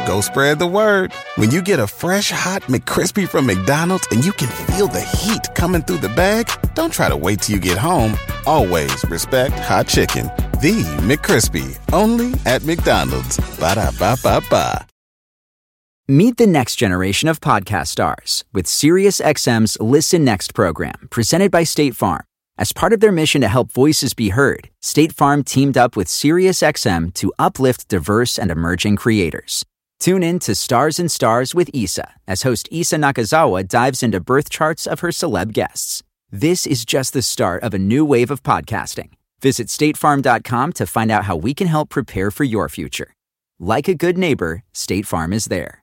go spread the word. When you get a fresh, hot McCrispy from McDonald's and you can feel the heat coming through the bag, don't try to wait till you get home. Always respect hot chicken. The McCrispy, only at McDonald's. Ba-da-ba-ba-ba. Meet the next generation of podcast stars with SiriusXM's Listen Next program, presented by State Farm. As part of their mission to help voices be heard, State Farm teamed up with SiriusXM to uplift diverse and emerging creators. Tune in to Stars and Stars with Issa, as host Issa Nakazawa dives into birth charts of her celeb guests. This is just the start of a new wave of podcasting. Visit statefarm.com to find out how we can help prepare for your future. Like a good neighbor, State Farm is there.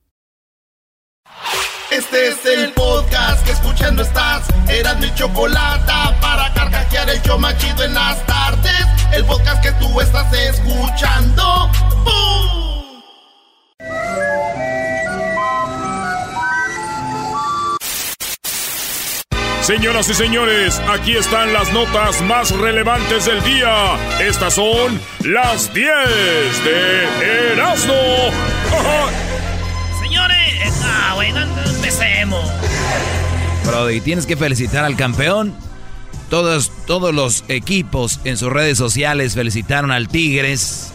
Este es el podcast que escuchando estás. Eran mi chocolata para carcajear el show más chido en las tardes. El podcast que tú estás escuchando. ¡Bum! Señoras y señores, aquí están las notas más relevantes del día. Estas son las 10 de Erasmo. Señores, bueno, empecemos. Brody, tienes que felicitar al campeón. Todos los equipos en sus redes sociales felicitaron al Tigres.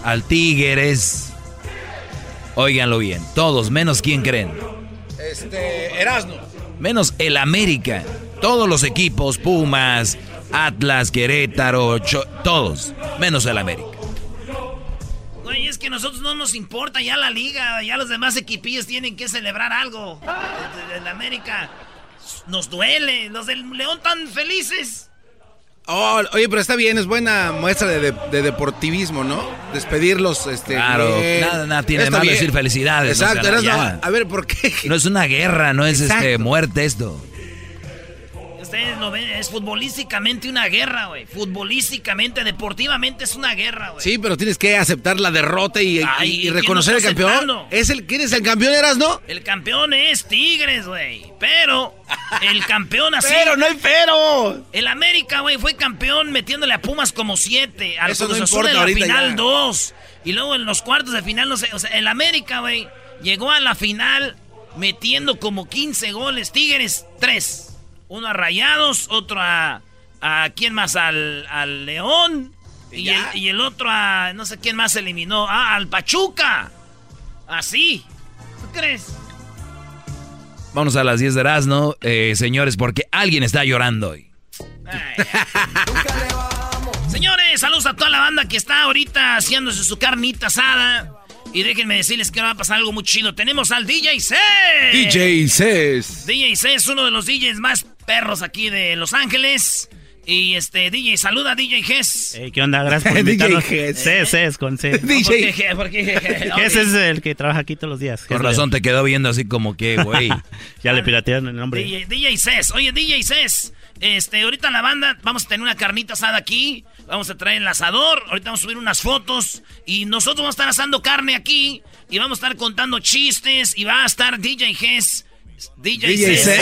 Óiganlo bien, todos, menos quién creen. Erasmo. Menos el América. Todos los equipos, Pumas, Atlas, Querétaro, todos, menos el América. Güey, es que a nosotros no nos importa ya la liga, ya los demás equipillos tienen que celebrar algo. En América nos duele, los del León tan felices. Oh, oye, pero está bien, es buena muestra de deportivismo, ¿no? Despedirlos, Claro, bien. nada tiene de malo decir felicidades. Exacto, o sea, a ver, ¿por qué? No es una guerra, no es muerte esto. Ustedes lo ven, es futbolísticamente una guerra, güey. Futbolísticamente, deportivamente es una guerra, güey. Sí, pero tienes que aceptar la derrota y reconocer el campeón. ¿Quién es el campeón, Erasmo? El campeón es Tigres, güey. Pero el campeón así... ¡Pero, no hay pero! El América, güey, fue campeón metiéndole a Pumas como 7. Al Eso no Cruz Azul importa en la ahorita final ya. 2. Y luego en los cuartos de final, no sé. O sea, el América, güey, llegó a la final metiendo como 15 goles. Tigres, 3. Uno a Rayados, otro a ¿quién más? Al León. Y el otro a... No sé quién más eliminó. Al Pachuca. Así. ¿Tú crees? Vamos a las 10 de Erasmo, señores, porque alguien está llorando hoy. Señores, saludos a toda la banda que está ahorita haciéndose su carnita asada. Y déjenme decirles que va a pasar algo muy chido. Tenemos al DJ Cés. DJ Cés. DJ Cés, uno de los DJs más perros aquí de Los Ángeles. Y DJ, saluda a DJ Gess. ¿Qué onda? Gracias por invitarnos. DJ Gess. Cés, con C. DJ. ¿Por qué? Gess es el que trabaja aquí todos los días. Con razón te quedó viendo así como que, güey. Ya le piratearon el nombre. DJ Cés. Oye, DJ Cés. Ahorita la banda, vamos a tener una carnita asada aquí. Vamos a traer el asador. Ahorita vamos a subir unas fotos. Y nosotros vamos a estar asando carne aquí. Y vamos a estar contando chistes. Y va a estar DJ Gess. DJ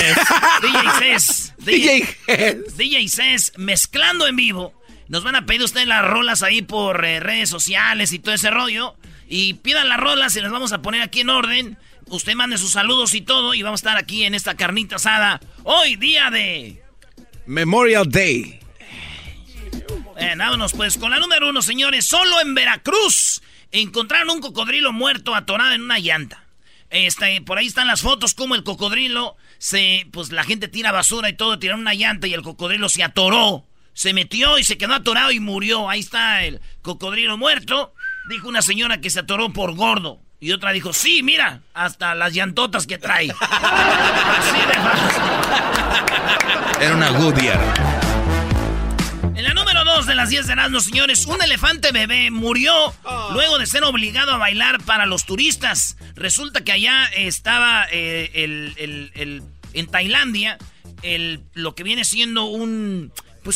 Cés mezclando en vivo. Nos van a pedir ustedes las rolas ahí por redes sociales y todo ese rollo. Y pidan las rolas y las vamos a poner aquí en orden. Usted mande sus saludos y todo. Y vamos a estar aquí en esta carnita asada. Hoy día de Memorial Day. Vámonos pues con la número 1, señores. Solo en Veracruz encontraron un cocodrilo muerto atorado en una llanta. Por ahí están las fotos como el cocodrilo pues la gente tira basura y todo, tiraron una llanta y el cocodrilo se atoró, se metió y se quedó atorado y murió. Ahí está el cocodrilo muerto. Dijo una señora que se atoró por gordo y otra dijo, sí, mira, hasta las llantotas que trae. Así de fácil. Era una Goodyear. En la número 2 de las 10 de Erasmo, señores, un elefante bebé murió luego de ser obligado a bailar para los turistas. Resulta que allá estaba en Tailandia lo que viene siendo un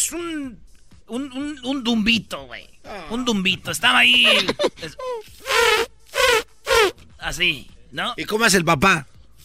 dumbito, güey. Un dumbito. Estaba ahí así, ¿no? ¿Y cómo es el papá?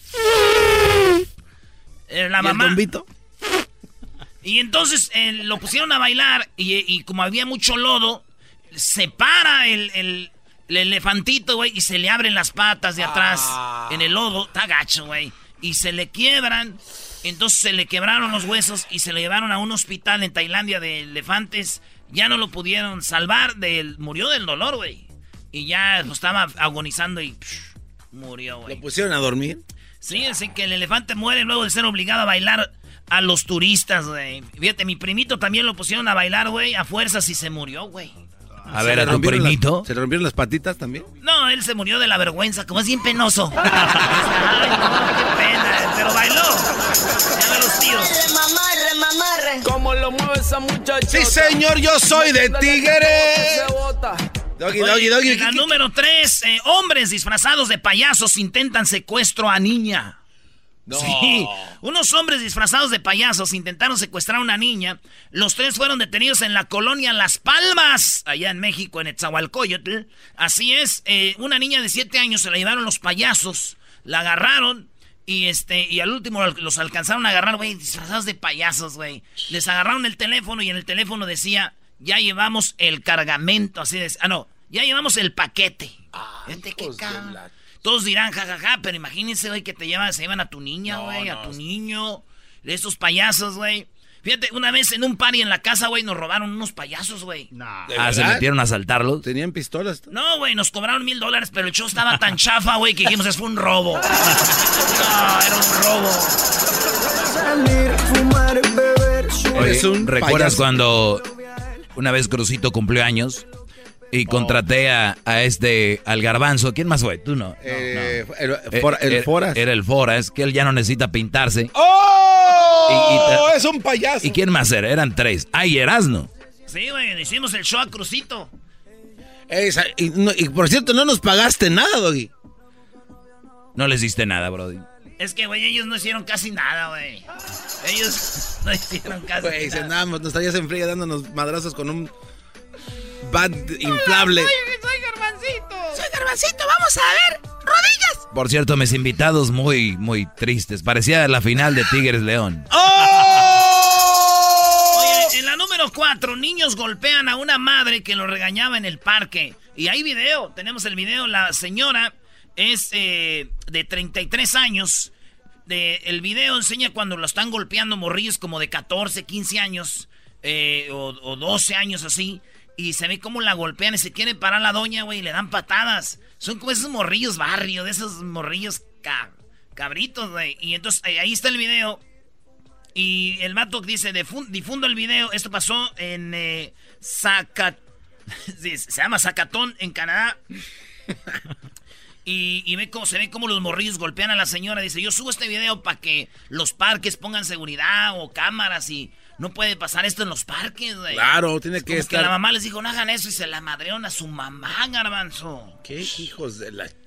La mamá. ¿Y el dumbito? Y entonces lo pusieron a bailar y como había mucho lodo, se para el el elefantito, güey, y se le abren las patas de atrás en el lodo. Está gacho, güey. Y se le quiebran. Entonces se le quebraron los huesos y se lo llevaron a un hospital en Tailandia de elefantes. Ya no lo pudieron salvar. Murió del dolor, güey. Y ya estaba agonizando y murió, güey. ¿Lo pusieron a dormir? Sí, así que el elefante muere luego de ser obligado a bailar a los turistas, güey. Fíjate, mi primito también lo pusieron a bailar, güey, a fuerzas y se murió, güey. A ver, ¿a tu primito? ¿Se le rompieron las patitas también? No, él se murió de la vergüenza, como es bien penoso. Ay, no, qué pena, pero bailó. Ya ve los tíos. Mamarre. ¿Cómo lo mueve esa muchacha? Sí, señor, yo soy de Tigres. Doggy. En la número 3, hombres disfrazados de payasos intentan secuestro a niña. No. Sí, unos hombres disfrazados de payasos intentaron secuestrar a una niña. Los 3 fueron detenidos en la colonia Las Palmas, allá en México, en Etzahualcóyotl. Así es, una niña de 7 años se la llevaron los payasos, la agarraron y al último los alcanzaron a agarrar, güey, disfrazados de payasos, güey. Les agarraron el teléfono y en el teléfono decía, ya llevamos el cargamento, así de... ya llevamos el paquete. Todos dirán, jajaja, pero imagínense, güey, que se llevan a tu niña, güey, a tu niño. De estos payasos, güey. Fíjate, una vez en un party en la casa, güey, nos robaron unos payasos, güey. ¿Se metieron a asaltarlos? ¿Tenían pistolas? No, güey, nos cobraron $1,000, pero el show estaba tan chafa, güey, que dijimos, fue un robo. No, era un robo. Oye, ¿recuerdas cuando una vez Crucito cumplió años? Y contraté al Garbanzo. ¿Quién más fue? Tú no. El Foras. Era el Foras, que él ya no necesita pintarse. ¡Oh! Es un payaso. ¿Y quién más era? Eran 3. ¡Ay, Erasno! Sí, güey, hicimos el show a Crucito. Y por cierto, no nos pagaste nada, Doggy. No les diste nada, brody. Es que, güey, ellos no hicieron casi nada, güey. Ellos no hicieron casi nada. Nos estarías en fría dándonos madrazos con un... bat inflable. Soy Garbancito, vamos a ver. ¡Rodillas! Por cierto, mis invitados muy, muy tristes. Parecía la final de Tigres León. Oye, en la número 4, niños golpean a una madre que lo regañaba en el parque. Y hay video, tenemos el video. La señora es de 33 años. El video enseña cuando lo están golpeando morrillos como de 14, 15 años o 12 años así. Y se ve cómo la golpean y se quiere parar la doña, güey, y le dan patadas. Son como esos morrillos barrio, de esos morrillos cabritos, güey. Y entonces ahí está el video. Y el vato dice, difundo el video. Esto pasó en sí, se llama Zacatón, en Canadá. Y se ve cómo los morrillos golpean a la señora. Dice, yo subo este video para que los parques pongan seguridad o cámaras y... No puede pasar esto en los parques, güey. Claro, tiene que estar... que la mamá les dijo, no hagan eso, y se la madrearon a su mamá, Garbanzo. ¿Qué hijos de la...?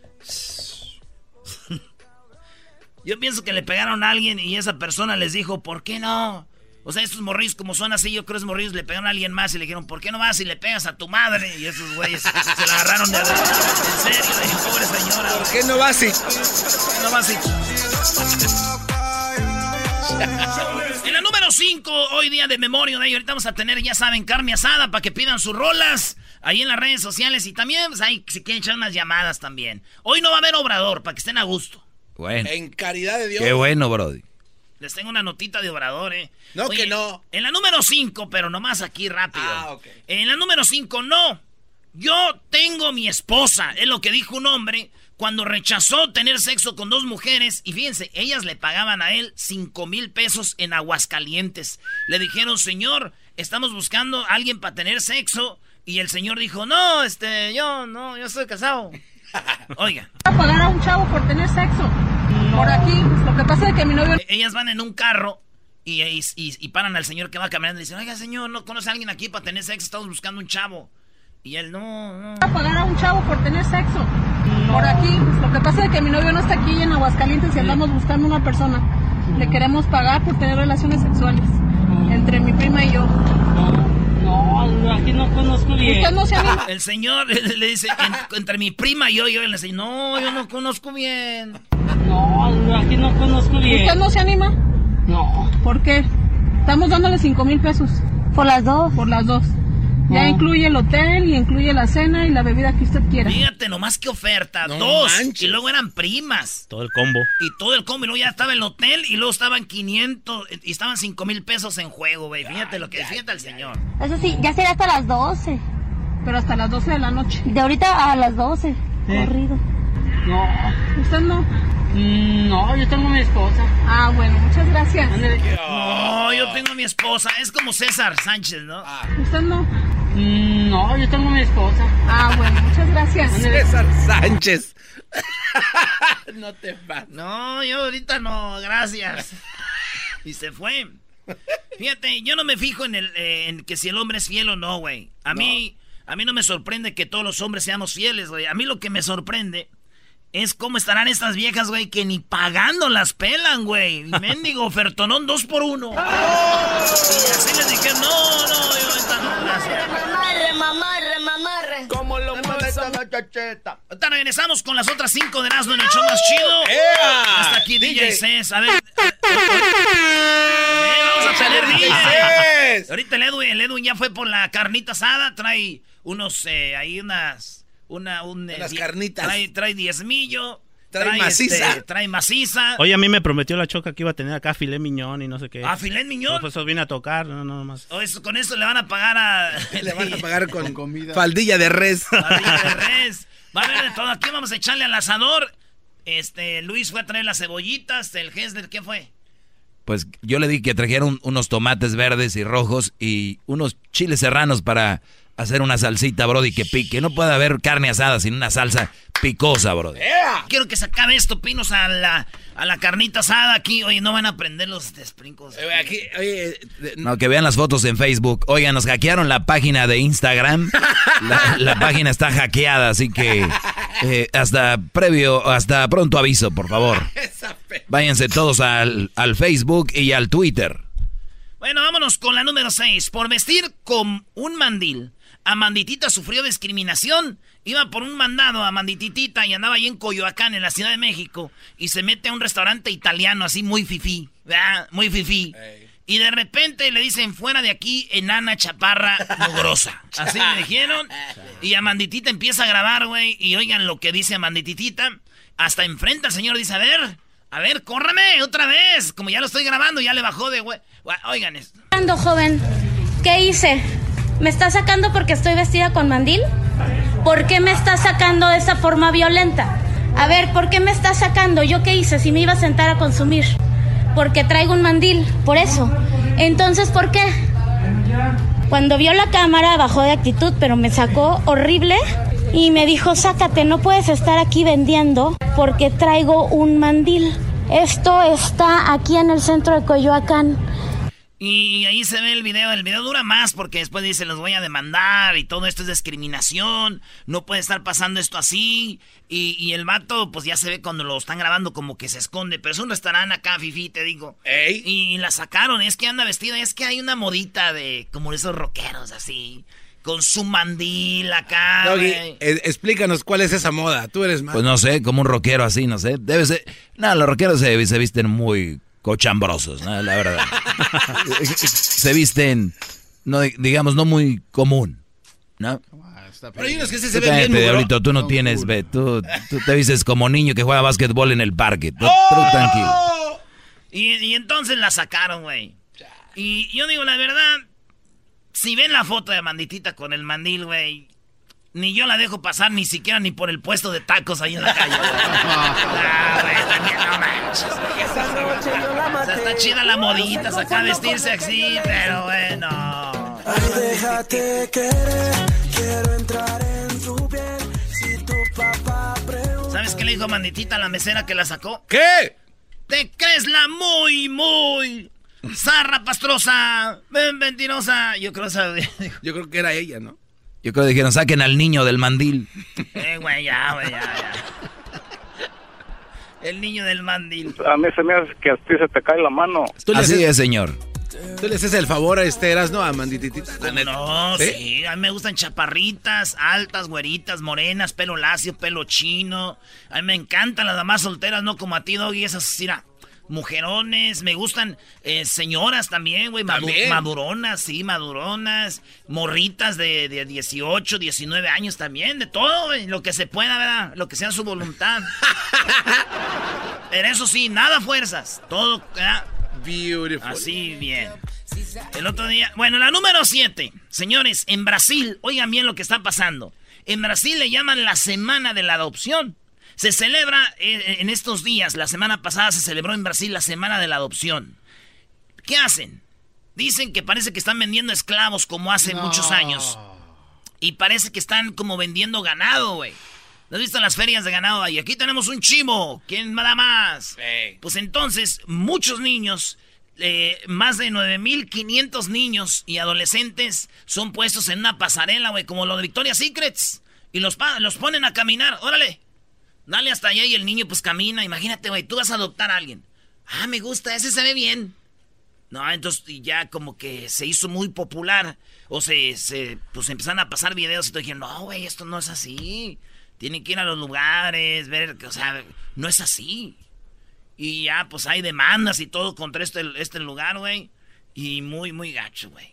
Yo pienso que le pegaron a alguien y esa persona les dijo, ¿por qué no? O sea, estos morrillos como son así, yo creo que esos morrillos le pegaron a alguien más y le dijeron, ¿por qué no vas y le pegas a tu madre? Y esos güeyes se la agarraron de... En serio, le dije, pobre señora. ¿Por qué no vas y...? ¿Por qué no vas y...? En la número 5, hoy día de memoria, ahorita vamos a tener, ya saben, carne asada para que pidan sus rolas ahí en las redes sociales y también, pues, ahí si quieren echar unas llamadas también. Hoy no va a haber Obrador, para que estén a gusto. Bueno. En caridad de Dios. Qué bueno, brody. Les tengo una notita de Obrador, No, oye, que no. En la número 5, pero nomás aquí rápido. Okay. En la número 5, no. Yo tengo mi esposa, es lo que dijo un hombre cuando rechazó tener sexo con 2 mujeres. Y fíjense, ellas le pagaban a él 5,000 pesos en Aguascalientes. Le dijeron, señor, estamos buscando a alguien para tener sexo. Y el señor dijo, no, yo estoy casado. Oiga. ¿A pagar a un chavo por tener sexo? Por aquí, lo que pasa es que mi novio... Ellas van en un carro y paran al señor que va caminando y dicen, oiga, señor, ¿no conoce a alguien aquí para tener sexo? Estamos buscando un chavo. Y él, no. ¿A pagar a un chavo por tener sexo? Por aquí, lo que pasa es que mi novio no está aquí en Aguascalientes y andamos buscando una persona. Le queremos pagar por tener relaciones sexuales entre mi prima y yo. No, aquí no conozco bien. ¿Usted no se anima? El señor le dice, entre mi prima y yo le dice, no, yo no conozco bien. No, aquí no conozco bien. ¿Usted no se anima? No. ¿Por qué? Estamos dándole 5,000 pesos. ¿Por las dos? Por las dos. Ya incluye el hotel y incluye la cena y la bebida que usted quiera. Fíjate nomás qué oferta. No 2. manches. Y luego eran primas. Todo el combo. Y todo el combo. Y luego ya estaba el hotel y luego estaban 500 y estaban 5,000 pesos en juego, güey. Fíjate lo que fíjate el señor. Eso sí, ya será hasta las 12. Pero hasta las 12 de la noche. De ahorita a las 12. Corrido. No, ¿Usted no? no, yo tengo a mi esposa. Ah, bueno, muchas gracias. No, yo tengo a mi esposa. Es como César Sánchez, ¿no? ¿Usted no? No, yo tengo a mi esposa. Ah, bueno, muchas gracias. César Sánchez. No te pases. No, yo ahorita no, gracias. Y se fue. Fíjate, yo no me fijo en que si el hombre es fiel o no, güey. A mí no me sorprende que todos los hombres seamos fieles, güey. A mí lo que me sorprende es cómo estarán estas viejas, güey, que ni pagando las pelan, güey. Mendigo ofertonón 2 por 1. Y así les dije, no, yo ahorita no, gracias. Mamarre. ¿Cómo lo mueve esa muchacheta? Ahorita regresamos con las otras 5 de Erasmo en el show más chido. Hasta aquí DJ Cés. A ver. Vamos a tener DJ. Ahorita el Edwin ya fue por la carnita asada. Trae unos, ahí unas carnitas. Trae diezmillo. Trae maciza. Trae maciza. Oye, a mí me prometió la Choca que iba a tener acá filé miñón y no sé qué. ¿Ah, filé miñón? No, pues eso vine a tocar, no más. Con eso le van a pagar Le van a pagar con comida. Faldilla de res. Faldilla de res. Va a haber de todo. Aquí vamos a echarle al asador. Luis fue a traer las cebollitas. El Hesler, ¿qué fue? Pues yo le di que trajeron unos tomates verdes y rojos y unos chiles serranos para hacer una salsita, brody, que pique. No puede haber carne asada sin una salsa picosa, brody. Quiero que se acabe esto, pinos, a la carnita asada aquí. Oye, no van a prender los desprincos. No, que vean las fotos en Facebook. Oigan, nos hackearon la página de Instagram. La página está hackeada, así que hasta pronto aviso, por favor. Váyanse todos al Facebook y al Twitter. Bueno, vámonos con la número 6. Por vestir con un mandil, Amanditita sufrió discriminación. Iba por un mandado a Amandititita y andaba ahí en Coyoacán, en la Ciudad de México. Y se mete a un restaurante italiano así muy fifí, ¿verdad? Muy fifí. Y de repente le dicen, fuera de aquí, enana, chaparra, mugrosa. Así le dijeron. Y Amanditita empieza a grabar, güey. Y oigan lo que dice Amandititita. Hasta enfrente al señor dice, a ver, córrame otra vez. Como ya lo estoy grabando, ya le bajó de güey. Oigan esto. Joven, ¿qué hice? ¿Me está sacando porque estoy vestida con mandil? ¿Por qué me está sacando de esa forma violenta? A ver, ¿por qué me está sacando? ¿Yo qué hice si me iba a sentar a consumir? Porque traigo un mandil, por eso. Entonces, ¿por qué? Cuando vio la cámara bajó de actitud, pero me sacó horrible y me dijo, sácate, no puedes estar aquí vendiendo porque traigo un mandil. Esto está aquí en el centro de Coyoacán. Y ahí se ve el video dura más porque después dice, los voy a demandar y todo esto es discriminación, no puede estar pasando esto así. Y el vato, pues ya se ve cuando lo están grabando como que se esconde, pero es un restaurante acá, fifí, te digo. ¿Ey? Y la sacaron, es que anda vestida, es que hay una modita de como esos rockeros así, con su mandil acá. Doggy, explícanos cuál es esa moda, tú eres más. Pues no sé, como un rockero así, no sé, debe ser. No, los rockeros se visten muy cochambrosos, ¿no? La verdad. Se visten, no, digamos, no muy común, ¿no? Pero hay unos que se ven bien ahorita tú no tienes, tú te vistes como niño que juega básquetbol en el parque. Tú tranquilo. Y entonces la sacaron, güey. Y yo digo, la verdad, si ven la foto de Amanditita con el mandil, güey, ni yo la dejo pasar ni siquiera ni por el puesto de tacos ahí en la calle. Güey, también no manches. O sea, está chida la modita, saca vestirse así, pero bueno. Ay, déjate querer, quiero entrar en tu piel. Si tu papá pregunta... ¿Sabes qué le dijo Amanditita a la mesera que la sacó? ¿Qué? ¿Te crees la muy zarra pastrosa? Mentirosa. Yo creo que era ella, ¿no? Yo creo que dijeron, saquen al niño del mandil. Güey, ya. El niño del mandil. A mí se me hace que a ti se te cae la mano. Así es, señor. ¿Tú le haces el favor a Erasmo, a Amandititita? No, sí, a mí me gustan chaparritas, altas, güeritas, morenas, pelo lacio, pelo chino. A mí me encantan las damas solteras, no como a ti, Doggy, esas, mira, mujerones, me gustan señoras también, güey, maduronas, sí, maduronas, morritas de 18, 19 años también, de todo, güey, lo que se pueda, ¿verdad? Lo que sea su voluntad. Pero eso sí, nada fuerzas, todo, ¿verdad? Beautiful. Así, bien. El otro día, bueno, la número 7, señores, en Brasil, oigan bien lo que está pasando. En Brasil le llaman la Semana de la Adopción. Se celebra en estos días, la semana pasada se celebró en Brasil la Semana de la Adopción. ¿Qué hacen? Dicen que parece que están vendiendo esclavos como hace muchos años. Y parece que están como vendiendo ganado, güey. ¿No has visto las ferias de ganado ahí? Aquí tenemos un chivo. ¿Quién da más? Sí. Pues entonces, muchos niños, más de 9,500 niños y adolescentes son puestos en una pasarela, güey, como lo de Victoria's Secrets. Y los ponen a caminar. ¡Órale! Dale hasta allá y el niño pues camina. Imagínate, güey, tú vas a adoptar a alguien. Ah, me gusta, ese se ve bien. No, entonces ya como que se hizo muy popular. O pues empezaron a pasar videos y todo. Dijeron, no, güey, esto no es así. Tienen que ir a los lugares, ver, o sea, no es así. Y ya, pues hay demandas y todo contra este lugar, güey. Y muy, muy gacho, güey.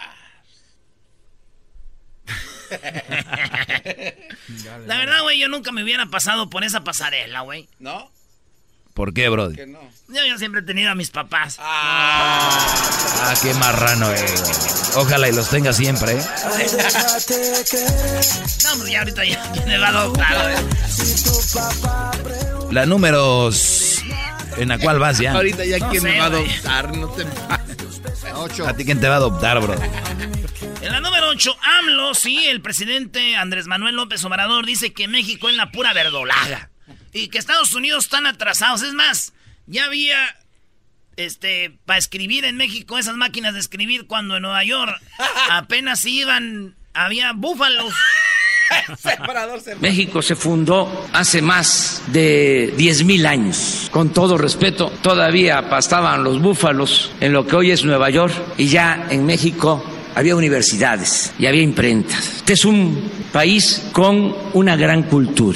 La verdad, güey, yo nunca me hubiera pasado por esa pasarela, güey. ¿No? ¿Por qué, brody? ¿Por qué no? Yo siempre he tenido a mis papás. Qué marrano, Ojalá y los tenga siempre, No, pues ya ahorita ya me va a adoptar, güey. La números... ¿En la cual vas ya? Ahorita ya No quién sé, me va a güey. adoptar, no te pases. 8. ¿A ti quién te va a adoptar, bro? En la número 8, AMLO, sí, el presidente Andrés Manuel López Obrador dice que México es la pura verdolaga. Y que Estados Unidos están atrasados. Es más, ya había, para escribir en México, esas máquinas de escribir, cuando en Nueva York apenas había búfalos. México se fundó hace más de 10,000 años. Con todo respeto, todavía pastaban los búfalos en lo que hoy es Nueva York, y ya en México había universidades y había imprentas. Este es un país con una gran cultura.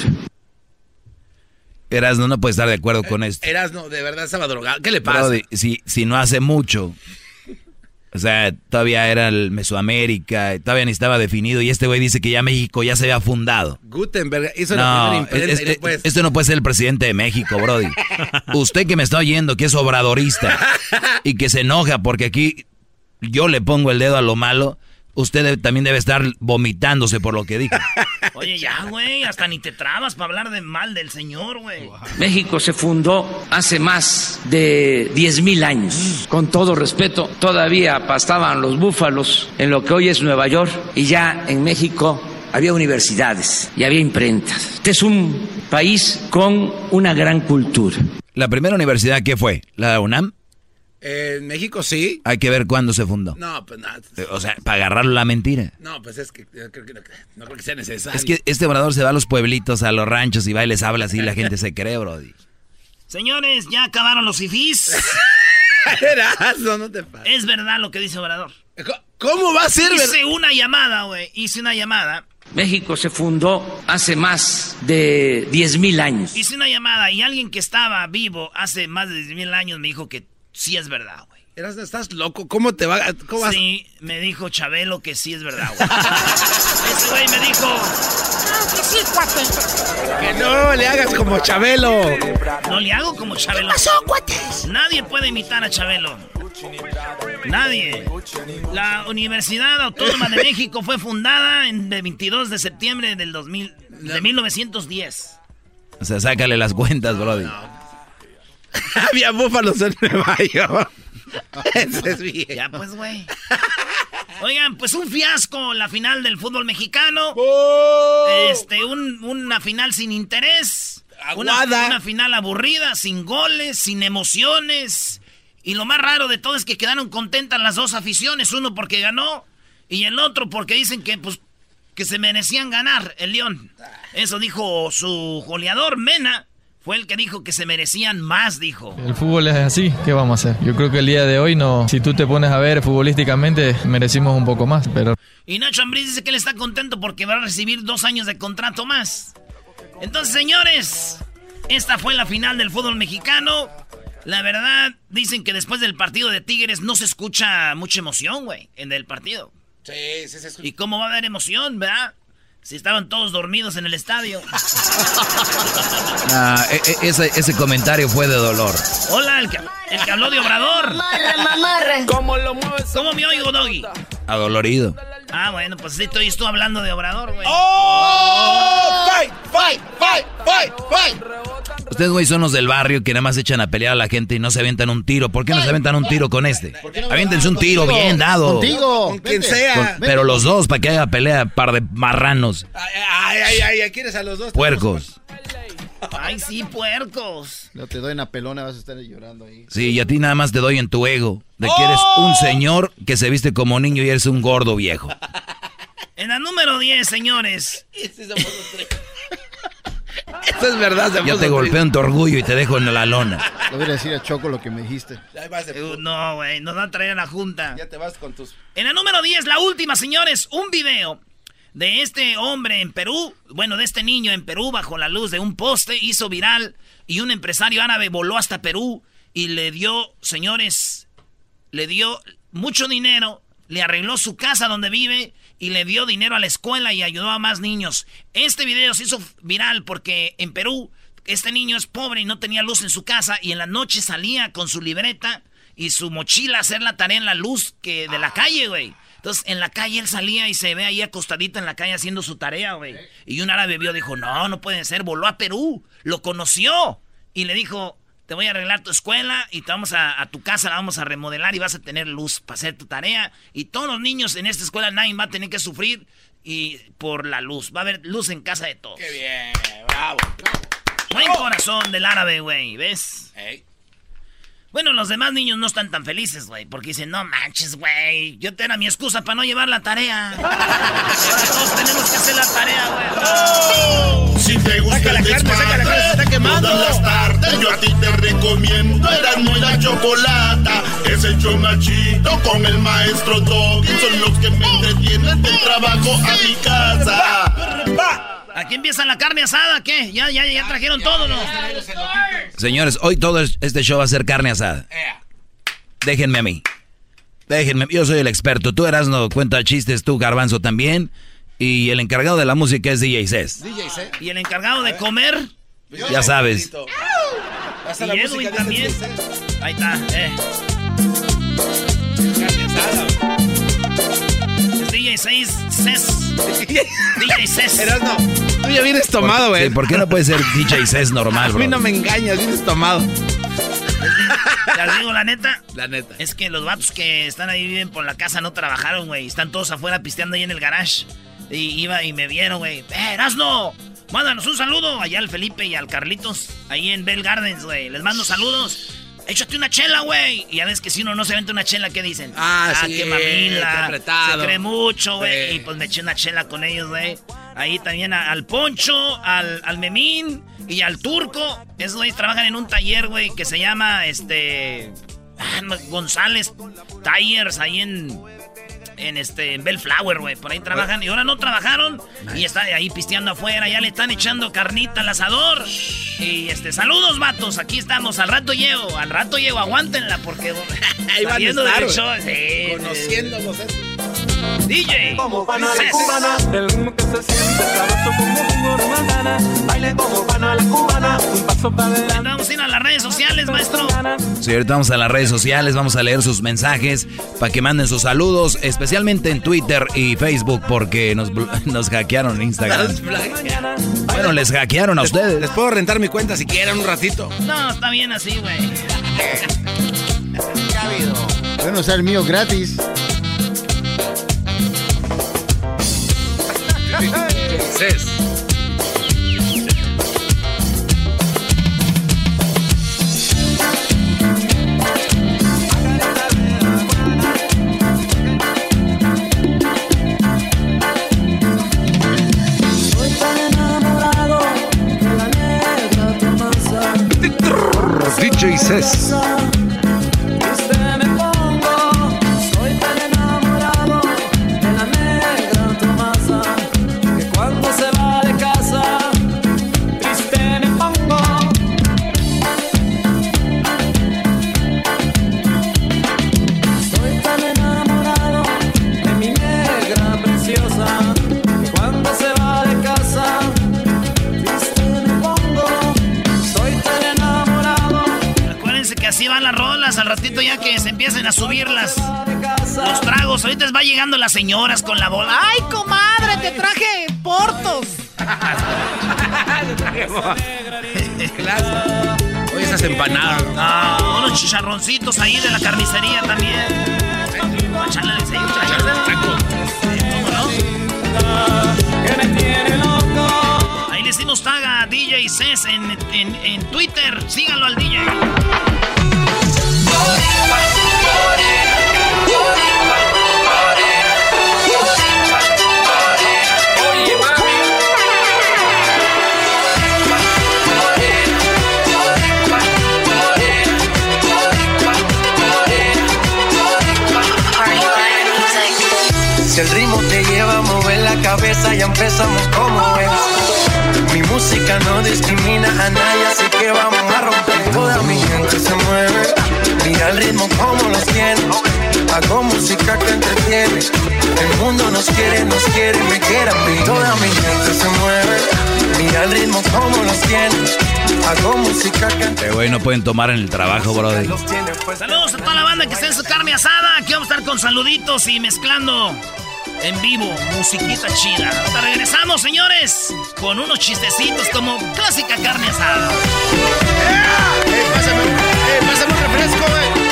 Erasno no puede estar de acuerdo con esto. Erasno, de verdad estaba drogado. ¿Qué le pasa? Brody, si no hace mucho, o sea, todavía era el Mesoamérica, todavía ni estaba definido, y este güey dice que ya México ya se había fundado. Gutenberg hizo la primera imprenta. Esto no puede ser el presidente de México, brody. Usted que me está oyendo, que es obradorista y que se enoja porque aquí yo le pongo el dedo a lo malo, usted también debe estar vomitándose por lo que dijo. Oye, ya, güey, hasta ni te trabas para hablar de mal del señor, güey. México se fundó hace más de 10,000 años. Con todo respeto, todavía pastaban los búfalos en lo que hoy es Nueva York, y ya en México había universidades y había imprentas. Este es un país con una gran cultura. ¿La primera universidad qué fue? ¿La UNAM? En México sí. Hay que ver cuándo se fundó. No, pues nada. O sea, para agarrar la mentira. No, pues es que no creo que sea necesario. Es que este obrador se va a los pueblitos, a los ranchos y va y les habla así, la gente se cree, brody. Señores, ya acabaron los fifís. Erasno, no te pases. Es verdad lo que dice Obrador. ¿Cómo va a ser verdad? Hice una llamada. México se fundó hace más de 10,000 años. Hice una llamada y alguien que estaba vivo hace más de 10,000 años me dijo que sí es verdad, güey. Erasno, ¿estás loco? ¿Cómo te va? ¿Cómo vas? Sí, me dijo Chabelo que sí es verdad, güey. Ese güey me dijo... que sí, cuate. Que no le hagas como Chabelo. No le hago como Chabelo. ¿Qué pasó, cuates? Nadie puede imitar a Chabelo. Nadie. La Universidad Autónoma de México fue fundada el 22 de septiembre de 1910. O sea, sácale las cuentas, brody. Había búfalos en Nueva York. Ese es bien. Ya pues, güey. Oigan, pues un fiasco la final del fútbol mexicano. Una final sin interés. Una final aburrida, sin goles, sin emociones. Y lo más raro de todo es que quedaron contentas las dos aficiones. Uno porque ganó y el otro porque dicen que se merecían ganar el León. Eso dijo su goleador, Mena. Fue el que dijo que se merecían más, dijo. El fútbol es así, ¿qué vamos a hacer? Yo creo que el día de hoy no, si tú te pones a ver futbolísticamente, merecimos un poco más, pero... Y Nacho Ambriz dice que él está contento porque va a recibir 2 años de contrato más. Entonces, señores, esta fue la final del fútbol mexicano. La verdad, dicen que después del partido de Tigres no se escucha mucha emoción, güey, en el partido. Sí, se escucha. ¿Y cómo va a haber emoción, verdad? Si estaban todos dormidos en el estadio. Ese comentario fue de dolor. Hola, el que habló de Obrador. Mamarre. ¿Cómo lo mueves? ¿Cómo me oigo, Doggy? Adolorido. Ah, bueno, pues sí, estoy tú hablando de Obrador, güey. ¡Oh! ¡Fight! Ustedes, güey, son los del barrio que nada más echan a pelear a la gente y no se aventan un tiro. ¿Por qué no se aventan un tiro con este? Aviéntense un tiro bien dado. Contigo. Con quien sea. Pero los dos, para que haya pelea, par de marranos. Ay, ¿quieres a los dos? Puercos. Ay, sí, puercos. No te doy una pelona, vas a estar llorando ahí. Sí, y a ti nada más te doy en tu ego. De que eres un señor que se viste como niño y eres un gordo viejo. En la número 10, señores. Esto es verdad. Yo te golpeo en tu orgullo y te dejo en la lona. Le voy a decir a Choco lo que me dijiste. No, güey, nos van a traer a la junta. Ya te vas con tus... En la número 10, la última, señores, un video de este hombre en Perú, bueno, de este niño en Perú, bajo la luz de un poste, hizo viral, y un empresario árabe voló hasta Perú y le dio, señores, le dio mucho dinero, le arregló su casa donde vive y le dio dinero a la escuela y ayudó a más niños. Este video se hizo viral porque en Perú este niño es pobre y no tenía luz en su casa, y en la noche salía con su libreta y su mochila a hacer la tarea en la luz de la calle, güey. Entonces, en la calle él salía y se ve ahí acostadito en la calle haciendo su tarea, güey. Y un árabe vio, dijo, no puede ser, voló a Perú, lo conoció. Y le dijo, te voy a arreglar tu escuela y te vamos a tu casa, la vamos a remodelar y vas a tener luz para hacer tu tarea. Y todos los niños en esta escuela, nadie va a tener que sufrir y por la luz. Va a haber luz en casa de todos. ¡Qué bien! ¡Bravo! Buen corazón del árabe, güey, ¿ves? Bueno, los demás niños no están tan felices, güey, porque dicen, no manches, güey, yo te era mi excusa para no llevar la tarea. Todos tenemos que hacer la tarea, güey. Si te gusta el desmadre, todas las tardes yo a ti te recomiendo Erasmo y la Chocolata. Es el show más chido con el maestro Doggy. Son los que me entretienen del trabajo a mi casa. Aquí empieza la carne asada, ¿qué? Ya trajeron todo, ¿no? Señores, hoy todo este show va a ser carne asada. Déjenme a mí. Yo soy el experto. Tú, Erasmo, cuenta chistes, tú, Garbanzo, también. Y el encargado de la música es DJ Cés. ¿Y el encargado de comer? Ya sabes. Y Edwin también. Ahí está, Carne asada. Es DJ Cés. DJ Cés. Erasmo, tú ya vienes tomado, güey. ¿Por qué no puede ser DJ Cés normal, bro? A mí no me engañas, vienes tomado. Les digo la neta. La neta. Es que los vatos que están ahí viven por la casa no trabajaron, güey. Están todos afuera pisteando ahí en el garage. Y me vieron, güey. Erasmo, mándanos un saludo allá al Felipe y al Carlitos. Ahí en Bell Gardens, güey. Les mando saludos. Échate una chela, güey. Y ya ves que si uno no se vende una chela, ¿qué dicen? Sí, qué mamila. qué apretado. Se cree mucho, güey. Sí. Y pues me eché una chela con ellos, güey. Ahí también al Poncho, al Memín y al Turco. Esos güeyes trabajan en un taller, güey, que se llama, González Tires, ahí en Bellflower, güey. Por ahí trabajan y ahora no trabajaron. Y está ahí pisteando afuera. Ya le están echando carnita al asador. Y saludos, vatos. Aquí estamos. Al rato llego, aguántenla porque ahí van a estar, show. Sí, conociéndonos. DJ Como pana la cubana, el ritmo que se siente sabroso como jugo de manzana. Baile como pana la cubana, un paso para adelante. Vamos a ir a las redes sociales, maestro. Sí, ahorita vamos a las redes sociales, vamos a leer sus mensajes para que manden sus saludos, especialmente en Twitter y Facebook, porque nos hackearon en Instagram. Bueno, les hackearon a ustedes. Les puedo rentar mi cuenta si quieren un ratito. No, está bien así, güey. Bueno, usar el mío gratis. DJ Cés. así van las rolas. Al ratito ya que se empiecen a subir los tragos. Ahorita va llegando las señoras con la bola. ¡Ay, comadre, te traje portos! Oye, esas empanadas. Unos chicharroncitos ahí de la carnicería también. ¿Cómo no? Ahí le hicimos tag a DJ Cés en Twitter. Síganlo al DJ. Si el ritmo te lleva a mover la cabeza, ya empezamos como es. Mi música no discrimina a nadie, así que vamos a romper. Toda mi gente se mueve, mira el ritmo como los tiene. Hago música que entretiene. El mundo nos quiere, me quiere a mí. Toda mi gente se mueve, mira el ritmo como los tiene. Hago música que entretiene. Güey, no pueden tomar en el trabajo, brother. Saludos a toda la banda que está en su carne asada. Aquí vamos a estar con saluditos y mezclando en vivo, musiquita chida. Hasta regresamos, señores, con unos chistecitos como clásica carne asada. Pásame un refresco,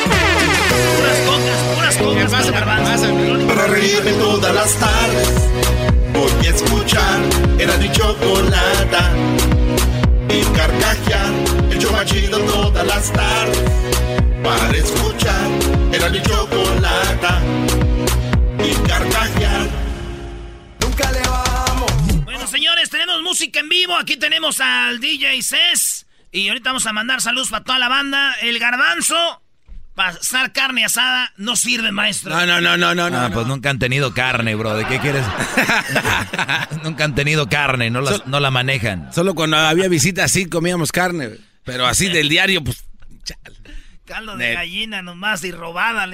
Puras cocas, pásame. Para reírme todas las tardes, voy a escuchar Erasmo y Chocolata. Y carcajear, el show más chido todas las tardes. Para escuchar Erasmo y Chocolata. Y carcajear. Nunca le vamos. Bueno, señores, tenemos música en vivo. Aquí tenemos al DJ Cés. Y ahorita vamos a mandar saludos para toda la banda. El garbanzo, pasar carne asada, no sirve, maestro. No. Pues nunca han tenido carne, bro. ¿De qué quieres? Nunca han tenido carne, no la manejan. Solo cuando había visita así comíamos carne. Pero así del diario, pues... Caldo de gallina nomás y robada.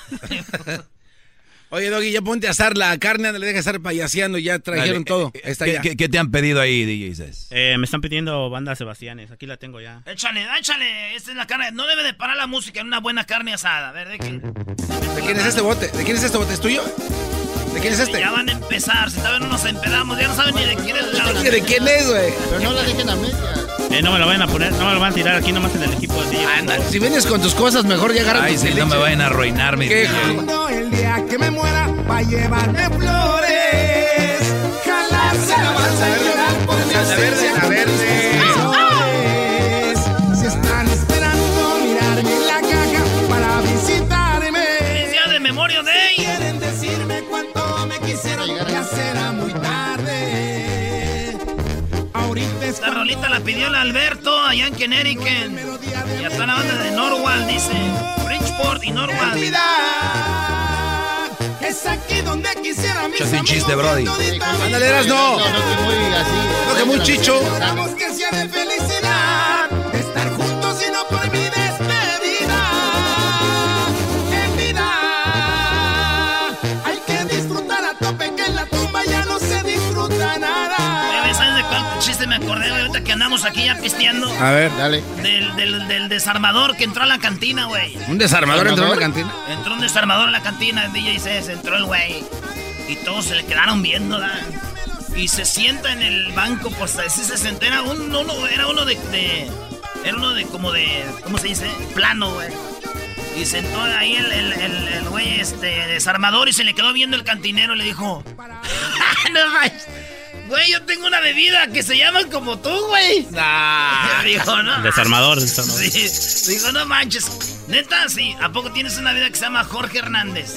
Oye, Doggy, ya ponte a asar la carne, le deja estar payaseando, ya trajeron todo. Está ya. ¿Qué te han pedido ahí, DJs? Me están pidiendo banda Sebastianes, aquí la tengo ya. Échale, esta es la carne. No debe de parar la música en una buena carne asada. A ver, ¿de quién? ¿De quién es este bote? ¿Es tuyo? ¿De quién es este? Ya van a empezar, si todavía no nos empedamos, ya no saben ni de quién es la... ¿De quién es, güey? Pero no la dejen a media. No me lo vayan a poner, no me lo van a tirar aquí nomás en el equipo del DJ. Si vienes con tus cosas, mejor ya agarra. Ay, sí, no me vayan a arruinar mi DJ. El día que me muera, va a llevarme flores. Jalarse la balsa y llorar por mi ausencia. Si están esperando mirarme en la caja para visitarme. ¡Feliz día de Memorial Day! Quieren decirme cuánto me quisieron, ya será muy tarde. Ahorita esta rolita la pidió el Alberto allá en Connecticut. Y hasta la banda de Norwalk, dice. Bridgeport y Norwalk. Es aquí donde quisiera mis amigos. Chiste, Brody. Ándale, eras no. No, que muy chicho. Esperamos que sea de felicidad estar juntos y no por mi despedida. En vida hay que disfrutar a tope, que en la tumba ya no se disfruta nada. ¿Sabes de cuál chiste me acordé ahorita que andamos aquí ya pisteando? A ver, dale. Del desarmador que entró a la cantina, güey. ¿Un desarmador entró a la cantina? Entró un desarmador a la cantina, el DJ Cés, entró el güey. Y todos se le quedaron viendo, ¿da? Y se sienta en el banco, pues así se sentó. Era uno de como de, ¿cómo se dice? Plano, güey. Y sentó ahí el güey desarmador y se le quedó viendo el cantinero y le dijo... no manches. Güey, yo tengo una bebida que se llama como tú, güey. Dijo, no. El desarmador. Sí. Dijo, no manches. Neta, sí. ¿A poco tienes una bebida que se llama Jorge Hernández?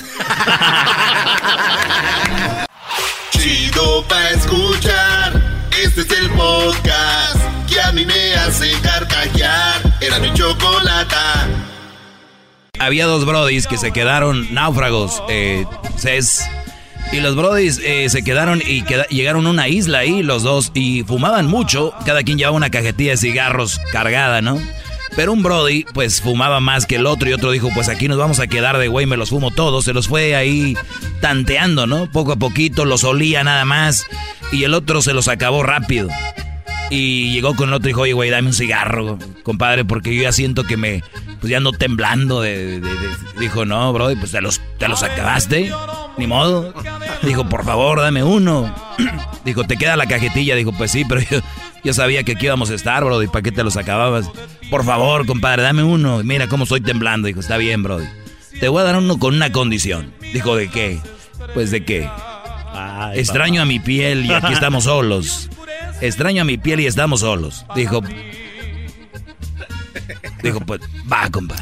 Chido pa' escuchar. Este es el podcast que a mí me hace carcajear. Era mi Chocolata. Había dos brodis que se quedaron náufragos, Cés. Y los brodis se quedaron y llegaron a una isla ahí los dos y fumaban mucho. Cada quien llevaba una cajetilla de cigarros cargada, ¿no? Pero un brody pues fumaba más que el otro y otro dijo, pues aquí nos vamos a quedar de güey, me los fumo todos. Se los fue ahí tanteando, ¿no? Poco a poquito, los olía nada más y el otro se los acabó rápido. Y llegó con el otro y dijo, oye, güey, dame un cigarro, compadre, porque yo ya siento que pues ya ando temblando Dijo, no, bro, pues te los acabaste, ni modo. Dijo, por favor, dame uno. Dijo, ¿te queda la cajetilla? Dijo, pues sí, pero yo sabía que aquí íbamos a estar, bro, ¿y para qué te los acababas? Por favor, compadre, dame uno. Mira cómo estoy temblando. Dijo, está bien, bro. Te voy a dar uno con una condición. Dijo, ¿de qué? Pues, ¿de qué? Ay, extraño a mi piel y aquí estamos solos. Extraño a mi piel y estamos solos. Dijo, pues, va, compadre.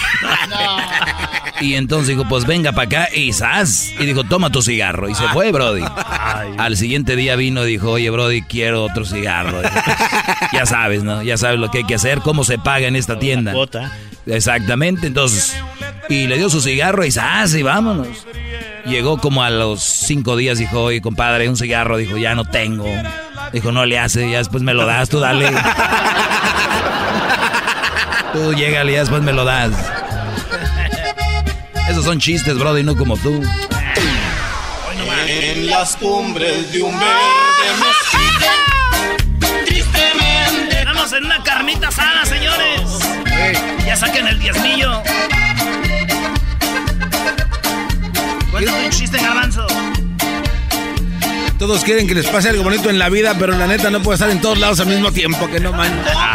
Y entonces dijo, pues venga para acá y ¡zas! Y dijo, toma tu cigarro. Y se fue, brody. Al siguiente día vino y dijo, oye, brody, quiero otro cigarro. Dijo, pues, ya sabes, ¿no? Ya sabes lo que hay que hacer, cómo se paga en esta tienda. Exactamente, entonces. Y le dio su cigarro y ¡zas! Y vámonos. Llegó como a los 5 días, dijo, oye, compadre, un cigarro. Dijo, ya no tengo. Dijo, no le hace, ya después me lo das, tú dale. Tú llégale, ya después me lo das. Esos son chistes, brody, no como tú. En las cumbres de un verde mezquite, tristemente. Estamos en una carnita asada, señores. Ya saquen el diezmillo. Cuéntame un chiste, Garbanzo. Todos quieren que les pase algo bonito en la vida, pero la neta no puede estar en todos lados al mismo tiempo, que no man.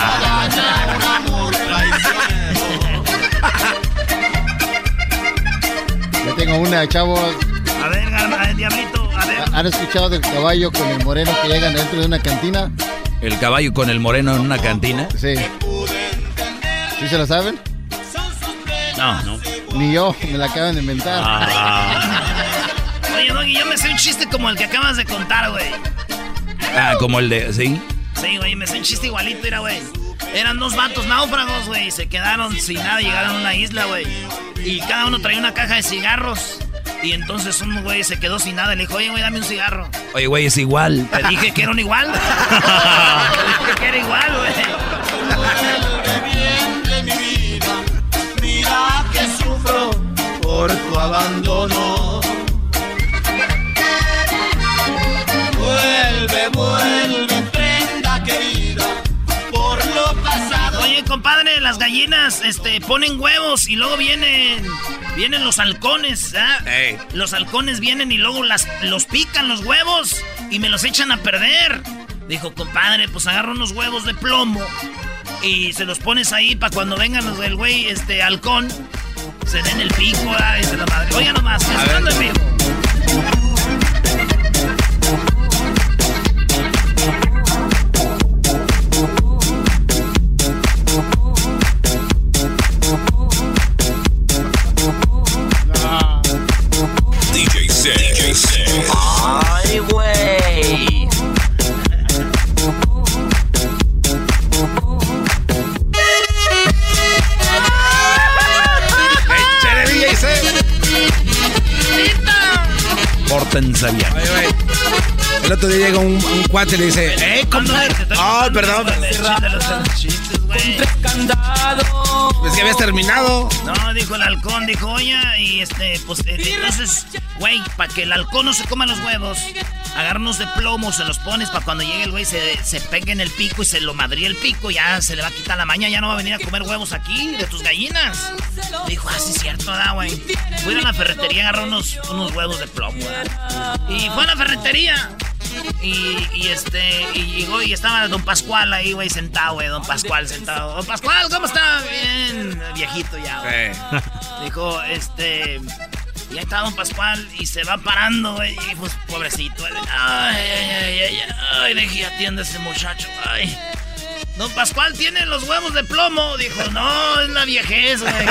Yo tengo una, chavos. A ver, diablito, a ver. ¿Han escuchado del caballo con el moreno que llegan dentro de una cantina? ¿El caballo con el moreno en una cantina? Sí. ¿Sí se lo saben? No. Ni yo, me la acaban de inventar. Oye, Doggy, yo me sé un chiste como el que acabas de contar, güey. Como el de... ¿Sí? Sí, güey, me sé un chiste igualito, mira, güey. Eran 2 vatos náufragos, güey, y se quedaron sin nada, llegaron a una isla, güey. Y cada uno traía una caja de cigarros. Y entonces un güey se quedó sin nada, le dijo, oye, güey, dame un cigarro. Oye, güey, es igual. Te dije que eran igual. Te dije que era igual, güey. Mira que sufro por tu abandono. Vuelve, prenda querida, por lo pasado. Oye, compadre, las gallinas ponen huevos y luego vienen los halcones, ¿eh? Los halcones vienen y luego los pican los huevos y me los echan a perder. Dijo, compadre, pues agarra unos huevos de plomo y se los pones ahí para cuando vengan los del güey, halcón, se den el pico, y se la madre. Oiga nomás, hablando en vivo. DJ Set. Ay, güey. ¡Échale, DJ Set! Pórtense bien. El otro día llega un cuate y le dice, compadre. Ay, perdón. Pues que habías terminado. No, dijo el halcón, dijo, oye, y pues entonces, güey, para que el halcón no se coma los huevos, agárranos de plomo, se los pones para cuando llegue el güey se pegue en el pico y se lo madría el pico, ya se le va a quitar la maña, ya no va a venir a comer huevos aquí de tus gallinas. Dijo, sí, cierto, güey. Fui a la ferretería, agarró unos huevos de plomo, ¿verdad? Y fue a la ferretería. Y llegó y estaba Don Pascual ahí, güey, sentado, güey. Don Pascual sentado. Don Pascual, ¿cómo está? Bien, viejito ya, güey. Dijo, ya está Don Pascual y se va parando, güey. Y pues, pobrecito. Ay, deje atiende a ese muchacho. Ay. Don Pascual tiene los huevos de plomo. Dijo, no, es la viejez, güey.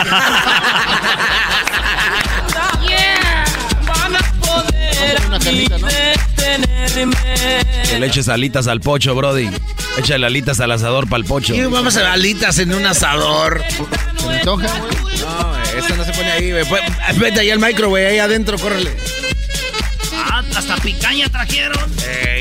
Yeah. Van a poder una carnita, ¿no? Que le eches alitas al pocho, brody. Échale alitas al asador para el pocho. ¿Qué vamos a alitas en un asador? ¿Se me antoja, güey? No, eso no se pone ahí, güey. Vete ahí al micro, güey, ahí adentro, córrele. Hasta picaña trajeron.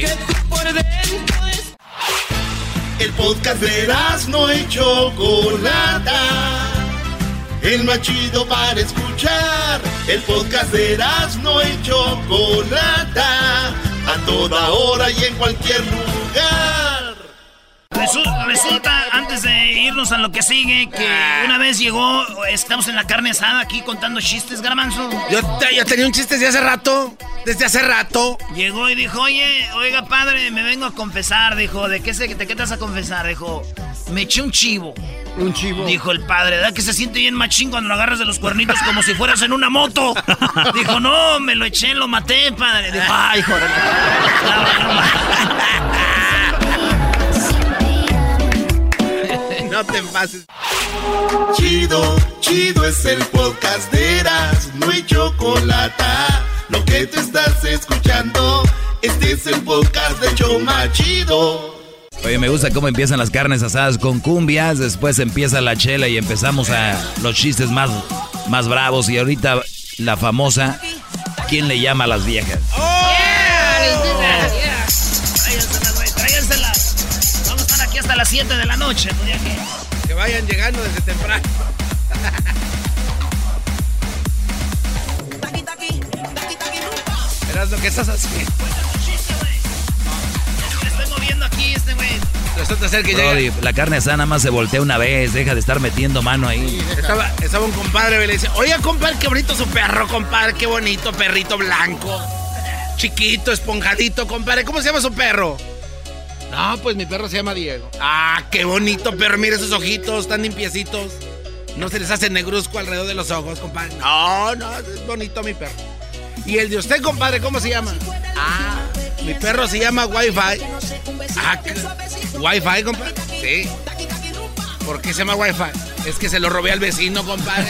El podcast de Erazno y Chocolata, el más chido para escuchar. El podcast de Erazno y Chocolata, a toda hora y en cualquier lugar. Resulta, antes de irnos a lo que sigue, que una vez llegó, estamos en la carne asada aquí contando chistes, Garbanzo. Yo tenía un chiste desde hace rato. Llegó y dijo, oiga padre, me vengo a confesar, dijo, ¿de qué te vas a confesar? Dijo, me eché un chivo. ¿Un chivo? Dijo el padre, ¿verdad que se siente bien machín cuando lo agarras de los cuernitos como si fueras en una moto? Dijo, no, me lo eché, lo maté, padre. Dijo, ay, hijo de No te pases. Chido es el podcast de Erazno y Chocolata. Lo que te estás escuchando, este es el podcast de Choma Chido. Oye, me gusta cómo empiezan las carnes asadas con cumbias, después empieza la chela y empezamos a los chistes más bravos. Y ahorita la famosa, ¿quién le llama a las viejas? ¡Oh! Yeah. Tráigansela, güey, tráigansela. Vamos a estar aquí hasta las 7 de la noche. Que vayan llegando desde temprano. Verás lo que estás haciendo. Aquí güey. Resulta ser que Brody, llega. La carne asada nada más se voltea una vez, deja de estar metiendo mano ahí. Estaba un compadre y le dice, oye compadre, qué bonito su perro, compadre, qué bonito, perrito blanco, chiquito, esponjadito, compadre, ¿cómo se llama su perro? No, pues mi perro se llama Diego. Ah, qué bonito perro, mire esos ojitos tan limpiecitos. No se les hace negruzco alrededor de los ojos, compadre. No, es bonito mi perro. ¿Y el de usted, compadre, cómo se llama? Ah, mi perro se llama Wi-Fi. Ah, ¿Wi-Fi, compadre? Sí. ¿Por qué se llama Wi-Fi? Es que se lo robé al vecino, compadre.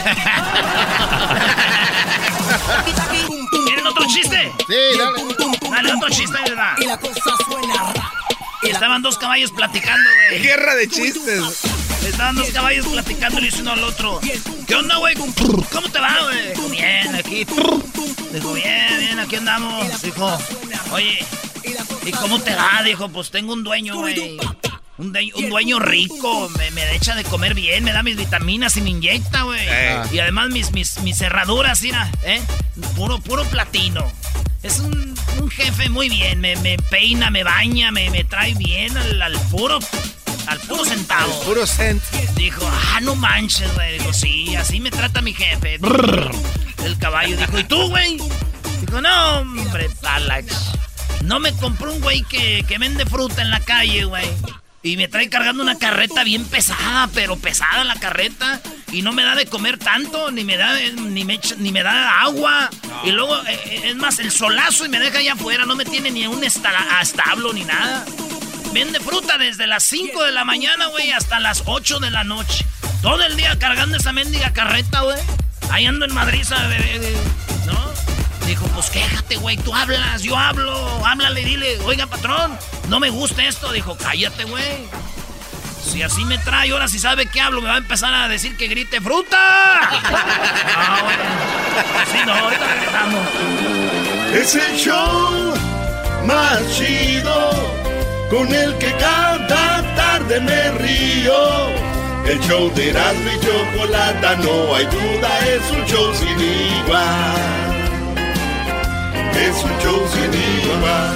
¿Quieren otro chiste? Sí, dale. Dale, otro chiste, ¿verdad? Y la cosa suena. Estaban dos caballos platicando, güey. Guerra de chistes. Estaban dos caballos platicando y le dice uno al otro, ¿qué onda, güey? ¿Cómo te va, güey? Dijo, bien, aquí. Dijo, bien, aquí andamos. Dijo, oye, ¿y cómo te va? Dijo, pues tengo un dueño, güey. Un dueño rico, me echa de comer bien, me da mis vitaminas y me inyecta, güey. Y además mis cerraduras, mira, puro platino. Es un jefe muy bien, me peina, me baña, me trae bien al puro centavo. Al puro cent. Dijo, no manches, güey. Dijo, sí, así me trata mi jefe. El caballo dijo, ¿y tú, güey? Dijo, no, hombre, Palax. No me compró un güey que vende fruta en la calle, güey. Y me trae cargando una carreta bien pesada, pero pesada la carreta. Y no me da de comer tanto, ni me da agua. No. Y luego, es más, el solazo y me deja allá afuera. No me tiene ni un establo ni nada. Vende fruta desde las 5 de la mañana, güey, hasta las 8 de la noche. Todo el día cargando esa mendiga carreta, güey. Ahí ando en Madrid, ¿no? Dijo, pues quéjate, güey, tú hablas, yo hablo. Háblale, dile, oiga, patrón, no me gusta esto. Dijo, cállate, güey. Si así me trae, ahora si sabe que hablo, me va a empezar a decir que grite ¡fruta! No, güey. Así no, ahorita regresamos. Es el show más chido, con el que cada tarde me río. El show de Erazno y Chocolata, no hay duda, es un show sin igual. Es un show sin igual.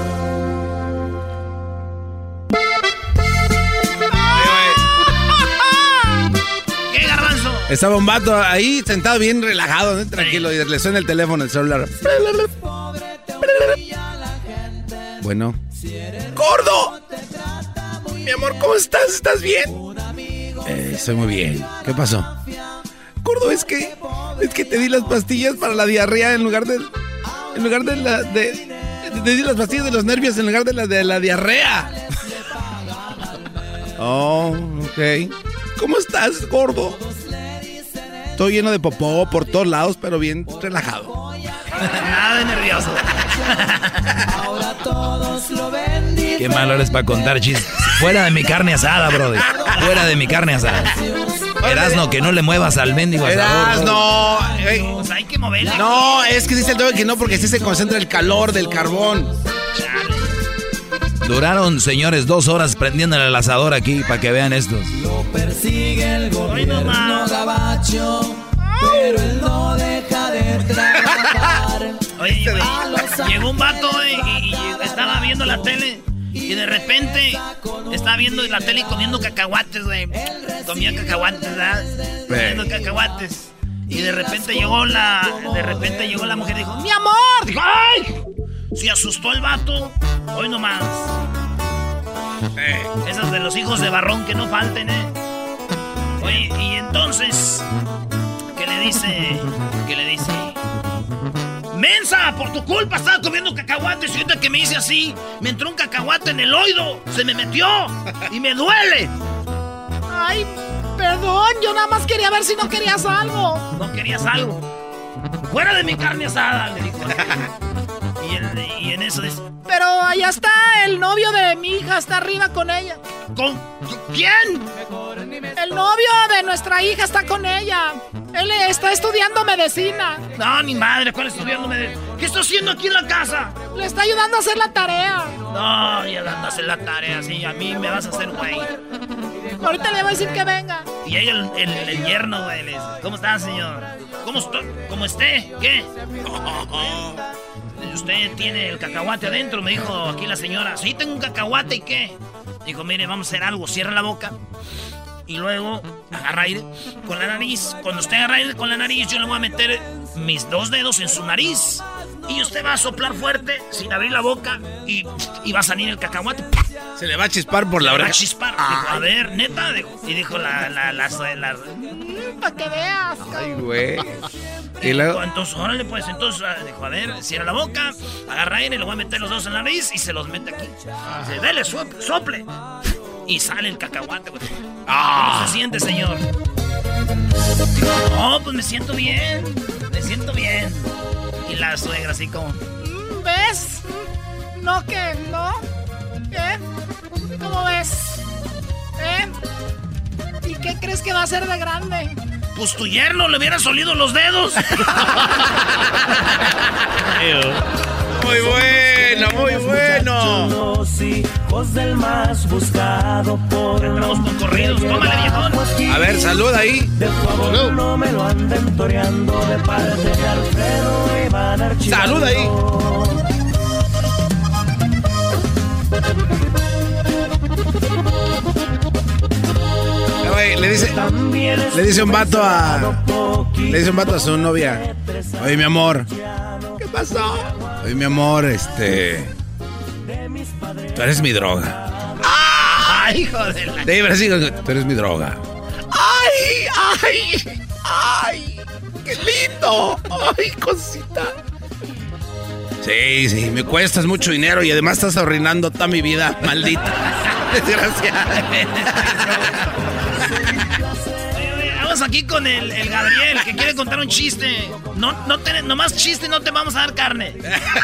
¿Qué, Garbanzo? Estaba un vato ahí sentado bien relajado, ¿no? Tranquilo, y le suena el teléfono, el celular. Bueno. ¡Gordo! Mi amor, ¿cómo estás? ¿Estás bien? Estoy muy bien. ¿Qué pasó? Gordo, es que te di las pastillas para la diarrea en lugar de te di las pastillas de los nervios en lugar de la diarrea. Oh, ok. ¿Cómo estás, gordo? Estoy lleno de popó por todos lados, pero bien relajado. Nada de nervioso. Qué malo eres para contar chistes. Fuera de mi carne asada, brother. Fuera de mi carne asada. Erazno, que no le muevas al mendigo asador. Erazno. Pues hay que moverle. No, es que dice el doble que no, porque así se concentra el calor del carbón. Duraron, señores, 2 horas prendiéndole el asador aquí para que vean estos. Lo persigue el gobierno gabacho, pero él no deja de trabajar. Oye, llegó un vato y estaba viendo la tele Y de repente estaba viendo la tele y comiendo cacahuates, güey. Comía cacahuates, ¿verdad? Comiendo cacahuates. Y de repente llegó la mujer y dijo, ¡mi amor! Dijo, ¡ay! Se asustó el vato. Hoy nomás. Esas de los hijos de Barrón que no falten, Oye, y entonces, ¿qué le dice? ¡Mensa! Por tu culpa estaba comiendo cacahuates y ahorita que me hice así, me entró un cacahuate en el oído, se me metió y me duele. Ay, perdón, yo nada más quería ver si no querías algo. ¿No querías algo? ¡Fuera de mi carne asada! Le dijo. Y en eso dice, pero allá está el novio de mi hija, está arriba con ella. ¿Con quién? El novio de nuestra hija está con ella. Él está estudiando medicina. No, ni madre, ¿cuál estudiando medicina? ¿Qué está haciendo aquí en la casa? Le está ayudando a hacer la tarea. No, ya le anda a hacer la tarea, sí, a mí me vas a hacer güey. Ahorita le voy a decir que venga. Y llega el yerno, güey, le dice, ¿cómo está, señor? ¿Cómo esté? ¿Qué? Usted tiene el cacahuate adentro, me dijo aquí la señora. Sí, tengo un cacahuate, ¿y qué? Dijo, mire, vamos a hacer algo, cierra la boca y luego agarra aire con la nariz. Cuando usted agarra aire con la nariz, yo le voy a meter mis 2 dedos en su nariz y usted va a soplar fuerte sin abrir la boca y va a salir el cacahuate. Se le va a chispar por la oreja. Va a chispar. Dijo, a ver, neta. Y dijo la para que veas. Ay, güey. Y luego, entonces, órale, pues, dijo, a ver, cierra la boca, agarra aire, le voy a meter los 2 en la nariz y se los mete aquí. Dice, dele, sople. Y sale el cacahuate, güey. ¿Cómo se siente, señor? No, pues me siento bien. Y la suegra así como, ¿ves? No, ¿qué? ¿No? ¿Qué? ¿Cómo ves? ¿Y qué crees que va a ser de grande? Pues tu yerno le hubieras olido los dedos. Muy bueno, muy bueno. Los hijos del más buscado por entramos con corridos, tómale, viejón. A ver, salud ahí. De favor, no me lo anden toreando de parte de Alfredo Iván Archivo. Salud ahí. Le dice un vato a su novia. Oye, mi amor. ¿Qué pasó? Oye, mi amor, tú eres mi droga. ¡Ay, hijo de la... De Brasil, tú eres mi droga. ¡Ay! ¡Qué lindo! ¡Ay, cosita! Sí, me cuestas mucho dinero y además estás arruinando toda mi vida, maldita. Desgraciada. Vamos aquí con el Gabriel, que quiere contar un chiste. No más chiste, no te vamos a dar carne.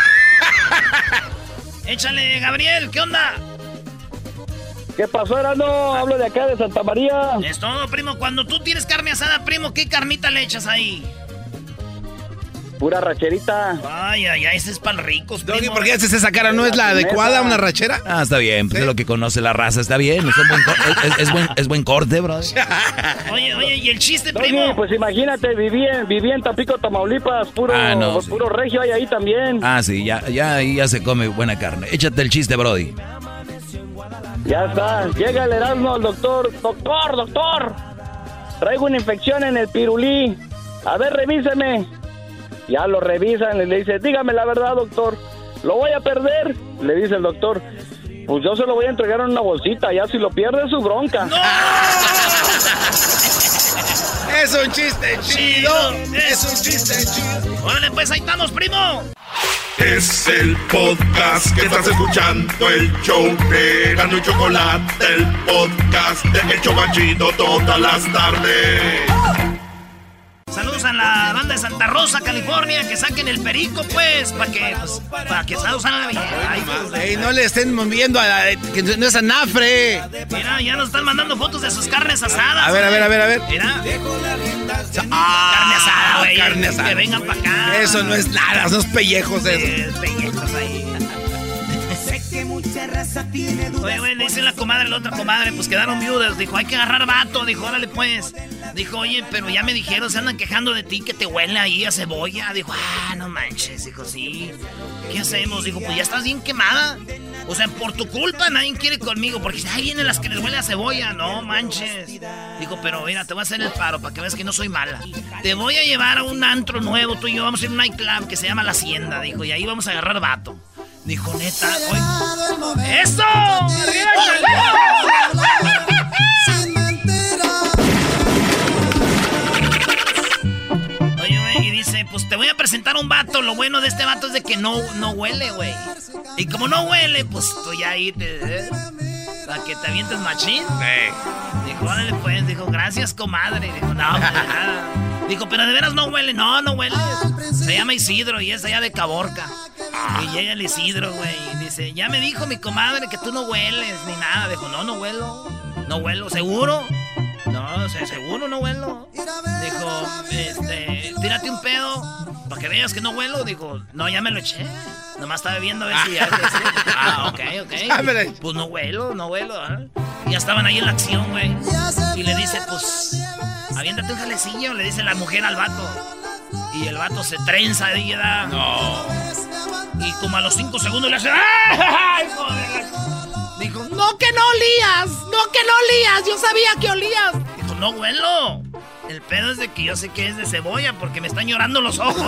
Échale, Gabriel, ¿qué onda? ¿Qué pasó, Erasmo? Hablo de acá, de Santa María. Es todo, primo. Cuando tú tienes carne asada, primo, ¿qué carnita le echas ahí? Pura racherita. Ay, ese es para ricos, primo. Doggy, ¿por qué haces esa cara? ¿No es la adecuada, una rachera? Ah, está bien, pues es lo que conoce la raza, está bien. Es buen corte, bro. Oye, ¿y el chiste, Doggy, primo? pues imagínate, viví en Tampico, Tamaulipas, puro regio hay ahí también. Ah, sí, ya se come buena carne. Échate el chiste, brody. Ya está, llega el Erasmo al doctor. Doctor, traigo una infección en el pirulí. A ver, revíseme. Ya lo revisan y le dice, dígame la verdad, doctor, ¿lo voy a perder? Le dice el doctor, pues yo se lo voy a entregar en una bolsita, ya si lo pierde es su bronca. ¡No! Es un chiste chido, es un chiste chido. Órale, pues ahí estamos, primo. Es el podcast que estás escuchando, el show de Erasmo y Chocolate, el podcast de El Chobachito todas las tardes. Saludos a la banda de Santa Rosa, California, que saquen el perico, pues, para que salgan bien. Ey, no le estén moviendo que no es anafre. Mira, ya nos están mandando fotos de sus carnes asadas. A ver. Mira. Carne asada, güey. Carne asada. Que vengan para acá. Eso no es nada, esos pellejos pellejos ahí. Oye, le dice la comadre, la otra comadre, pues quedaron viudas. Dijo, hay que agarrar vato. Dijo, órale, pues. Dijo, oye, pero ya me dijeron, se andan quejando de ti, que te huele ahí a cebolla. Dijo, no manches. Dijo, sí. ¿Qué hacemos? Dijo, pues ya estás bien quemada. O sea, por tu culpa nadie quiere conmigo. Porque ahí vienen las que les huele a cebolla. No manches. Dijo, pero mira, te voy a hacer el paro para que veas que no soy mala. Te voy a llevar a un antro nuevo. Tú y yo vamos a ir a un nightclub que se llama La Hacienda. Dijo, y ahí vamos a agarrar vato. Dijo, neta, oye. ¡Eso! Oye, güey, y dice, pues te voy a presentar un vato. Lo bueno de este vato es de que no huele, güey. Y como no huele, pues tú ya ahí para que te avientes machín. Dijo, órale pues, dijo, gracias, comadre. Dijo, no, pues nada. Dijo, pero de veras no huele. No huele. Se llama Isidro y es allá de Caborca. Y llega el Isidro, güey, y dice, ya me dijo mi comadre que tú no hueles ni nada. Dijo, no huelo. No huelo, ¿seguro? No, o sea, seguro no huelo. Dijo, tírate un pedo para que veas que no huelo. Dijo, no, ya me lo eché. Nomás estaba viendo a ver si ya... ok. Pues no huelo. ¿eh? Y ya estaban ahí en la acción, güey. Y le dice, pues, aviéntate un jalecillo. Le dice la mujer al vato. Y el vato se trenza de ida. No. Y como a los 5 segundos le hace... ¡ay, joder! Dijo, no que no olías. Yo sabía que olías. Dijo, no huelo. El pedo es de que yo sé que es de cebolla porque me están llorando los ojos.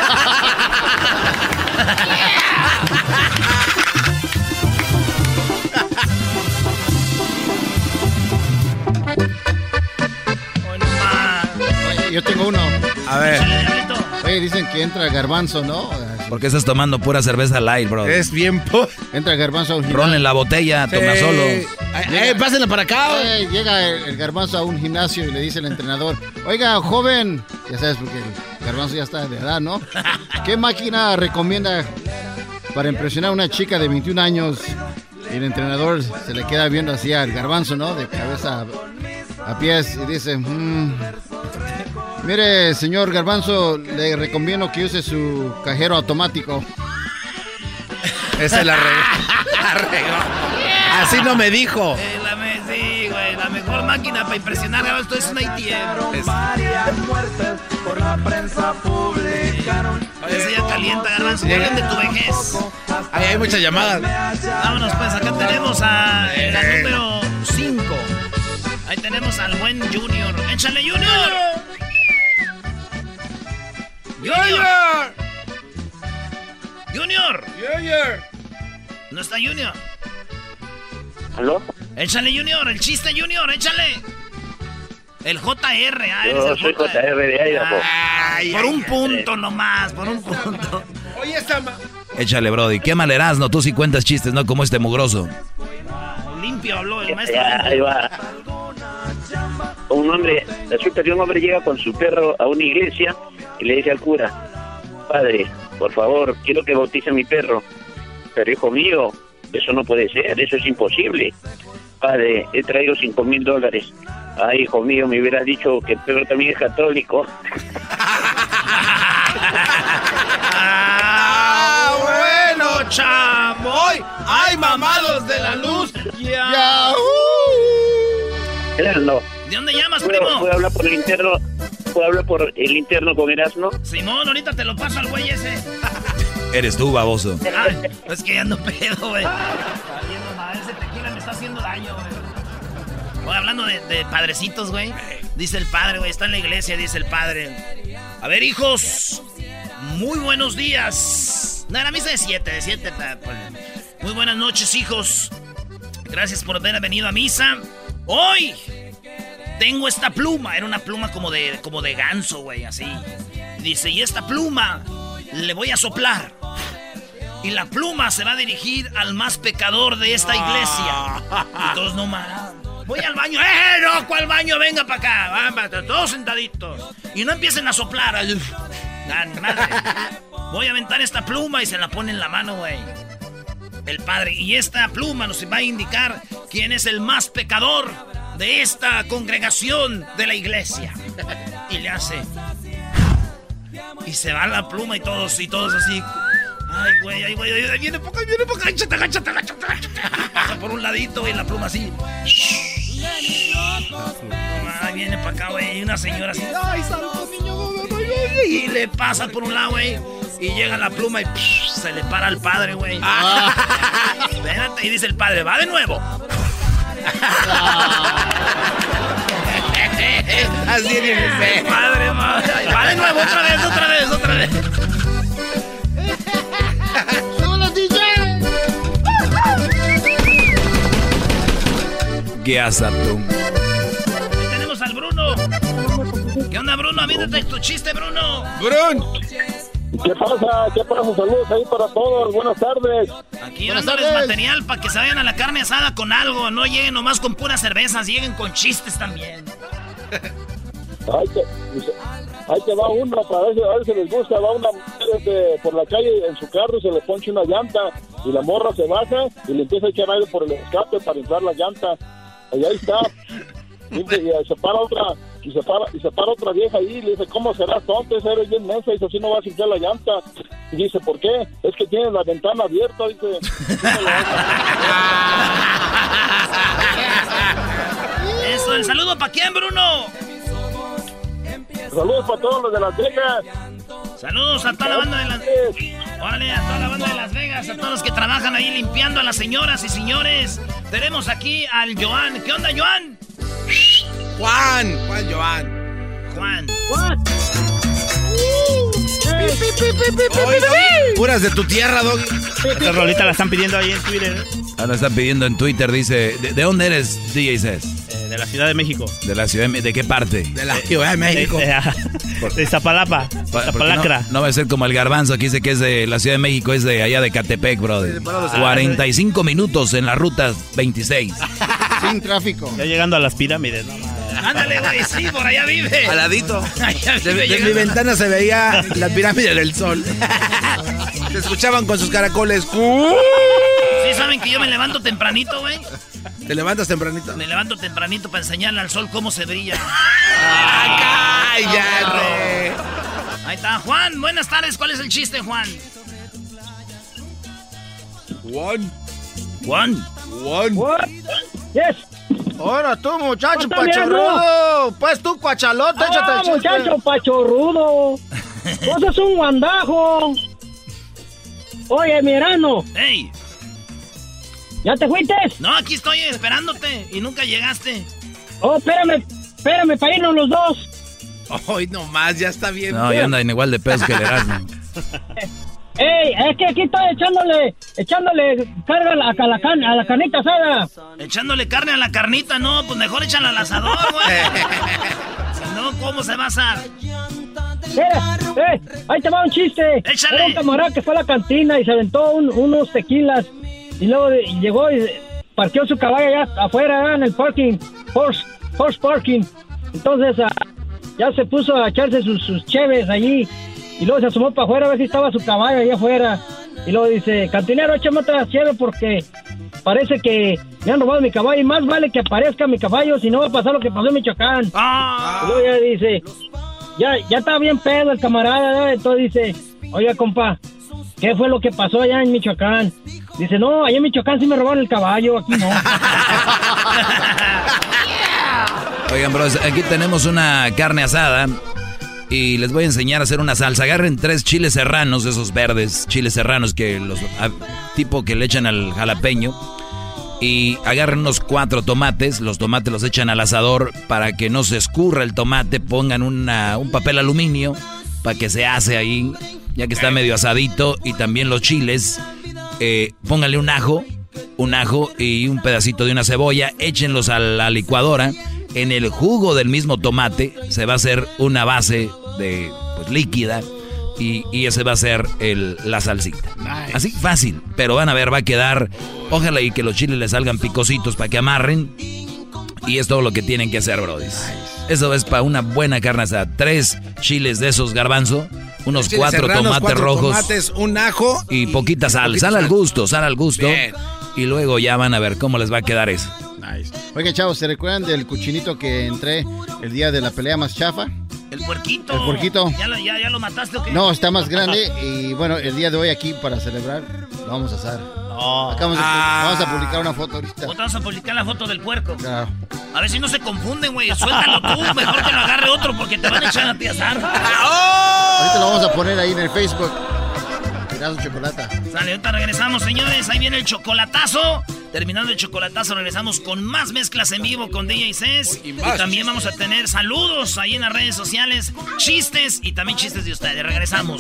Oye, yo tengo uno. A ver. Oye, dicen que entra Garbanzo, ¿no? ¿Por qué estás tomando pura cerveza light, bro? Es bien... Entra Garbanzo a un gimnasio. Ron en la botella, sí. Toma solo. Pásenla para acá. Llega el Garbanzo a un gimnasio y le dice al entrenador, oiga, joven, ya sabes, porque el Garbanzo ya está de edad, ¿no? ¿Qué máquina recomienda para impresionar a una chica de 21 años? Y el entrenador se le queda viendo así al Garbanzo, ¿no? De cabeza a pies y dice, mire, señor Garbanzo, le recomiendo que use su cajero automático. Esa la regó. Así no me dijo. Sí, güey, la mejor máquina para impresionar, esto es un ATM. Por la prensa publicaron. Ese ya calienta, Garbanzo. Hablen de tu vejez. Ahí hay muchas llamadas. Vámonos, pues, acá tenemos a la número 5. Ahí tenemos al buen Junior. ¡Échale, Junior! ¡Junior! ¿No está Junior? ¿Aló? Échale, Junior, el chiste, Junior, échale. El JR, Yo soy JR de Idaho. Por un punto nomás, por un punto. Oye, Échale, brody. Qué mal Erasmo, tú sí cuentas chistes, no como este mugroso. Limpio habló el maestro. Ahí va. Resulta que un hombre llega con su perro a una iglesia y le dice al cura, padre, por favor, quiero que bautice a mi perro. Pero hijo mío, eso no puede ser, eso es imposible. Padre, he traído $5,000. Ay, hijo mío, me hubiera dicho que el perro también es católico. Bueno, chamoy. ¡Ay, mamados de la luz! ¡Yahoo! Erasmo. ¿De dónde llamas, primo? ¿Puedo hablar por el interno? ¿Puedo hablar por el interno con Erasmo? Simón, ahorita te lo paso al güey ese. Eres tú, baboso. Ay, es que ya ando pedo, güey. Ese tequila me está haciendo daño, güey. Voy hablando de padrecitos, güey. Dice el padre, güey, está en la iglesia, dice el padre. A ver, hijos, muy buenos días. No, era misa de 7. Muy buenas noches, hijos. Gracias por haber venido a misa. Hoy tengo esta pluma. Era una pluma como de ganso, güey, así. Dice, y esta pluma le voy a soplar. Y la pluma se va a dirigir al más pecador de esta iglesia. Y todos nomás. Voy al baño. No, ¿cuál baño? Venga para acá. Vamos, todos sentaditos. Y no empiecen a soplar. Madre. Voy a aventar esta pluma y se la pone en la mano, güey. El padre. Y esta pluma nos va a indicar quién es el más pecador de esta congregación de la iglesia. Y le hace. Y se va la pluma y todos así. Ay, güey, viene para acá, agáchate. Pasa por un ladito y la pluma así. Ay, viene para acá, güey, y una señora así. Ay, santo niño. Y le pasa por un lado, güey. Y llega la pluma y se le para al padre, güey. Espérate, y dice el padre, va de nuevo. Así es el padre, va de nuevo, otra vez. ¡Solo DJ! ¿Qué haces tú? Ahí tenemos al Bruno. ¿Qué onda, Bruno? Avídate tu chiste, Bruno. ¡Bruno! ¿Qué pasa? Saludos ahí para todos. Buenas tardes. Aquí dándoles material para que se vayan a la carne asada con algo. No lleguen nomás con puras cervezas, lleguen con chistes también. Ahí te va uno, para ver si les gusta. Va una mujer por la calle en su carro y se le ponche una llanta. Y la morra se baja y le empieza a echar aire por el escape para inflar la llanta. Y ahí está. Y se para otra vieja ahí y le dice, ¿cómo serás tonto? Eres bien mensa. Y dice, así no vas a inflar la llanta. Y dice, ¿por qué? Es que tiene la ventana abierta. Dice, eso, el saludo para quién, Bruno. Saludos para todos los de Las Vegas. Saludos a toda la banda de Las Vegas. Órale, a toda la banda de Las Vegas, a todos los que trabajan ahí limpiando, a las señoras y señores. Tenemos aquí al Joan. ¿Qué onda, Joan? Juan. Puras de tu tierra, Doggy. Esta rolita la están pidiendo ahí en Twitter. La están pidiendo en Twitter, dice. ¿De dónde eres, DJ Cés? De la Ciudad de México. ¿De qué parte? De la Ciudad de México. De Iztapalapa. Iztapalacra. No va a ser como el Garbanzo que dice que es de la Ciudad de México, es de allá de Catepec, brother. 45 minutos en la ruta 26. Sin tráfico. Ya llegando a las pirámides, ¿no? Ándale, güey, sí, por allá vive. Al ladito. De mi ventana se veía la pirámide del sol. Se escuchaban con sus caracoles. Sí, saben que yo me levanto tempranito, güey. ¿Te levantas tempranito? Me levanto tempranito para enseñarle al sol cómo se brilla. ¡Cállate! Ahí está, Juan. Buenas tardes. ¿Cuál es el chiste, Juan? Juan. Yes. Ahora tú, muchacho pachorrudo. Pues tú, cuachalote, échate el chiste. Muchacho pachorrudo. Vos sos un guandajo. Oye, Mirano. ¡Ey! ¿Ya te fuiste? No, aquí estoy esperándote y nunca llegaste. Oh, espérame para irnos los dos. Hoy nomás, ya está bien. No, ya andan igual de pedos que el Erasmo. ¡Ey! Es que aquí estoy echándole carga a la carnita asada. ¿Echándole carne a la carnita? No, pues mejor échala al asador, güey. Si no, ¿cómo se va a asar? Ahí te va un chiste. ¡Échale! Era un camarada que fue a la cantina y se aventó unos tequilas. Y luego llegó y parqueó su caballo allá afuera, en el parking, horse parking. Entonces ya se puso a echarse sus cheves allí. Y luego se asomó para afuera a ver si estaba su caballo allá afuera. Y luego dice, cantinero, échame otra cheve porque parece que me han robado mi caballo. Y más vale que aparezca mi caballo, si no va a pasar lo que pasó en Michoacán. Y luego ya dice, ya está bien pedo el camarada, ¿no? Entonces dice, oiga, compa, ¿qué fue lo que pasó allá en Michoacán? Dice, no, allá en Michoacán sí me robaron el caballo, aquí no. Oigan, bros, aquí tenemos una carne asada y les voy a enseñar a hacer una salsa. Agarren 3 chiles serranos, esos verdes, chiles serranos que tipo que le echan al jalapeño. Y agarren unos 4 tomates, los tomates los echan al asador para que no se escurra el tomate. Pongan un papel aluminio para que se hace ahí, ya que está medio asadito. Y también los chiles, pónganle un ajo y un pedacito de una cebolla. Échenlos a la licuadora. En el jugo del mismo tomate se va a hacer una base de líquida. Y ese va a ser la salsita. Nice. Así fácil, pero van a ver, va a quedar. Ojalá y que los chiles les salgan picositos para que amarren. Y es todo lo que tienen que hacer, brodis. Nice. Eso es para una buena carne asada. 3 chiles de esos, garbanzo. Unos 4 tomates rojos. Tomates, un ajo. Y poquita sal. Sal al gusto. Bien. Y luego ya van a ver cómo les va a quedar eso. Nice. Oigan, chavos, ¿se recuerdan del cochinito que entré el día de la pelea más chafa? El puerquito. El puerquito. ¿Ya lo mataste o qué? No, está más grande y bueno, el día de hoy aquí para celebrar lo vamos a asar. No. Vamos a publicar una foto ahorita. Vamos a publicar la foto del puerco. Claro. A ver si no se confunden, güey. Suéltalo tú, mejor que lo agarre otro porque te van a echar a ti a asar. ¡Oh! Ahorita lo vamos a poner ahí en el Facebook. Erasmo Chocolata. Sale, ahorita regresamos, señores. Ahí viene el chocolatazo. Terminando el chocolatazo, regresamos con más mezclas en vivo con DJ Cés. Y también vamos a tener saludos ahí en las redes sociales, chistes y también chistes de ustedes. Regresamos.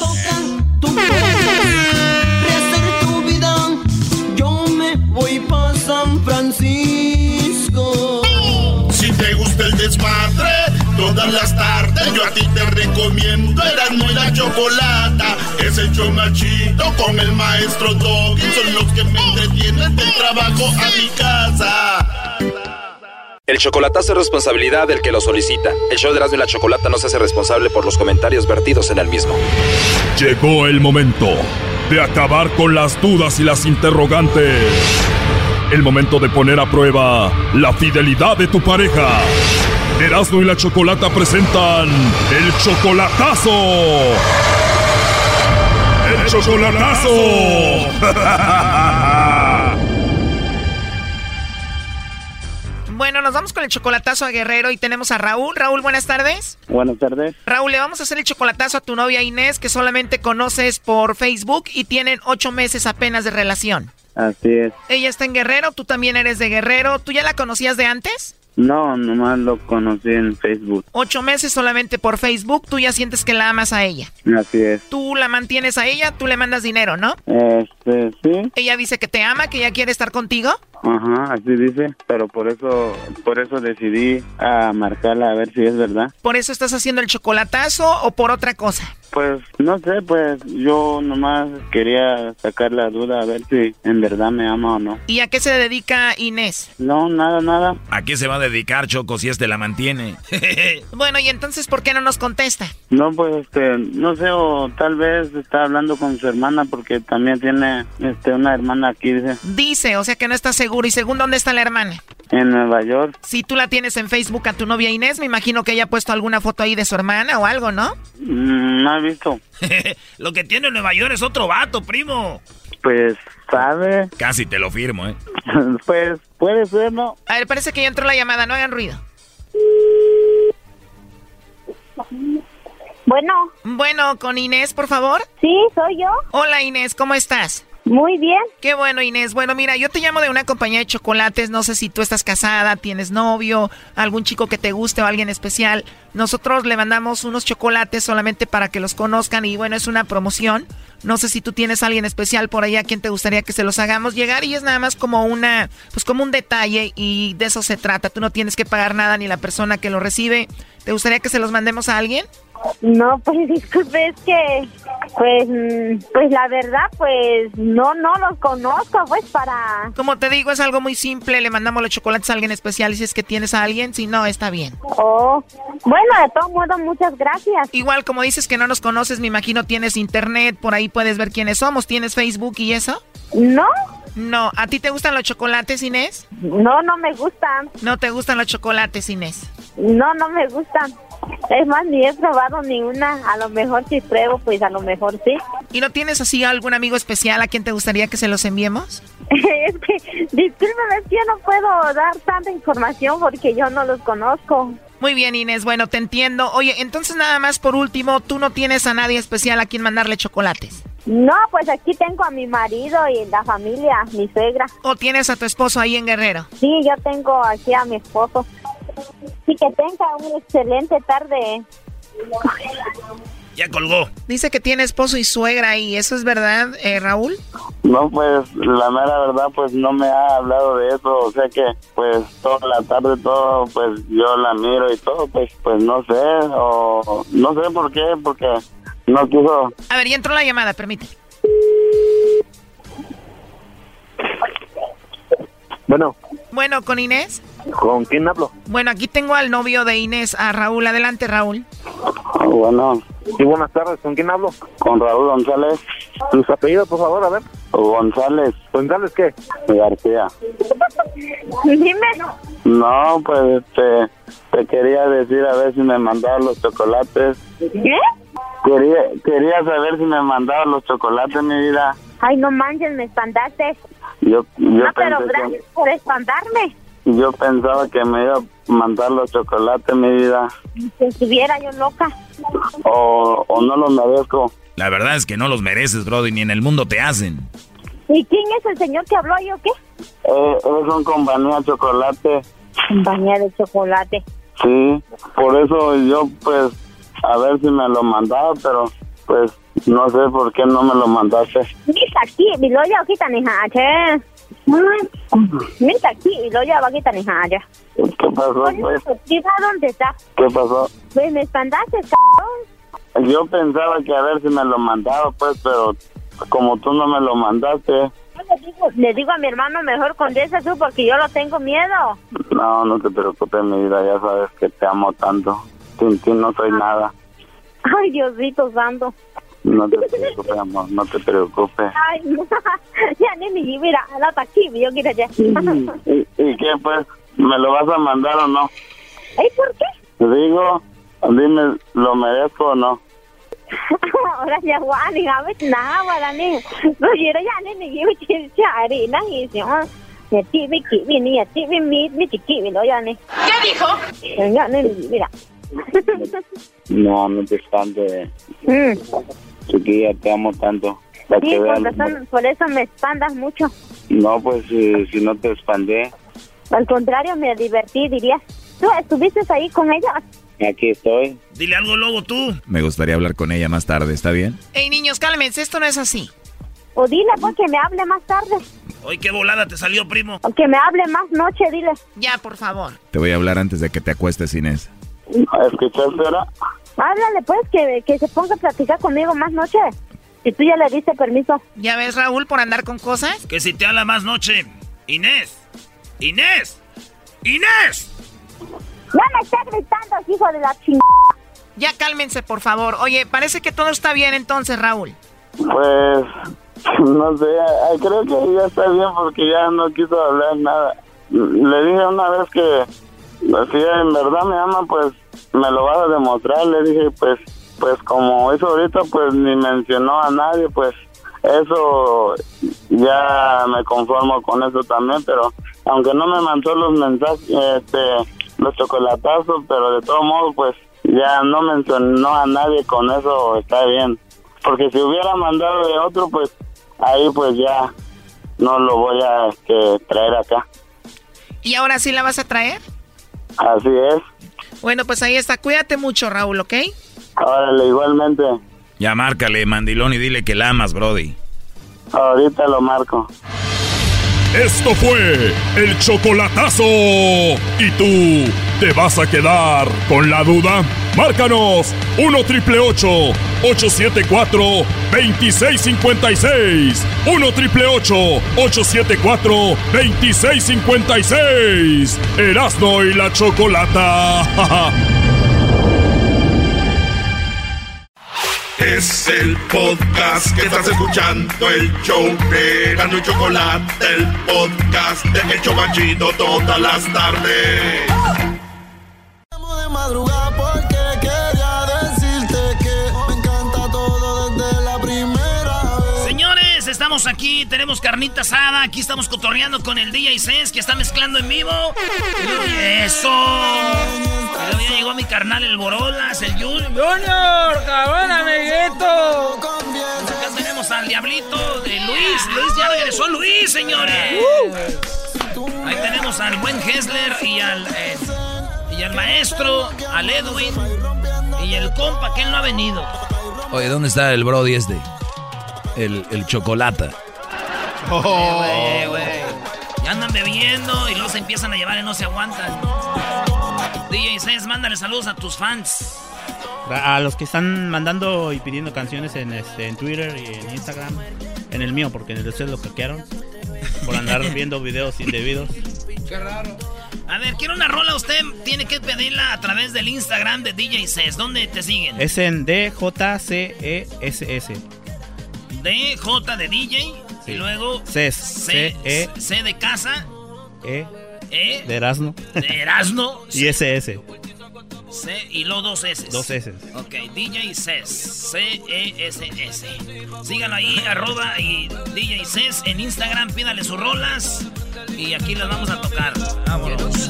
Rehacer tu vida, yo me voy pa' San Francisco. Si te gusta el desmadre, todas las tardes yo a ti te recomiendo Erasmo y la Chocolata. Es el show más chido con el maestro Doggy. Son los que me entretienen del trabajo a mi casa. El chocolatazo es responsabilidad del que lo solicita. El show de Erasmo y la Chocolata no se hace responsable por los comentarios vertidos en el mismo. Llegó el momento de acabar con las dudas y las interrogantes. El momento de poner a prueba la fidelidad de tu pareja. Erasmo y la Chocolata presentan el chocolatazo. ¡El chocolatazo! Bueno, nos vamos con el chocolatazo a Guerrero y tenemos a Raúl. Raúl, buenas tardes. Buenas tardes. Raúl, le vamos a hacer el chocolatazo a tu novia Inés, que solamente conoces por Facebook y tienen 8 meses apenas de relación. Así es. Ella está en Guerrero, tú también eres de Guerrero. ¿Tú ya la conocías de antes? No, nomás lo conocí en Facebook. 8 meses solamente por Facebook, tú ya sientes que la amas a ella. Así es. Tú la mantienes a ella, tú le mandas dinero, ¿no? Sí. Ella dice que te ama, que ella quiere estar contigo. Ajá, así dice, pero por eso decidí a marcarla a ver si es verdad. ¿Por eso estás haciendo el chocolatazo o por otra cosa? Pues no sé, pues yo nomás quería sacar la duda a ver si en verdad me ama o no. ¿Y a qué se dedica Inés? No, nada. ¿A qué se va a dedicar, Choco, si la mantiene? Bueno, ¿y entonces por qué no nos contesta? No, pues no sé, o tal vez está hablando con su hermana porque también tiene una hermana aquí, dice. Dice, o sea que no está seguro. ¿Y según dónde está la hermana? En Nueva York. Si tú la tienes en Facebook a tu novia Inés, me imagino que ella ha puesto alguna foto ahí de su hermana o algo, ¿no? No he visto. Lo que tiene en Nueva York es otro vato, primo. Pues, ¿sabe? Casi te lo firmo, ¿eh? Pues, puede ser, ¿no? A ver, parece que ya entró la llamada, no hagan ruido. Bueno, con Inés, por favor. Sí, soy yo. Hola, Inés, ¿cómo estás? Muy bien. Qué bueno, Inés. Bueno, mira, yo te llamo de una compañía de chocolates. No sé si tú estás casada, tienes novio, algún chico que te guste o alguien especial. Nosotros le mandamos unos chocolates solamente para que los conozcan y bueno, es una promoción. No sé si tú tienes a alguien especial por allá a quien te gustaría que se los hagamos llegar y es nada más como como un detalle y de eso se trata. Tú no tienes que pagar nada ni la persona que lo recibe. ¿Te gustaría que se los mandemos a alguien? No, pues disculpe, es que, pues la verdad, pues no los conozco, pues para... Como te digo, es algo muy simple, le mandamos los chocolates a alguien especial y si es que tienes a alguien, si no, está bien. Oh, bueno, de todo modo, muchas gracias. Igual, como dices que no nos conoces, me imagino tienes internet, por ahí puedes ver quiénes somos, ¿tienes Facebook y eso? No. No, ¿a ti te gustan los chocolates, Inés? No me gustan. ¿No te gustan los chocolates, Inés? No me gustan. Es más, ni he probado ni una. A lo mejor si pruebo, pues a lo mejor sí. ¿Y no tienes así algún amigo especial a quien te gustaría que se los enviemos? Es que, discúlpeme, es que yo no puedo dar tanta información porque yo no los conozco. Muy bien, Inés, bueno, te entiendo. Oye, entonces nada más por último, ¿tú no tienes a nadie especial a quien mandarle chocolates? No, pues aquí tengo a mi marido y la familia, mi suegra. ¿O tienes a tu esposo ahí en Guerrero? Sí, yo tengo aquí a mi esposo. Sí, que tenga una excelente tarde. Ya colgó. Dice que tiene esposo y suegra y ¿eso es verdad, Raúl? No, pues la mera verdad, pues no me ha hablado de eso, o sea que pues toda la tarde todo, pues yo la miro y todo, pues no sé, o no sé por qué, porque no quiso. A ver, ya entró la llamada, permíteme. Bueno, ¿con Inés? ¿Con quién hablo? Bueno, aquí tengo al novio de Inés, a Raúl. Adelante, Raúl. Bueno. Sí, buenas tardes. ¿Con quién hablo? Con Raúl González. ¿Tus apellidos, por favor? A ver. González. ¿González qué? García. Dime. No, pues te quería decir a ver si me mandaban los chocolates. ¿Qué? Quería saber si me mandaban los chocolates, mi vida. Ay, no manches, me espantaste. Yo pero gracias por espantarme. Yo pensaba que me iba a mandar los chocolates, mi vida. Si estuviera yo loca. O no los merezco. La verdad es que no los mereces, Brody, ni en el mundo te hacen. ¿Y quién es el señor que habló ahí o qué? Es una compañía de chocolate. Compañía de chocolate. Sí, por eso yo, pues, a ver si me lo mandaba, pero, pues, no sé por qué no me lo mandaste. Mira aquí, mi loya, aquí ni hacha. Mira aquí, mi loya, aquí ni hacha. ¿Qué pasó, pues? ¿Dónde está? ¿Qué pasó? Pues me espantaste, cabrón. Yo pensaba que a ver si me lo mandaba, pues, pero como tú no me lo mandaste. Le digo a mi hermano, mejor condesa tú, porque yo lo tengo miedo. No te preocupes, mi vida, ya sabes que te amo tanto. Sin ti no soy nada. Ay, Diosito santo. No te preocupes, amor, no te preocupes. Ay, no. Ya ni me mira, la aquí, yo quiero ya. ¿Y qué, pues? ¿Me lo vas a mandar o no? ¿Y por qué? Digo, dime, ¿lo merezco o no? Ahora ya Juan, a ver, nada, Guarani. No, yo ya ni me chari, y si mi chiqui, mi chiqui, ¿no? Ya ni. ¿Qué dijo? Ya ni, mira. No te espantes. Chiquilla, te amo tanto. Sí, por eso me espantas mucho. No, pues si no te expandé. Al contrario, me divertí, dirías. ¿Tú estuviste ahí con ella? Aquí estoy. Dile algo, Lobo, tú. Me gustaría hablar con ella más tarde, ¿está bien? Ey, niños, cálmense, esto no es así. O dile, pues, que me hable más tarde. Oye, qué volada te salió, primo. O que me hable más noche, dile. Ya, por favor. Te voy a hablar antes de que te acuestes, Inés. ¿Escuchaste ahora? Háblale, pues, que se ponga a platicar conmigo más noche. Si tú ya le diste permiso. ¿Ya ves, Raúl, por andar con cosas? Que si te habla más noche. Inés. ¡Inés! ¡Inés! ¡Ya me está gritando, hijo de la chingada! Ya cálmense, por favor. Oye, parece que todo está bien entonces, Raúl. Pues, no sé, creo que ya está bien porque ya no quiso hablar nada. Le dije una vez que si en verdad me ama, pues me lo vas a demostrar. Le dije, pues como eso ahorita, pues ni mencionó a nadie, pues eso ya me conformo con eso también, pero aunque no me mandó los mensajes, los chocolatazos, pero de todos modos, pues ya no mencionó a nadie, con eso está bien. Porque si hubiera mandado de otro, pues ahí pues ya no lo voy a traer acá. ¿Y ahora sí la vas a traer? Así es. Bueno, pues ahí está. Cuídate mucho, Raúl, ¿ok? Órale, igualmente. Ya márcale, mandilón, y dile que la amas, Brody. Ahorita lo marco. Esto fue el chocolatazo. ¿Y tú te vas a quedar con la duda? Márcanos 1-888-874-2656. 1-888-874-2656. Erasno y la Chocolata. Es el podcast que estás escuchando, el show de Erasmo y Chocolate, el podcast de El Chobachito todas las tardes. De madrugada porque quería decirte que me encanta todo desde la primera vez. Señores, estamos aquí, tenemos carnita asada, aquí estamos cotorreando con el DJ Cés que está mezclando en vivo. ¡Eso! Y luego ya llegó mi carnal el Borolas, el Junior, cabrón, amiguito. Acá tenemos al Diablito de Luis, ya regresó Luis, señores. Ahí tenemos al buen Hessler y al maestro, al Edwin y el compa que él no ha venido. Oye, ¿dónde está el Brody este? El Chocolata. Güey. Ya andan bebiendo y luego se empiezan a llevar y no se aguantan. DJ Cés, mándale saludos a tus fans. A los que están mandando y pidiendo canciones en Twitter y en Instagram. En el mío, porque en el de ustedes lo hackearon. Por andar viendo videos indebidos. Qué raro. A ver, quiero una rola. Usted tiene que pedirla a través del Instagram de DJ Cés. ¿Dónde te siguen? Es en DJCESS. DJ de DJ. Sí. Y luego Cés. C de casa. De Erasno. De Erasno. Y SS. C y luego dos S. Dos S. Ok, DJ Cés. C-E-S-S. Síganlo ahí, @ y DJ Cés en Instagram. Pídale sus rolas. Y aquí las vamos a tocar. Vámonos.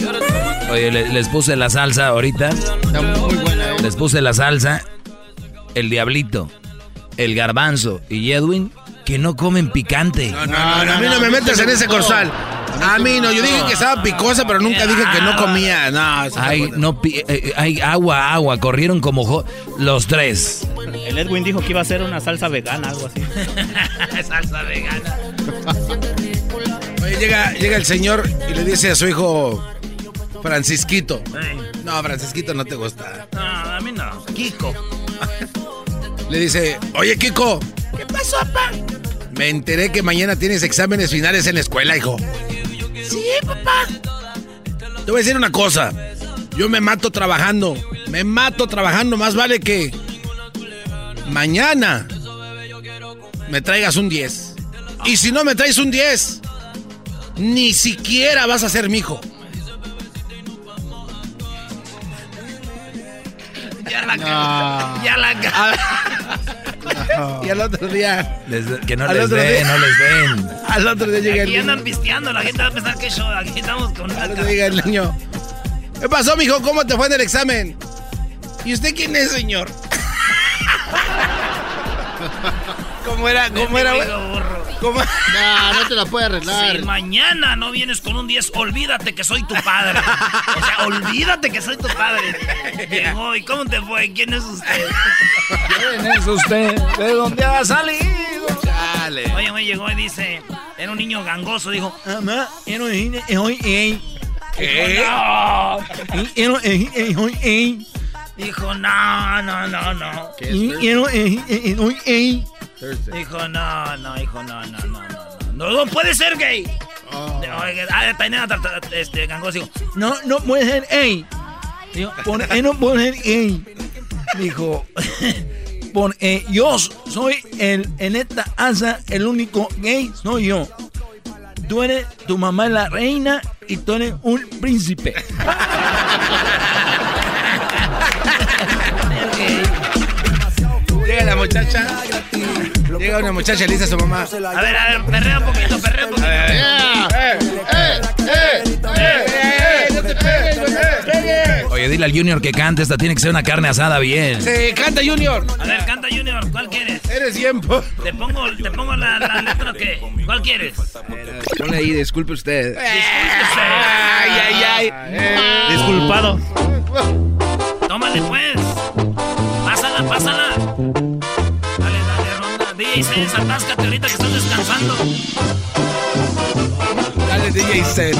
Oye, les puse la salsa ahorita. Está muy buena, Les puse la salsa. el Diablito, el Garbanzo y Edwin que no comen picante. No, a mí no me metas en ese corral. A mí no, yo dije que estaba picosa, pero nunca dije que no comía. No, hay agua, corrieron como los tres. El Edwin dijo que iba a hacer una salsa vegana, algo así. Salsa vegana. Oye, llega el señor y le dice a su hijo Francisquito. No, Francisquito no te gusta. No, a mí no. Kiko. Le dice, oye, Kiko. ¿Qué pasó, papá? Me enteré que mañana tienes exámenes finales en la escuela, hijo. Sí, papá. Te voy a decir una cosa. Yo me mato trabajando. Más vale que mañana me traigas un 10. Y si no me traes un 10, ni siquiera vas a ser mi hijo. Ya la Y al otro día que no les den. Al otro día llega el niño. Aquí andan pisteando, la gente va a pensar que show. Aquí estamos con una cara. Llega el niño. ¿Qué pasó, mijo? ¿Cómo te fue en el examen? ¿Y usted quién es, señor? ¿Cómo era? No te la puedes arreglar. Si mañana no vienes con un 10, olvídate que soy tu padre. O sea, olvídate que soy tu padre. Llegó, ¿y cómo te fue? ¿Quién es usted? ¿Quién es usted? ¿De dónde ha salido? Chale. Oye, güey, llegó y dice, era un niño gangoso, dijo, mamá, era un niño, ¿qué? Dijo, no. ¿Qué es? Dijo, no, hijo, no. No puede ser gay. Gangoso dijo, no puede ser gay. Dijo, no puede ser gay. Dijo, yo soy en esta asa, el único gay soy yo. Tú eres, tu mamá es la reina y tú eres un príncipe. Llega la muchacha. Llega una muchacha y le dice a su mamá. A ver, perrea un poquito. No te pegues, no te pegues. Oye, dile al Junior que cante, esta tiene que ser una carne asada bien. Sí, canta Junior. A ver, canta Junior, ¿cuál quieres? Eres tiempo. ¿Te pongo la letra o qué? ¿Cuál quieres? Ponle ahí, disculpe usted. Ay. Disculpado. Tómale pues. Pásala. Dale, ronda. DJ Cés, atáscate ahorita que estás descansando. Dale, DJ Cés.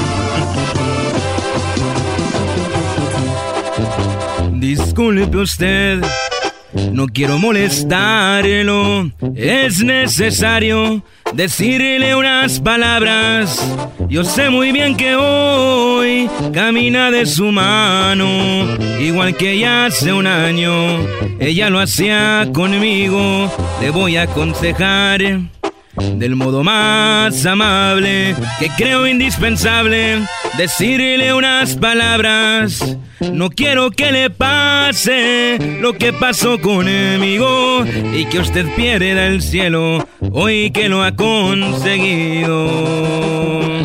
Disculpe usted, no quiero molestarlo. Es necesario decirle unas palabras. Yo sé muy bien que hoy camina de su mano, igual que ya hace un año ella lo hacía conmigo. Le voy a aconsejar del modo más amable, que creo indispensable decirle unas palabras. No quiero que le pase lo que pasó conmigo y que usted pierda el cielo hoy que lo ha conseguido.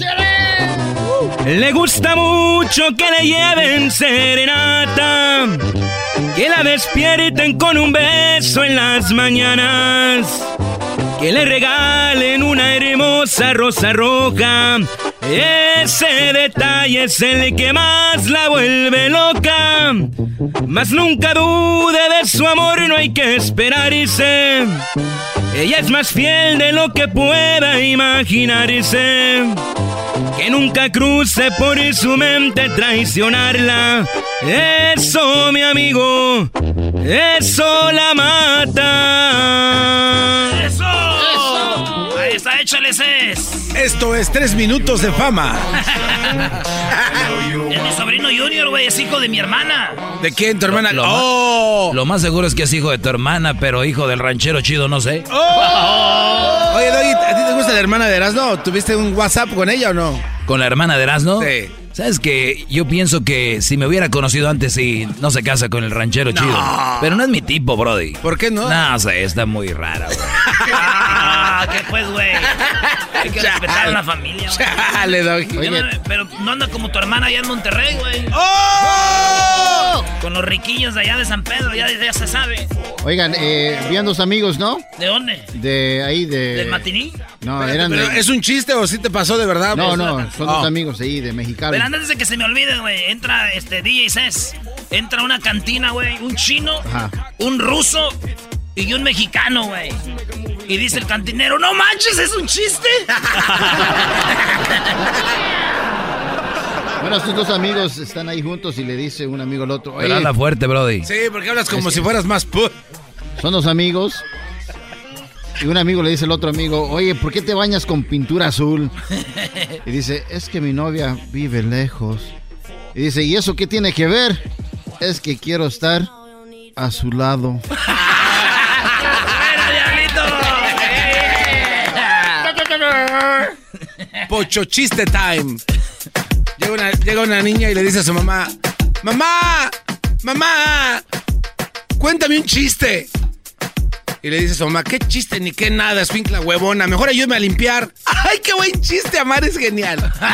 Le gusta mucho que le lleven serenata, que la despierten con un beso en las mañanas, que le regalen una hermosa rosa roja. Ese detalle es el que más la vuelve loca. Mas nunca dude de su amor, no hay que esperarse. Ella es más fiel de lo que pueda imaginarse. Que nunca cruce por su mente traicionarla. Eso, mi amigo, eso la mata. ¡Eso! Ahí está, échale Cés. Esto es 3 minutos de fama. Es mi sobrino Junior, güey, es hijo de mi hermana. ¿De quién, tu hermana? Lo más seguro es que es hijo de tu hermana, pero hijo del ranchero chido, no sé. Oye, Doggy, ¿a ti te gusta la hermana de Erasmo? ¿Tuviste un WhatsApp con ella o no? ¿Con la hermana de Erasmo? Sí. ¿Sabes qué? Yo pienso que si me hubiera conocido antes, sí, no se casa con el ranchero chido. Pero no es mi tipo, brody. ¿Por qué no? No sé, está muy rara, güey. ¿qué pues, güey? Hay que respetar a la familia, güey. Chale, Doggy. Pero no anda como tu hermana allá en Monterrey, güey. ¡Oh! Con los riquillos de allá de San Pedro, ya se sabe. Oigan, habían dos amigos, ¿no? ¿De dónde? De ahí, de... ¿Del Matiní? No, Pero, eran pero de... ¿es un chiste o sí te pasó de verdad? No, Pues, no, son dos amigos ahí de Mexicali. Pero antes de que se me olvide, güey, entra DJ Cés. Entra a una cantina, güey, un chino, un ruso y un mexicano, güey. Y dice el cantinero, ¡no manches, es un chiste! Bueno, estos dos amigos están ahí juntos y le dice un amigo al otro... Pero anda fuerte, brody. Sí, porque hablas como si fueras más... Son dos amigos... Y un amigo le dice al otro amigo, oye, ¿por qué te bañas con pintura azul? Y dice, es que mi novia vive lejos. Y dice, ¿y eso qué tiene que ver? Es que quiero estar a su lado. Pocho chiste time. Llega una niña y le dice a su mamá, ¡Mamá! ¡Mamá! ¡Cuéntame un chiste! Y le dice a su mamá, ¿qué chiste ni qué nada, escuincla huevona? Mejor ayúdame a limpiar. ¡Ay, qué buen chiste! Amar es genial.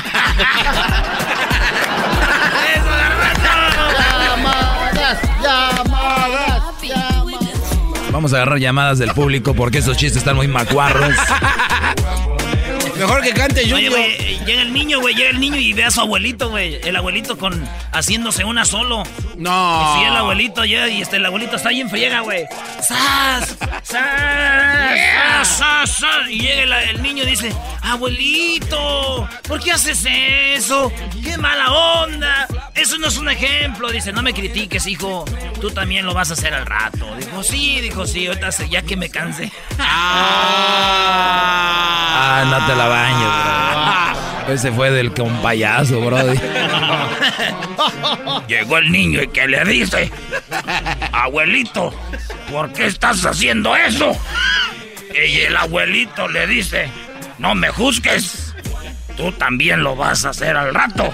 llamadas. Vamos a agarrar llamadas del público porque esos chistes están muy macuarros. Mejor que cante Junior. Oye, güey, llega el niño y ve a su abuelito, güey. El abuelito haciéndose una solo. No. Y si el abuelito llega y el abuelito está ahí en friega, güey. ¡Sas! ¡Sas! ¡Sas! ¡Sas! Y llega el niño y dice, abuelito, ¿por qué haces eso? ¡Qué mala onda! Eso no es un ejemplo. Dice, no me critiques, hijo. Tú también lo vas a hacer al rato. Dijo, sí. Ahorita ya que me cansé. No te la bañes, bro. Ese fue del compayazo, brody. Llegó el niño y que le dice, abuelito, ¿por qué estás haciendo eso? Y el abuelito le dice, no me juzgues, tú también lo vas a hacer al rato.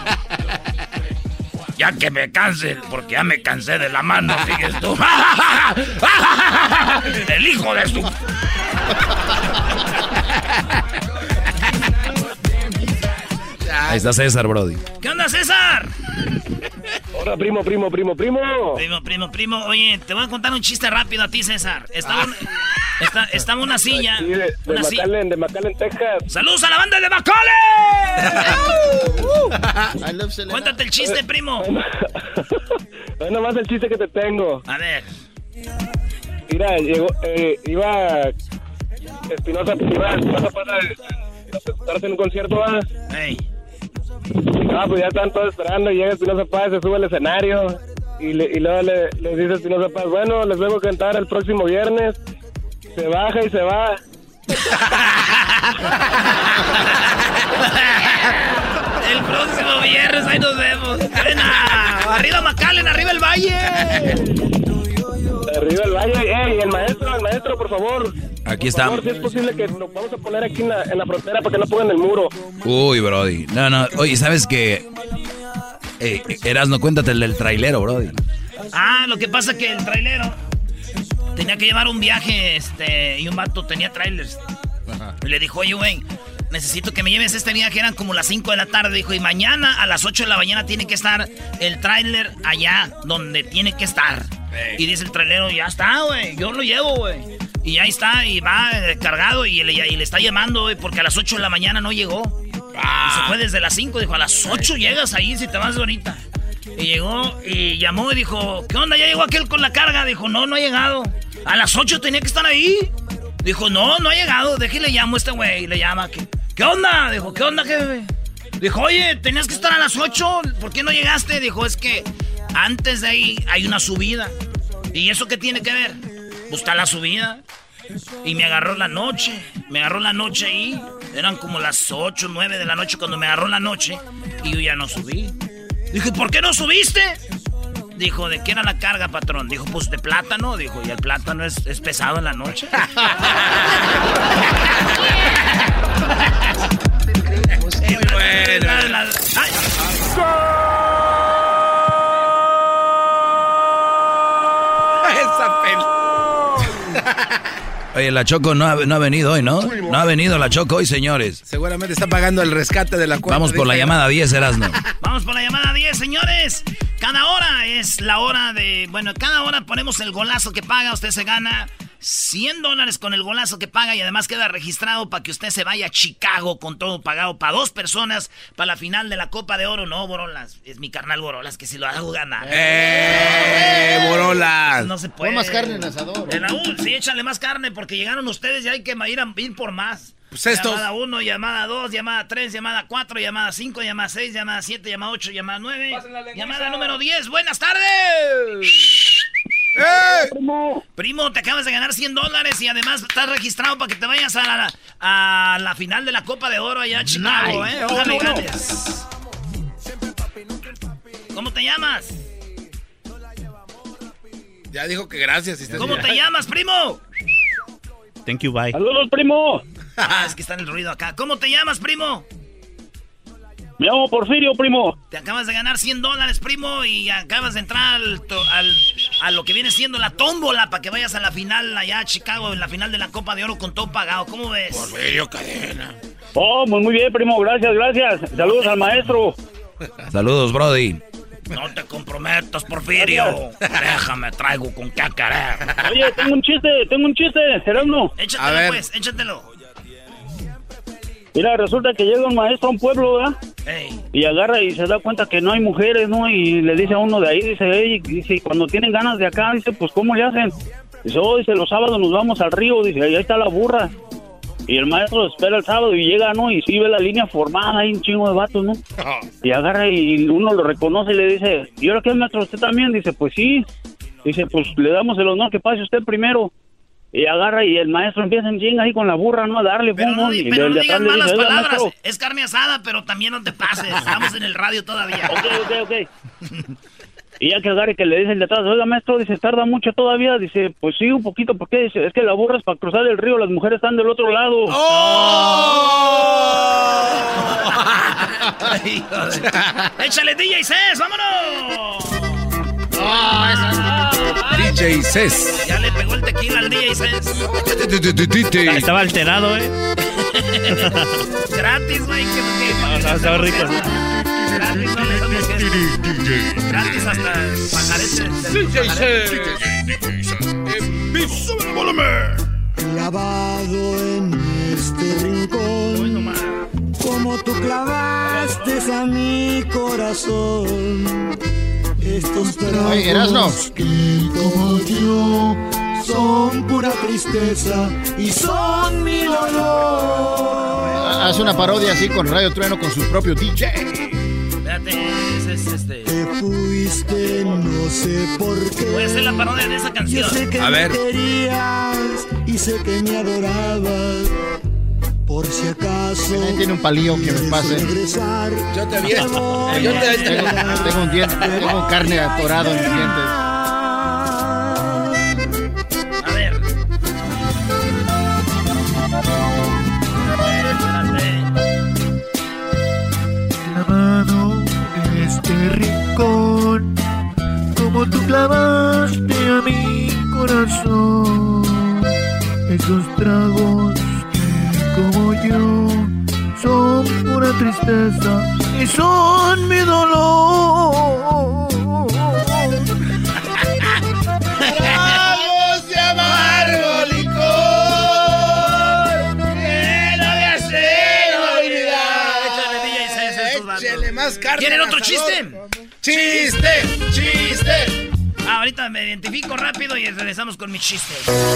Ya que me canse, porque ya me cansé de la mano, sigues tú. El hijo de su... Ahí está César, brody. ¿Qué onda, César? Hola, primo. Primo. Oye, te voy a contar un chiste rápido a ti, César. Estaba una silla. Sí, de McAllen, Texas. ¡Saludos a la banda de McAllen! Cuéntate el chiste, primo. No, nomás el chiste que te tengo. A ver. Mira, iba Espinosa para estar en un concierto, ¿va? Hey. Pues ya están todos esperando y llega Espinosa Paz, se sube al escenario y luego le dice Espinosa Paz, bueno, les vengo a cantar el próximo viernes. Se baja y se va. El próximo viernes, ahí nos vemos. Buena. Arriba McAllen, arriba el Valle. Arriba el Valle, el maestro, por favor. Aquí está. Por favor, si es posible que lo vamos a poner aquí en la frontera para que no pongan el muro. Uy, brody. No. Oye, ¿sabes qué? Erasno, cuéntate el del trailero, brody. Lo que pasa que el trailero tenía que llevar un viaje, y un vato tenía trailers. Ajá. Y le dijo, oye, güey, necesito que me lleves este viaje. Eran como las 5 de la tarde. Dijo, y mañana a las 8 de la mañana tiene que estar el trailer allá donde tiene que estar. Hey. Y dice el trailero, ya está, güey, yo lo llevo, güey. Y ahí está, y va cargado y le está llamando, güey, porque a las 8 de la mañana no llegó. Y se fue desde las 5, dijo, a las 8 llegas ahí si te vas ahorita. Y llegó y llamó y dijo, ¿qué onda? ¿Ya llegó aquel con la carga? Dijo, no ha llegado. A las 8 tenía que estar ahí. Dijo, no ha llegado. Déjale, llamo a este güey. Y le llama, ¿qué onda? Dijo, ¿qué onda, jefe? Dijo, oye, tenías que estar a las 8. ¿Por qué no llegaste? Dijo, es que antes de ahí hay una subida. ¿Y eso qué tiene que ver? Pues está la subida. Y me agarró la noche. Ahí. Eran como las 8, 9 de la noche cuando me agarró la noche. Y yo ya no subí. Dije, ¿por qué no subiste? Dijo, ¿de qué era la carga, patrón? Dijo, pues de plátano. Dijo, ¿y el plátano es pesado en la noche? Muy bueno. Esa Oye, la Choco no ha venido hoy, ¿no? No ha venido la Choco hoy, señores. Seguramente está pagando el rescate de la cuenta. Vamos por la llamada 10, Erasmo. Vamos por la llamada 10, señores. Cada hora es la hora de... Bueno, cada hora ponemos el golazo que paga. Usted se gana $100 con el golazo que paga y además queda registrado para que usted se vaya a Chicago con todo pagado para 2 personas para la final de la Copa de Oro. No, Borolas, es mi carnal Borolas que si lo hago ganar. Borolas! No se puede. Pon más carne en el asador. Sí, échale más carne porque llegaron ustedes y hay que ir por más. Pues estos. Llamada 1, llamada 2, llamada 3, llamada 4, llamada 5, llamada 6, llamada 7, llamada 8, llamada 9. Llamada número 10. ¡Buenas tardes! ¡Eh! Primo, te acabas de ganar $100 y además estás registrado para que te vayas a la final de la Copa de Oro allá en Chicago, Nice. Ojalá y ganes. ¿Cómo te llamas? Ya dijo que gracias. ¿Cómo te llamas, primo? Thank you, bye. ¡Saludos, primo! Es que está en el ruido acá. ¿Cómo te llamas, primo? Me llamo Porfirio, primo. Te acabas de ganar $100, primo, y acabas de entrar a lo que viene siendo la tómbola para que vayas a la final allá a Chicago, en la final de la Copa de Oro con todo pagado. ¿Cómo ves? Porfirio Cadena. Oh, muy bien, primo. Gracias. Saludos al maestro. Saludos, Brody. No te comprometas, Porfirio. Déjame, traigo con qué querer. Oye, tengo un chiste, Gerardo. Échatelo, pues, échatelo. Mira, resulta que llega un maestro a un pueblo, ¿verdad? Ey. Y agarra y se da cuenta que no hay mujeres, ¿no? Y le dice a uno de ahí, dice, cuando tienen ganas de acá, dice, pues, ¿cómo le hacen? Dice, los sábados nos vamos al río, dice, ahí está la burra. Y el maestro espera el sábado y llega, ¿no? Y sí ve la línea formada, hay un chingo de vatos, ¿no? Y agarra y uno lo reconoce y le dice, ¿y ahora qué, maestro? ¿Usted también? Dice, pues sí. Dice, pues le damos el honor que pase usted primero. Y agarra y el maestro empieza en chinga ahí con la burra, ¿no? A darle pero no, y pero el no de digas atrás le malas dice, palabras. maestro. Es carne asada, pero también no te pases. Estamos en el radio todavía. Ok. Y ya que agarre que le dicen de atrás, oiga, maestro, dice, ¿tarda mucho todavía? Dice, pues sí, un poquito, ¿por qué? Dice, es que la burra es para cruzar el río, las mujeres están del otro lado. ¡Échale, DJ Cés, vámonos! DJ Cés. Ya le pegó el tequila al DJ Cés. Estaba alterado, Gratis, güey. Estaba rico. Gratis, no le damos que gratis hasta pajarete. DJ Cés. En vivo. ¡Sube el volumen! Clavado en este rincón, como tú clavaste a mi corazón. Estos tragos que como yo son pura tristeza y son mi dolor. Haz una parodia así con Radio Trueno con su propio DJ. Espérate, Te fuiste, no sé por qué. Voy a hacer la parodia de esa canción. Yo sé que me querías y sé que me adorabas. Por si acaso Ahí tiene un palillo que me pase. Yo te vi. Tengo un diente, tengo carne atorado en mis dientes. A ver. Clavado en este rincón, como tú clavaste a mi corazón. Esos tragos como yo son pura tristeza y son mi dolor. Tragos de amargo licor que no me hacen olvidar. Échale, DJ Cés, estos vatos. Échale más carne. ¿Quieren otro al asador. chiste? ¡Chiste! Ahorita me identifico rápido y regresamos con mis chistes.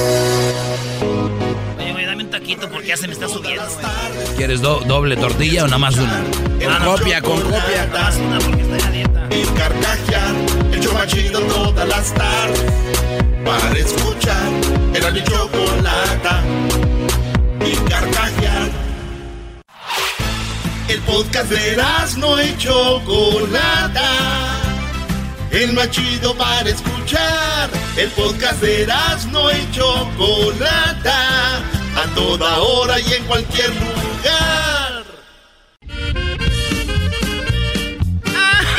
Oye, güey, dame un taquito porque ya se me está subiendo, güey. ¿Quieres doble tortilla o nada más una? Con copia. Nada más una porque estoy a dieta. Y carcajear, el show más chido todas las tardes. Para escuchar, era mi chocolata. Y carcajear. El podcast de Erasmo y Chocolata. El más chido para escuchar. El podcast de Erasmo y Chocolata. A toda hora y en cualquier lugar.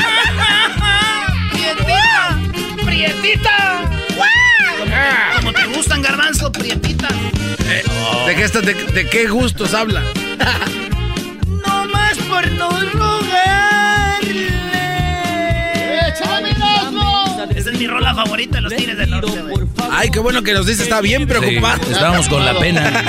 ¡Prietita! ¡Prietita! Como te gustan, Garbanzo, prietitas. ¿De qué gustos habla? No más por no rogarle. ¡Échame Erasmo! Esa es mi rola favorita de los Tigres del Norte, güey. Ay, qué bueno que nos dice, está bien preocupado. Sí, estábamos con la pena.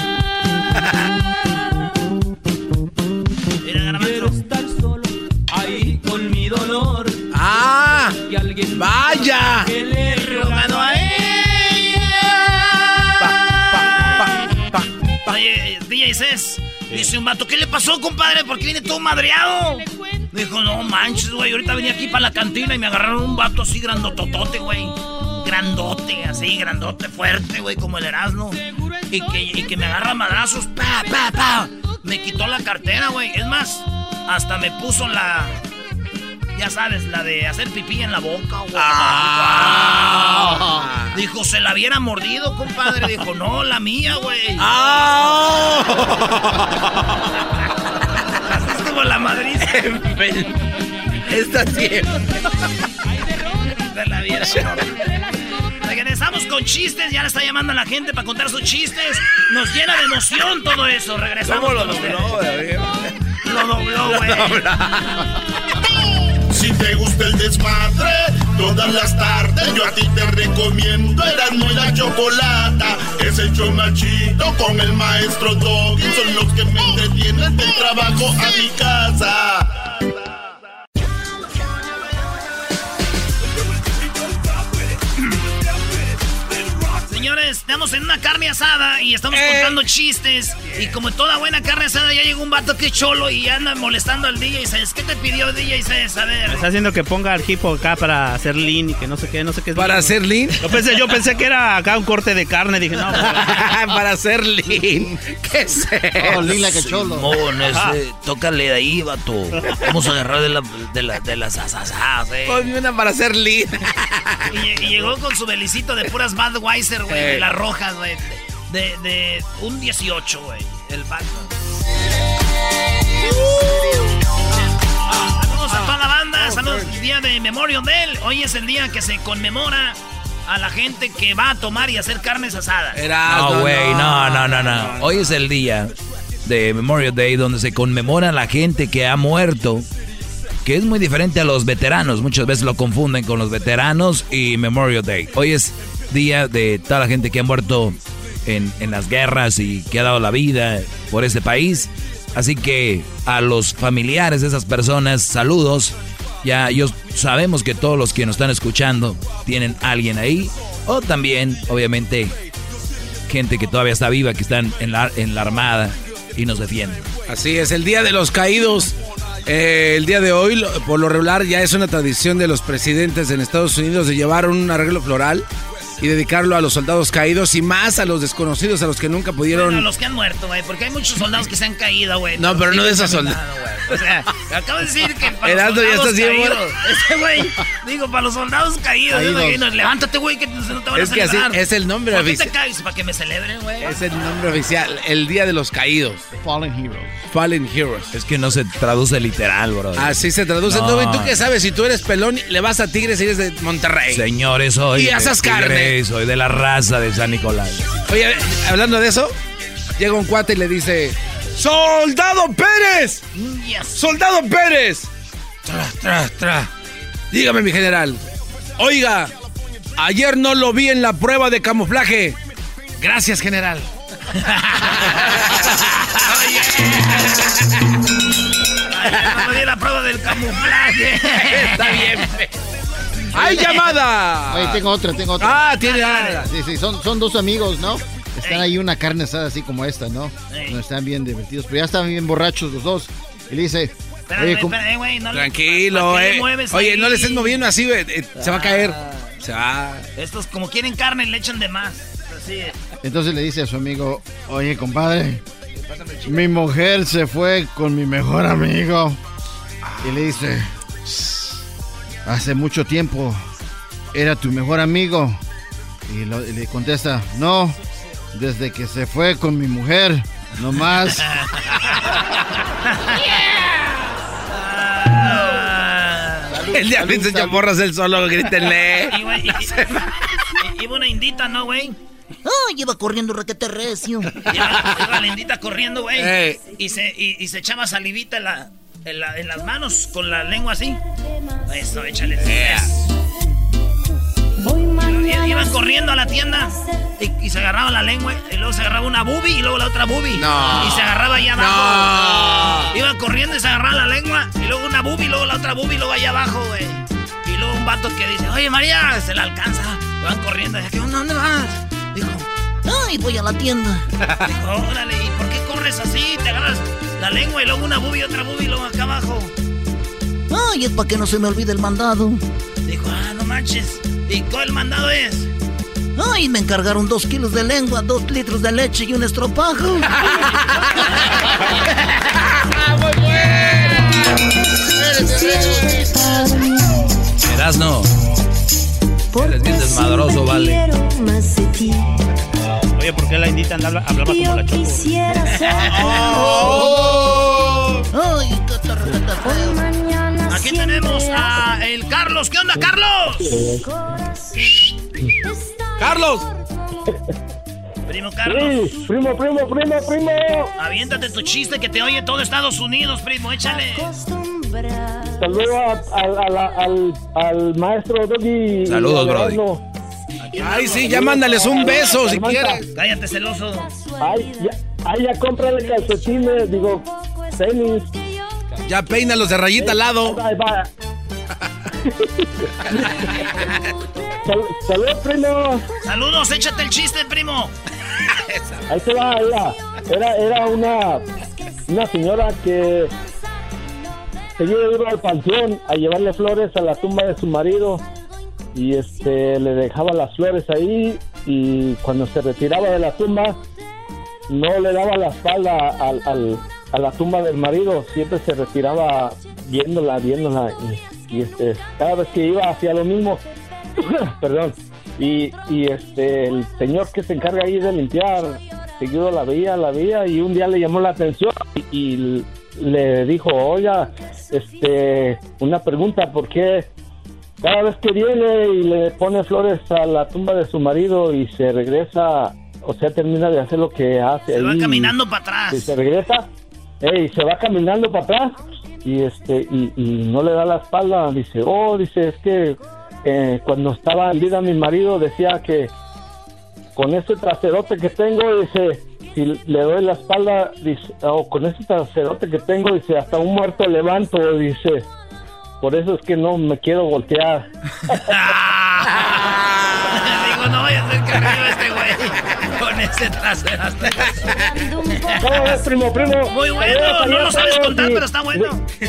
Mira, Garbanzo. Estar solo ahí con mi dolor. ¡Ah! ¡Vaya! Que le he rogado a ella. Oye, DJ Cés, dice un vato, ¿qué le pasó, compadre? ¿Por qué viene todo madreado? Me dijo, no manches, güey, ahorita venía aquí para la cantina y me agarraron un vato así grandototote, güey. Grandote, así, grandote, fuerte, güey, como el Erasmo. Y que me agarra madrazos, pa, pa, pa. Me quitó la cartera, güey. Es más, hasta me puso la... Ya sabes, la de hacer pipí en la boca, güey. Dijo, ¿se la hubiera mordido, compadre? Dijo, no, la mía, güey. Es como la Madrid. Está siempre. Se la hubiera mordido. Regresamos con chistes. Ya le está llamando a la gente para contar sus chistes. Nos llena de emoción todo eso. Regresamos. ¿Cómo lo dobló, Lo dobló, güey. Si te gusta el desmadre, todas las tardes yo a ti te recomiendo Erasmo y la Chocolata. Es el show más chido con el maestro Doggy. Son los que me entretienen del trabajo a mi casa. Señores, estamos en una carne asada y estamos contando chistes. Y como toda buena carne asada, ya llegó un vato que es cholo y anda molestando al DJ Cés. ¿Qué te pidió DJ Cés? A ver. Me está haciendo que ponga el hip hop acá para hacer lean y que no sé qué es. ¿Para hacer lean? Yo pensé que era acá un corte de carne. Dije, no. Para hacer lean. ¿Qué es eso? Oh, lean like a cholo. Tócale de ahí, vato. Vamos a agarrar de las asasadas, Ponme una para hacer lean. Y llegó con su belicito de puras Budweiser, güey, de las rojas, güey. De un 18, güey. El vato. Saludos a toda la banda. Saludos. Día de Memorial Day. Hoy es el día que se conmemora a la gente que va a tomar y hacer carnes asadas. No, güey, no. Hoy es el día de Memorial Day donde se conmemora a la gente que ha muerto, que es muy diferente a los veteranos. Muchas veces lo confunden con los veteranos y Memorial Day. Hoy es día de toda la gente que ha muerto en las guerras y que ha dado la vida por este país. Así que a los familiares de esas personas, saludos. Ya sabemos que todos los que nos están escuchando tienen a alguien ahí. O también, obviamente, gente que todavía está viva, que están en la armada y nos defienden. Así es, el Día de los Caídos. El día de hoy, por lo regular, ya es una tradición de los presidentes en Estados Unidos de llevar un arreglo floral y dedicarlo a los soldados caídos y más a los desconocidos, a los que nunca pudieron... Bueno, a los que han muerto, güey, porque hay muchos soldados que se han caído, güey. No, pero no de esos soldados. O sea, acabo de decir que para Heraldo, los soldados ya caídos... Güey, digo, para los soldados caídos. Levántate, güey, que no te van a celebrar. Es que así es el nombre oficial. ¿Por qué te caes? ¿Para que me celebren, güey? Es el nombre oficial, el Día de los Caídos. Fallen Heroes. Es que no se traduce literal, bro. Así se traduce. No. ¿Tú qué sabes? Si tú eres pelón, le vas a Tigres y eres de Monterrey. Señores, soy y asas carne. Soy de la raza de San Nicolás. Oye, hablando de eso, llega un cuate y le dice: ¡Soldado Pérez! Yes. ¡Soldado Pérez! Dígame, mi general. Oiga, ayer no lo vi en la prueba de camuflaje. Gracias, general. No me di la prueba del camuflaje. Está bien. ¡Hay llamada! Oye, tengo otra. Tiene. Sí, son dos amigos, ¿no? Están ahí una carne asada así como esta, ¿no? No están bien divertidos, pero ya están bien borrachos los dos. Y le dice... Espérame, güey. Tranquilo, Oye, no le estés moviendo así, güey. Se va a caer. Se va. Estos como quieren carne le echan de más. Así es. Entonces le dice a su amigo: oye, compadre, mi mujer se fue con mi mejor amigo. Y le dice: hace mucho tiempo era tu mejor amigo. Y le contesta: no, desde que se fue con mi mujer, no más. El diablito echa porras él solo, grítenle. Iba una indita, ¿no, güey? ¡Ay! Iba corriendo requete recio. Iba lindita corriendo, güey. Y se echaba salivita en las manos con la lengua así. Eso, échale. Iban corriendo a la tienda y se agarraba la lengua y luego se agarraba una boobie y luego la otra boobie. No. Y se agarraba allá abajo. No. Iban corriendo y se agarraba la lengua y luego una boobie y luego la otra boobie y luego allá abajo, güey. Y luego un vato que dice, oye, María, se la alcanza. Y van corriendo. Y ¿dónde vas? Dijo, ay, voy a la tienda. Dijo, órale, ¿y por qué corres así? Te agarras la lengua y luego una boobie y otra boobie y luego acá abajo. Ay, es para que no se me olvide el mandado. Dijo, no manches. ¿Y cuál mandado es? Ay, me encargaron 2 kilos de lengua, 2 litros de leche y un estropajo. ¡Muy bueno! Erasno. Eres bien desmadroso, vale. Oye, ¿por qué la Indita hablaba como la Choco? Ay, aquí tenemos a el Carlos. ¿Qué onda, Carlos? ¡Carlos! Primo Carlos. Sí, primo. Aviéntate tu chiste que te oye todo Estados Unidos, primo. Échale. Saludo al maestro Doggy. Saludos, brody. Ay, sí, ya mándales un beso si quieres. Cállate, celoso. Ay, ya cómprale calcetines, digo, tenis. Ya peínalos de rayita al lado. Ahí va. Saludos, primo. Saludos, échate el chiste, primo. Ahí se va, era una señora que seguía iba al panteón a llevarle flores a la tumba de su marido y le dejaba las flores ahí y cuando se retiraba de la tumba no le daba la espalda a la tumba del marido, siempre se retiraba viéndola y cada vez que iba hacía lo mismo. Perdón. Y el señor que se encarga ahí de limpiar seguido la veía y un día le llamó la atención y le dijo, oiga, una pregunta, ¿por qué cada vez que viene y le pone flores a la tumba de su marido y se regresa, o sea, termina de hacer lo que hace se ahí, va caminando para atrás y se regresa, se va caminando para atrás y no le da la espalda? Dice, es que cuando estaba en vida mi marido decía que con este traserote que tengo, dice, si le doy la espalda, dice, con este traserote que tengo, dice, hasta un muerto levanto, dice, por eso es que no me quiero voltear. Digo, no vaya a ser que arriba este güey con ese trasero. ¿Cómo ves, primo? Muy bueno, no lo sabes contar, pero está bueno.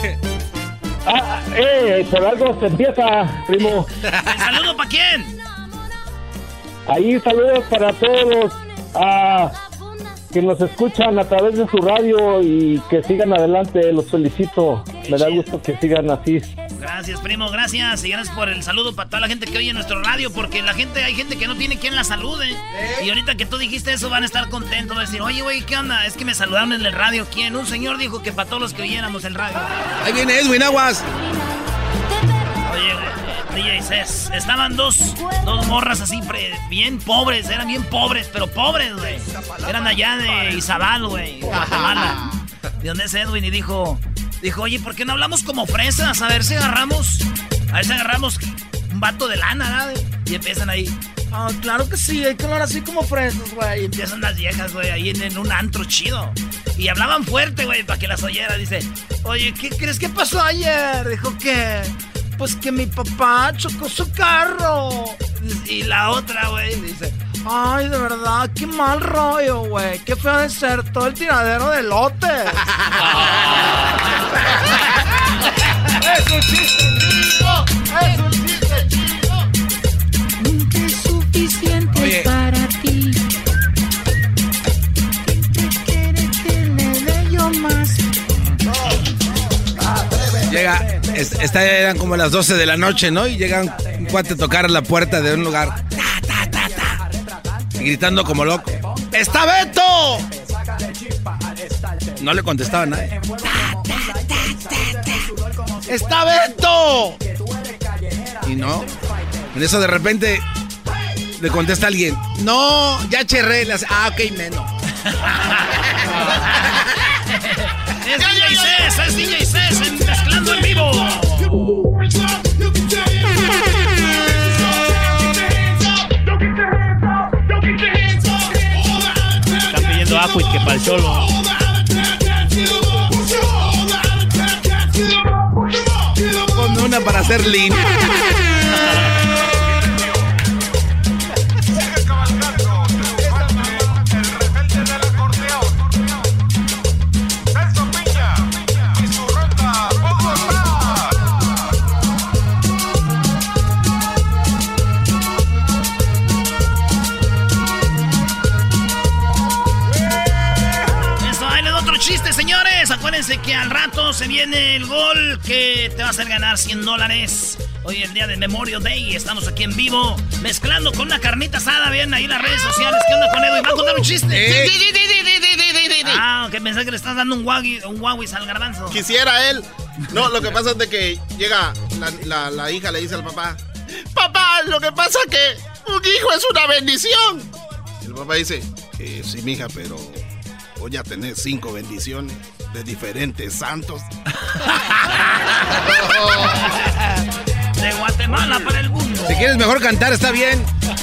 Por algo se empieza, primo. ¿El saludo para quién? Ahí saludos para todos que nos escuchan a través de su radio y que sigan adelante, los felicito. Me da gusto que sigan así. Gracias, primo, gracias. Y gracias por el saludo para toda la gente que oye nuestro radio, porque hay gente que no tiene quien la salude. Y ahorita que tú dijiste eso van a estar contentos, van a decir, oye, güey, ¿qué onda? Es que me saludaron en el radio. ¿Quién? Un señor dijo que para todos los que oyéramos el radio. Ahí viene Edwin Aguas. Oye, DJ Cés, estaban dos morras así bien pobres, eran bien pobres, pero pobres, güey. Eran allá de Izabal, güey, Guatemala. De donde es Edwin y dijo, oye, ¿por qué no hablamos como fresas? A ver si agarramos un vato de lana, ¿verdad? Y empiezan ahí, claro que sí, hay que hablar así como fresas, güey. Y empiezan las viejas, güey, ahí en un antro chido. Y hablaban fuerte, güey, para que las oyera. Dice, oye, ¿qué crees que pasó ayer? Dijo, ¿qué? Pues que mi papá chocó su carro. Y la otra, güey, dice, ay, de verdad, qué mal rollo, güey. Qué feo de ser todo el tiradero de lotes. ¡Es un chiste chico! ¡Es un chiste chico! Nunca es suficiente para ti. ¿Quién te dé yo más? Eran como las 12 de la noche, ¿no? Y llega un cuate a tocar a la puerta de un lugar. Y gritando como loco. ¡Está Beto! No le contestaba a nadie. ¡Está Beto! Y no. En eso de repente Le contesta alguien, no, ya cherré. Le hace, ok, menos. Es DJ Cés, es DJ Cés, mezclando en vivo. Están pidiendo Aquit que para el cholo. Ponme una para hacer lean. Chiste, señores, acuérdense que al rato se viene el gol que te va a hacer ganar $100. Hoy es el día de Memorial Day y estamos aquí en vivo mezclando con una carnita asada. Bien, ahí en las redes sociales. ¿Qué onda con Edo? Y va a contar un chiste. Ah, que pensé que le estás dando un Huawei al garbanzo. Quisiera él. No, lo que pasa es de que llega la hija, le dice al papá, papá, lo que pasa es que un hijo es una bendición. Y el papá dice, sí, mija, pero voy a tener 5 bendiciones de diferentes santos. De Guatemala para el mundo. Si quieres mejor cantar, está bien.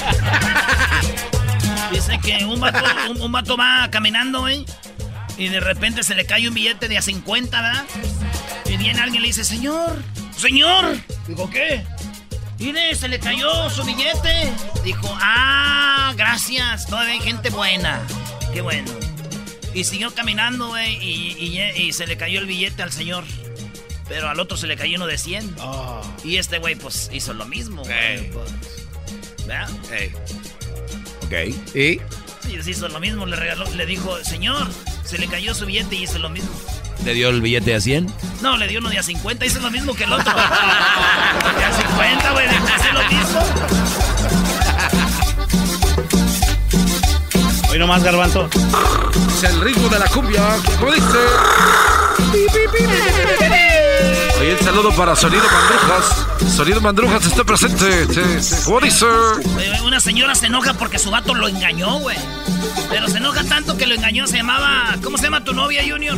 Dice que un vato va caminando, güey, y de repente se le cae un billete de a 50, ¿verdad? Y viene alguien y le dice, señor. Dijo, ¿qué? Mire, se le cayó su billete. Dijo, gracias, todavía hay gente buena. Qué bueno. Y siguió caminando, güey, y se le cayó el billete al señor. Pero al otro se le cayó uno de 100. Oh. Y este güey, pues, hizo lo mismo. Okay. Pues, ¿verdad? Ok. ¿Y? Sí, hizo lo mismo, le dijo, señor, se le cayó su billete y hizo lo mismo. ¿Le dio el billete a 100? No, le dio uno de a 50, hizo lo mismo que el otro. De a 50, güey, hace lo mismo. Hoy nomás, garbanzo. Es el ritmo de la cumbia, como dice. Oye, el saludo para Sonido Mandrujas. Sonido Mandrujas está presente. ¿Cómo dice? Una señora se enoja porque su vato lo engañó, güey. Pero se enoja tanto que lo engañó. Se llamaba... ¿Cómo se llama tu novia, Junior?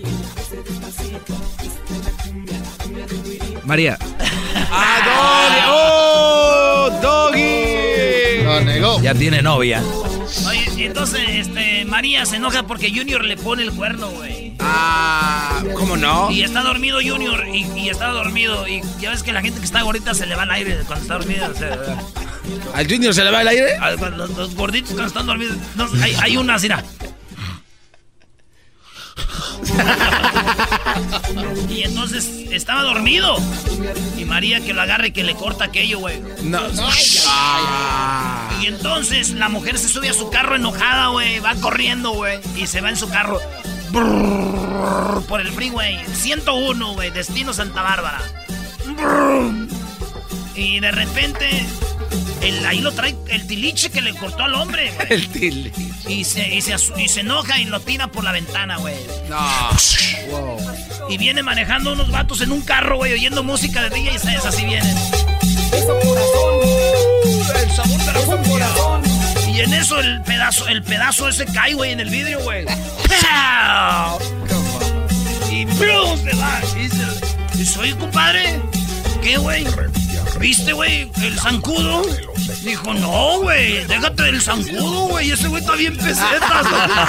María. Doggy! ¡Oh, Doggy! Lo negó. Ya tiene novia. Oye, y entonces, María se enoja porque Junior le pone el cuerno, güey. ¿Cómo no? Y está dormido Junior, y está dormido. Y ya ves que la gente que está gordita se le va al aire cuando está dormida. O sea, ¿al Junior se le va el aire? Los gorditos cuando están dormidos. No, hay una así, mira. Y entonces estaba dormido. Y María que lo agarre y que le corta aquello, güey. No. Y entonces la mujer se sube a su carro enojada, güey. Va corriendo, güey. Y se va en su carro. Brrr, por el freeway. 101, güey. Destino Santa Bárbara. Brrr. Y de repente... ahí lo trae el tiliche que le cortó al hombre, güey. El tiliche. Y se enoja y lo tira por la ventana, güey. No. Wow. Y viene manejando unos vatos en un carro, güey, oyendo música de DJ Cés, así vienen. Eso corazón. El sabor de la cumbia. Y en eso el pedazo ese cae, güey, en el vidrio, güey. Y ¡plum! Se va. Y dice, oye, compadre, ¿qué, güey? ¿Viste, güey, el zancudo? Dijo, no, güey, déjate del zancudo, güey. Ese güey está bien pesetas.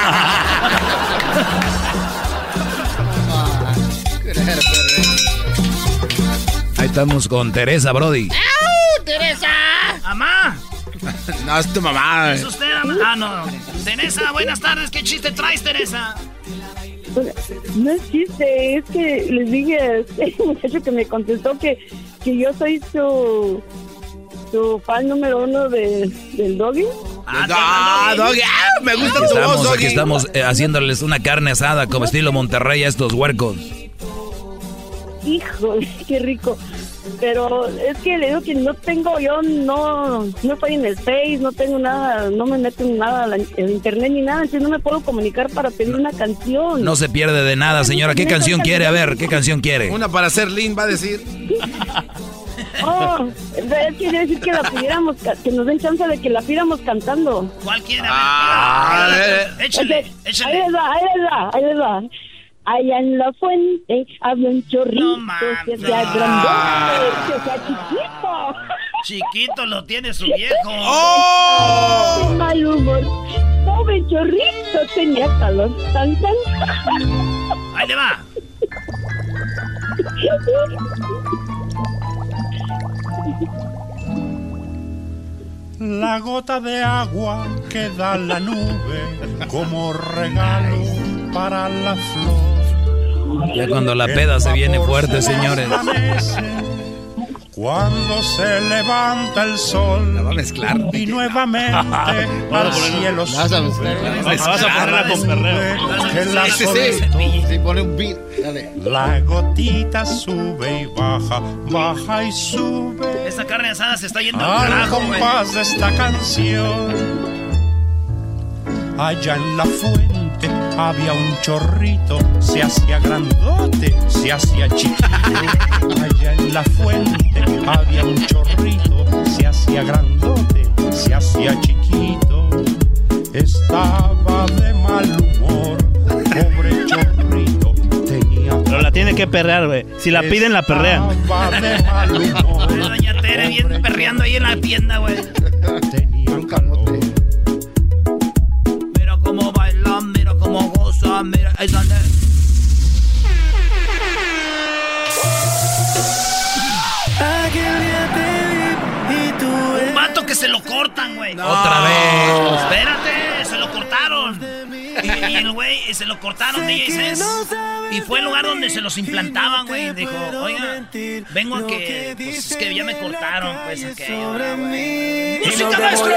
Ahí estamos con Teresa, brody. ¡Au, Teresa! ¡Mamá! No, es tu mamá. ¿Es usted, mamá? No. Teresa, buenas tardes. ¿Qué chiste traes, Teresa? No es chiste, es que les dije a este muchacho que me contestó que yo soy su fan número 1 del Doggy. Doggy, me gusta tu voz, Doggy. Aquí estamos haciéndoles una carne asada como estilo Monterrey a estos huercos. Híjole, qué rico. Pero es que le digo que no estoy en el Face, no tengo nada, no me meto en nada en internet ni nada, entonces no me puedo comunicar para pedir una canción. No se pierde de nada, señora. ¿Qué canción quiere? A ver, ¿qué canción quiere? Una para hacer Lin, va a decir. Oh, es que decir que la pidiéramos, que nos den chance de que la pidamos cantando. ¿Cuál quiere? Échale. Ahí les va. Allá en la fuente había un chorrito, que sea grandote, que sea chiquito. Chiquito lo tiene su viejo. ¡Oh! Sin mal humor. Pobre chorrito tenía calor. Tan. Ahí le va. La gota de agua que da la nube como regalo para la flor. Ya cuando la peda se viene fuerte, señores. Cuando se levanta el sol. La va a mezclar. Y nuevamente al cielo sube. Vas a ponerla con perreo. Sí, pone un beat. Dale. La gotita sube y baja y sube. Esa carne asada se está yendo al carajo, compás de esta canción. Allá en la fuente había un chorrito, se hacía grandote, se hacía chiquito. Allá en la fuente había un chorrito, se hacía grandote, se hacía chiquito. Estaba de mal humor, pobre chorrito, tenía... Pero la tiene que perrear, güey. Si la piden, la perrean. Estaba de mal humor. Doña Tere bien perreando ahí en la tienda, güey. Tenía un camote. Mira cómo baila, mira cómo goza, mira... Ahí donde... Un vato que se lo cortan, güey. No. Otra vez. Espérate, se lo cortaron. Y el güey, se lo cortaron, DJ. Y fue el lugar donde se los implantaban, güey. Dijo, oiga, vengo a que... Pues es que ya me cortaron, pues, aquello, güey. ¡Música, maestro!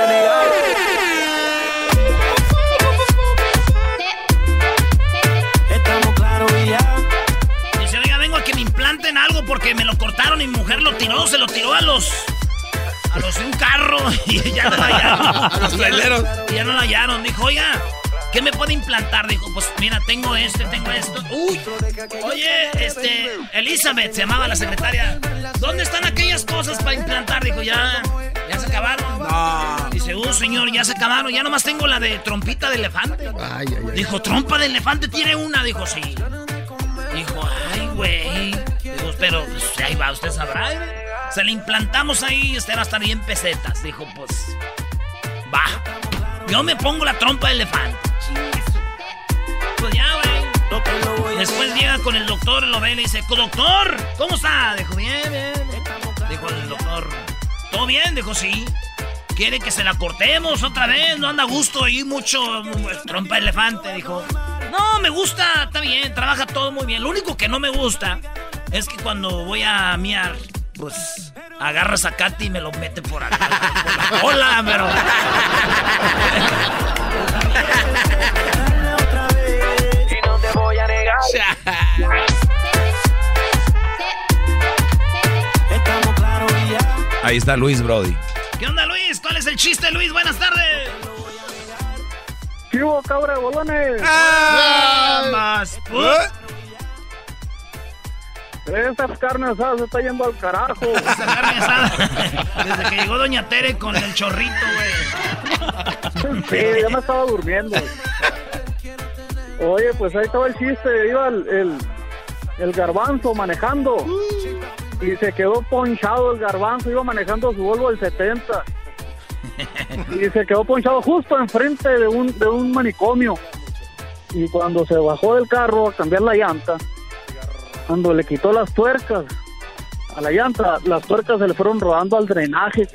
Estamos claros y ya. Dice, oiga, vengo a que me implanten algo porque me lo cortaron y mi mujer lo tiró, se lo tiró a los de un carro y ya no la hallaron. A los traileros. Y ya no la hallaron. Dijo, oiga, ¿qué me puede implantar? Dijo, pues mira, tengo esto. Uy, oye, Elizabeth, se llamaba la secretaria. ¿Dónde están aquellas cosas para implantar? Dijo, ya se acabaron. No. Dice, señor, ya se acabaron. Ya nomás tengo la de trompita de elefante. Ay. Dijo, ¿trompa de elefante tiene una? Dijo, sí. Dijo, ay, güey. Dijo, pero pues, ahí va, usted sabrá. Se le implantamos ahí y usted va a estar bien pesetas. Dijo, pues, va. Yo me pongo la trompa de elefante. Pues ya, güey. Después llega con el doctor, lo ve y le dice, doctor, ¿cómo está? Dijo, bien. Dijo el doctor, ¿todo bien? Dijo, sí. ¿Quiere que se la cortemos otra vez? No anda a gusto ahí mucho trompa de elefante. Dijo, no, me gusta, está bien, trabaja todo muy bien. Lo único que no me gusta es que cuando voy a miar, pues agarra zacate y me lo mete por acá, por la cola, pero... Y no te voy a negar. Estamos claros y ya. Ahí está Luis, Brody. ¿Qué onda, Luis? ¿Cuál es el chiste, Luis? Buenas tardes. ¿Qué hubo, cabra de bolones? Más. Esta carne asada se está yendo al carajo. Esta carne asada. Desde que llegó Doña Tere con el chorrito, güey. Sí, ya me estaba durmiendo. Oye, pues ahí estaba el chiste. Iba el garbanzo manejando. Y se quedó ponchado el garbanzo. Iba manejando su Volvo del 70. Y se quedó ponchado justo enfrente de un manicomio. Y cuando se bajó del carro a cambiar la llanta, cuando le quitó las tuercas a la llanta, las tuercas se le fueron rodando al drenaje.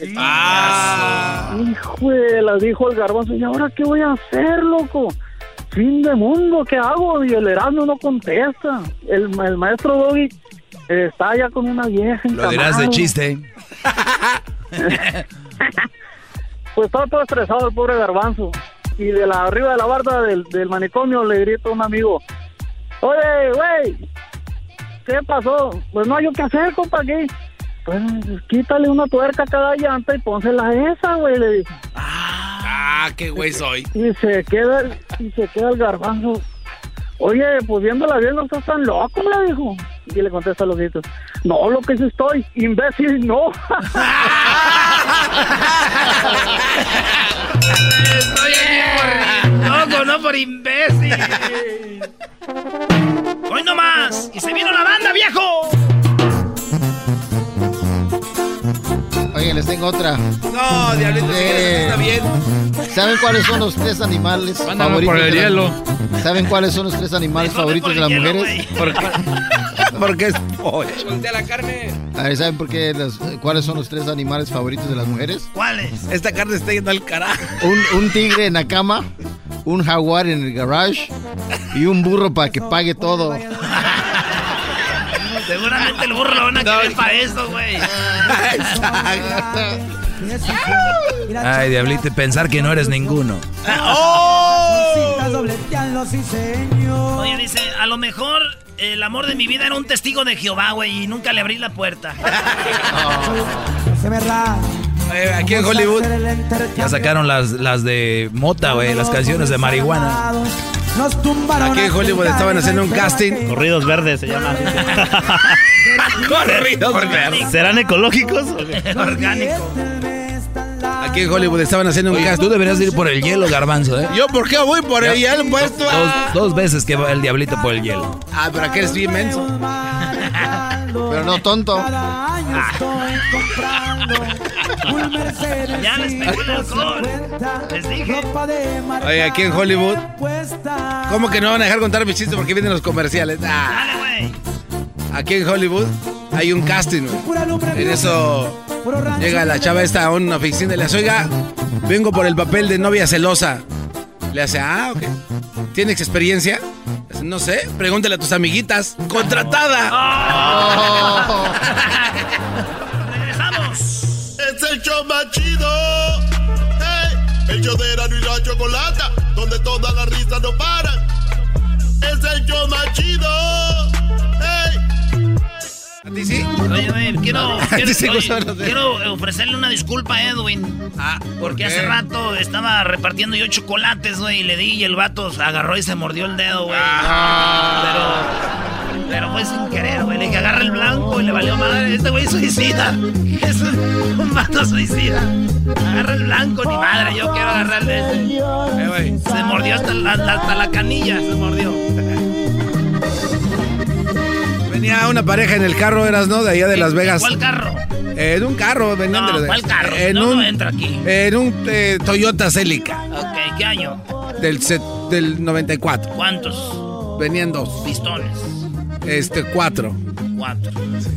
Hijuelas, dijo el garbanzo, ¿y ahora qué voy a hacer, loco? Fin de mundo, ¿qué hago? Y el Erasmo no contesta. El maestro Doggy está ya con una vieja encamado. Lo dirás de chiste. Pues estaba todo estresado el pobre garbanzo. Y arriba de la barda del manicomio le grita a un amigo, oye, güey, ¿qué pasó? Pues no hay yo qué hacer, compa, aquí. Pues quítale una tuerca a cada llanta y pónsela a esa, güey, le dice. Qué güey soy. Y se queda el garbanzo. Oye, pues viéndola bien, no estás tan loco, le dijo. Y le contesta a los gritos, No, lo que sí estoy, imbécil, no. Estoy loco, no por imbécil. Hoy no más. Y se vino la banda, viejo. Oye, les tengo otra. No, diablito, si quieres, está bien. ¿Saben cuáles son los 3 animales favoritos por el hielo? ¿Saben cuáles son los 3 animales favoritos de las mujeres? Porque es pollo. Voltea la carne. A ver, ¿saben cuáles son los 3 animales favoritos de las mujeres? ¿Cuáles? Esta carne está yendo al carajo. Un tigre en la cama, un jaguar en el garage y un burro para que pague todo. Seguramente el burro lo van a querer para eso, güey. Ay, diablito, pensar que no eres ninguno. Oye, dice, a lo mejor el amor de mi vida era un testigo de Jehová, güey, y nunca le abrí la puerta. Aquí en Hollywood ya sacaron las de mota, güey, las canciones de marihuana. Aquí en Hollywood estaban haciendo un casting. Corridos verdes se llaman. Corridos verdes. ¿Serán ecológicos? Orgánicos. Aquí en Hollywood estaban haciendo un casting. Tú deberías ir por el hielo, Garbanzo, ¿eh? ¿Yo por qué voy por el hielo puesto? Dos veces que va el diablito por el hielo. Ah, pero aquel es bien menso. Pero no tonto. Ya les pegó el alcohol. Les dije. Oye, aquí en Hollywood, ¿cómo que no van a dejar contar mis chistes porque vienen los comerciales? Dale, güey. Aquí en Hollywood hay un casting, güey. En eso llega la chava esta a una oficina y le dice, oiga, vengo por el papel de novia celosa. Le hace, ok. ¿Tienes experiencia? Dice, no sé, pregúntale a tus amiguitas. ¡Contratada! Regresamos. Es el show más chido. Hey, el show de Erasmo y la Chocolata, donde todas las risas no paran. Es el show más chido. Hey. ¿A ti sí? Oye, quiero ofrecerle una disculpa a Edwin. Porque hace rato estaba repartiendo yo chocolates, güey, y le di y el vato agarró y se mordió el dedo, güey. Pero fue sin querer, güey. Le dije, agarra el blanco y le valió madre. Este güey es suicida. Es un vato suicida. Agarra el blanco, ni madre. Yo quiero agarrarle ese. Se mordió hasta la canilla, se mordió. Venía una pareja en el carro, ¿no? De allá de Las Vegas. ¿Cuál carro? En un carro, venían de Las Vegas. ¿Cuál carro? No entra aquí. En un Toyota Celica. Ok, ¿qué año? Del 94. ¿Cuántos? Venían 2. Pistones. 4. 4.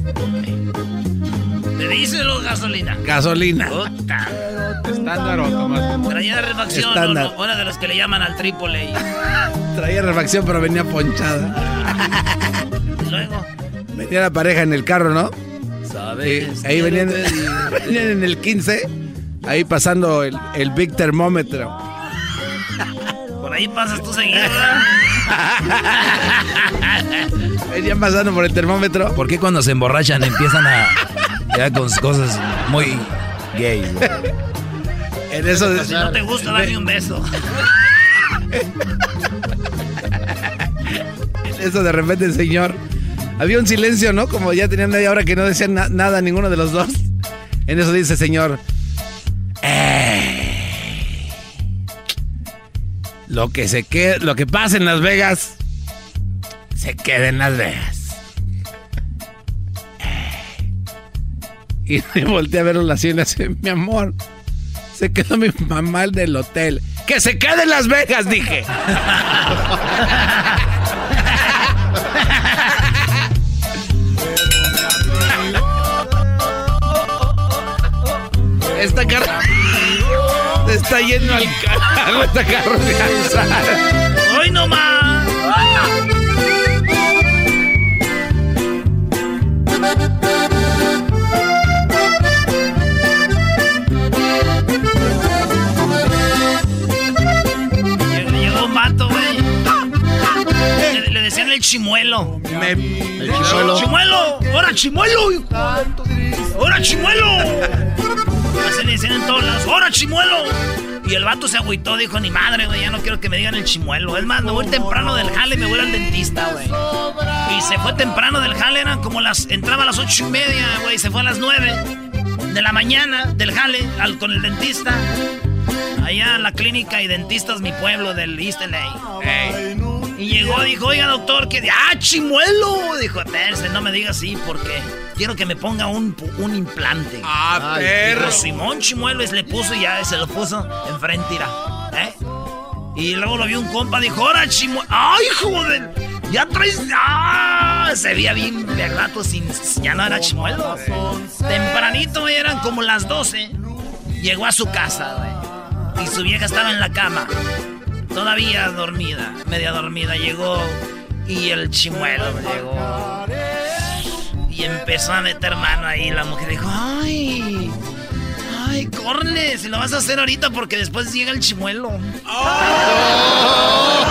¿De diésel o gasolina? Gasolina. Puta. Estándar o automático. Traía refacción, Estándar. Una de los que le llaman al trípode. Traía refacción, pero venía ponchada. ¿Y luego? Venía la pareja en el carro, ¿no? ¿Sabes? Ahí venían en el 15, ahí pasando el Big Termómetro. Por ahí pasas tú seguido, ¿verdad? Venían pasando por el termómetro. ¿Por qué cuando se emborrachan empiezan a ya con cosas muy gay? En eso Si no te gusta, dale un beso. Eso de repente el señor, había un silencio, ¿no? Como ya tenían media hora que no decían nada ninguno de los dos. En eso dice el señor, lo que pasa en Las Vegas se queda en Las Vegas. Y me volteé a verlo así y le hace, mi amor, se quedó mi mamá del hotel. ¡Que se quede en Las Vegas!, dije. Esta carro se está yendo al carajo, esta carroceanza. ¡Hoy no más! Llegó un vato, güey. Le decían el chimuelo. El chimuelo. ¡Chimuelo! ¡Hora chimuelo! ¡Hora chimuelo! Así le decían en todos lados. ¡Hora chimuelo! Y el vato se agüitó, dijo, ni madre, güey, ya no quiero que me digan el chimuelo. Es más, me voy temprano del jale y me voy al dentista, güey. Y se fue temprano del jale, eran como entraba a las 8:30, güey, se fue a las 9 de la mañana del jale con el dentista. Allá en la clínica y dentistas mi pueblo del East LA. Y llegó, dijo, oiga, doctor, que... ¡Ah, chimuelo! Dijo, espérese, no me diga así porque quiero que me ponga un implante. ¡Ah, perro! Dijo, Simón Chimuelo, y le puso y ya se lo puso enfrente, mira. Y luego lo vio un compa, dijo, ¡ahora, Chimuelo! ¡Ay, joder! Ya traes... ¡Ah! Se veía bien de rato ya no era Chimuelo. Tempranito, eran como las 12. Llegó a su casa, güey. Y su vieja estaba en la cama. Todavía dormida, media dormida. Llegó y el Chimuelo llegó. Y empezó a meter mano ahí. La mujer dijo, ¡ay! ¡Ay, córrele! Si lo vas a hacer ahorita porque después llega el Chimuelo. ¡Oh!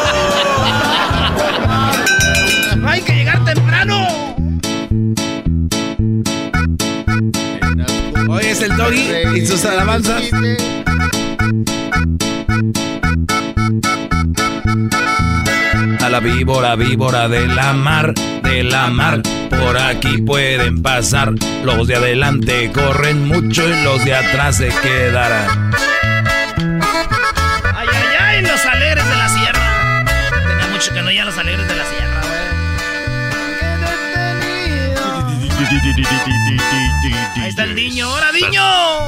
¡Hay que llegar temprano! Hoy es el Doggy y sus alabanzas. A la víbora de la mar, por aquí pueden pasar. Los de adelante corren mucho y los de atrás se quedarán. ¡Ay, ay, ay! Los alegres de la sierra. Tenía mucho que no ya los alegres de la sierra, güey. Ahí está el niño. ¡Hola, niño!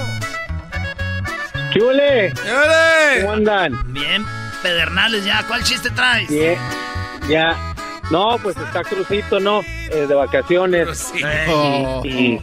¿Qué huele? ¿Cómo andan? Bien, Pedernales ya. ¿Cuál chiste traes? Bien, ya. No, pues está Crucito, ¿no? De vacaciones. Y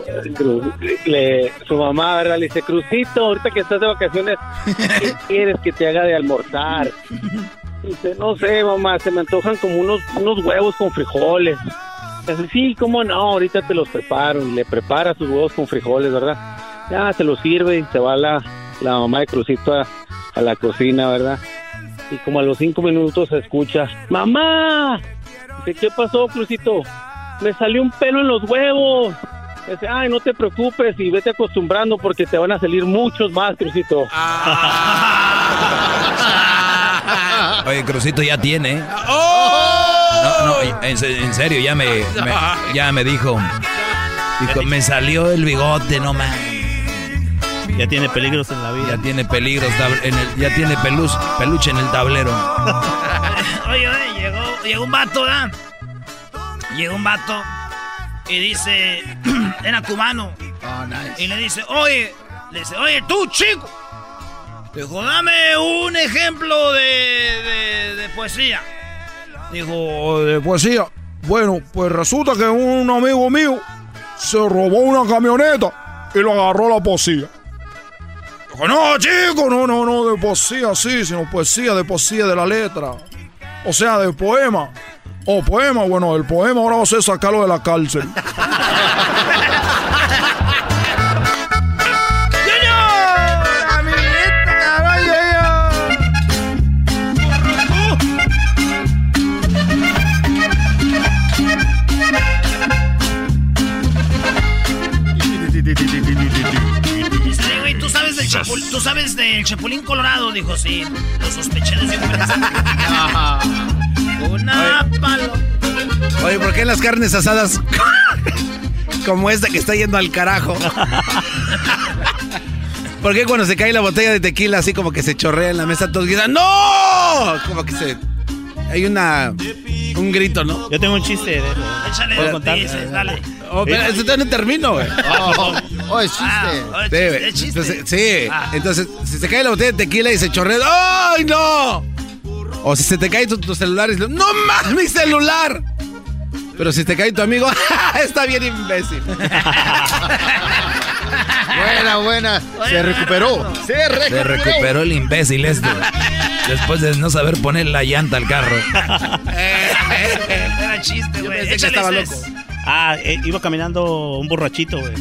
su mamá, ¿verdad? Le dice, Crucito, ahorita que estás de vacaciones, ¿qué quieres que te haga de almorzar? Dice, no sé, mamá, se me antojan como unos huevos con frijoles. Dice, sí, ¿cómo no? Ahorita te los preparo. Y le prepara sus huevos con frijoles, ¿verdad? Ya, se los sirve y se va la mamá de Crucito a la cocina, ¿verdad? Y como a los 5 minutos se escucha, ¡mamá! Dice, ¿qué pasó, Crucito? Me salió un pelo en los huevos. Dice, ay, no te preocupes y vete acostumbrando porque te van a salir muchos más, Crucito. Oye, Crucito ya tiene. No, en serio, ya me dijo. Dijo, me salió el bigote, no más. Ya tiene peligros en la vida. Ya tiene peligros, ya tiene peluche en el tablero. Oye, llegó un vato, ¿verdad? Llegó un vato y dice, era cubano. Oh, nice. Y le dice, oye, tú, chico. Dijo, dame un ejemplo de poesía. Dijo, ¿de poesía? Bueno, pues resulta que un amigo mío se robó una camioneta y lo agarró la poesía. Dijo, no, chico, no, de poesía sí, sino poesía de la letra. O sea, de poema. O poema, bueno, el poema ahora va a ser sacarlo de la cárcel. ¿Tú sabes del Chapulín Colorado? Dijo, sí, lo sospeché desde un principio. Una palo. Oye, ¿por qué en las carnes asadas como esta que está yendo al carajo? ¿Por qué cuando se cae la botella de tequila así como que se chorrea en la mesa todos gritan ¡no! Como que hay un grito, ¿no? Yo tengo un chiste de eso. Échale, dices, dale. Pero ese todavía no termino, güey. Es chiste. Sí, entonces, entonces, si se cae la botella de tequila y se chorrea, ¡ay, no! O si se te cae tu celular y dices, ¡no mames, mi celular! Pero si te cae tu amigo, está bien imbécil. Buena. Se recuperó. Se recuperó el imbécil este. Después de no saber poner la llanta al carro. Era chiste, güey. Échale, estaba loco. Iba caminando un borrachito, güey.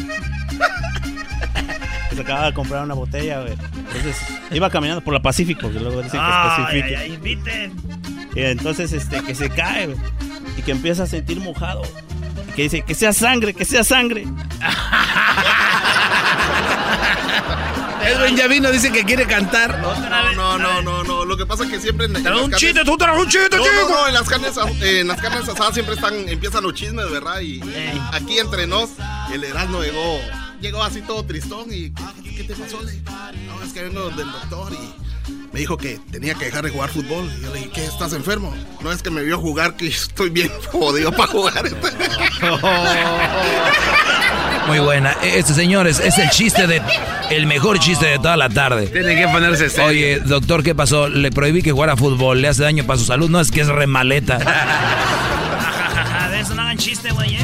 Se acaba de comprar una botella, güey. Entonces, iba caminando por la Pacífico, que luego dicen que es Pacífico. Ay, inviten. Y entonces, que se cae, güey. Y que empieza a sentir mojado. Y que dice, que sea sangre, que sea sangre. Edwin ya vino, dice que quiere cantar. No. Lo que pasa es que siempre... Trae un chiste, tú traes un chiste, chico. No, en las carnes asadas siempre empiezan los chismes, ¿verdad? Y aquí entre nos, el Erasmo llegó así todo tristón y... ¿Qué te pasó? No, es que vengo del doctor y... Me dijo que tenía que dejar de jugar fútbol. Y yo le dije, ¿qué? ¿Estás enfermo? No, es que me vio jugar, que estoy bien jodido para jugar. Muy buena. Señores, es el mejor chiste de toda la tarde. Tienen que ponerse serio. Oye, doctor, ¿qué pasó? Le prohibí que jugara fútbol, le hace daño para su salud. No, es que es remaleta. De eso no hagan chiste, güey,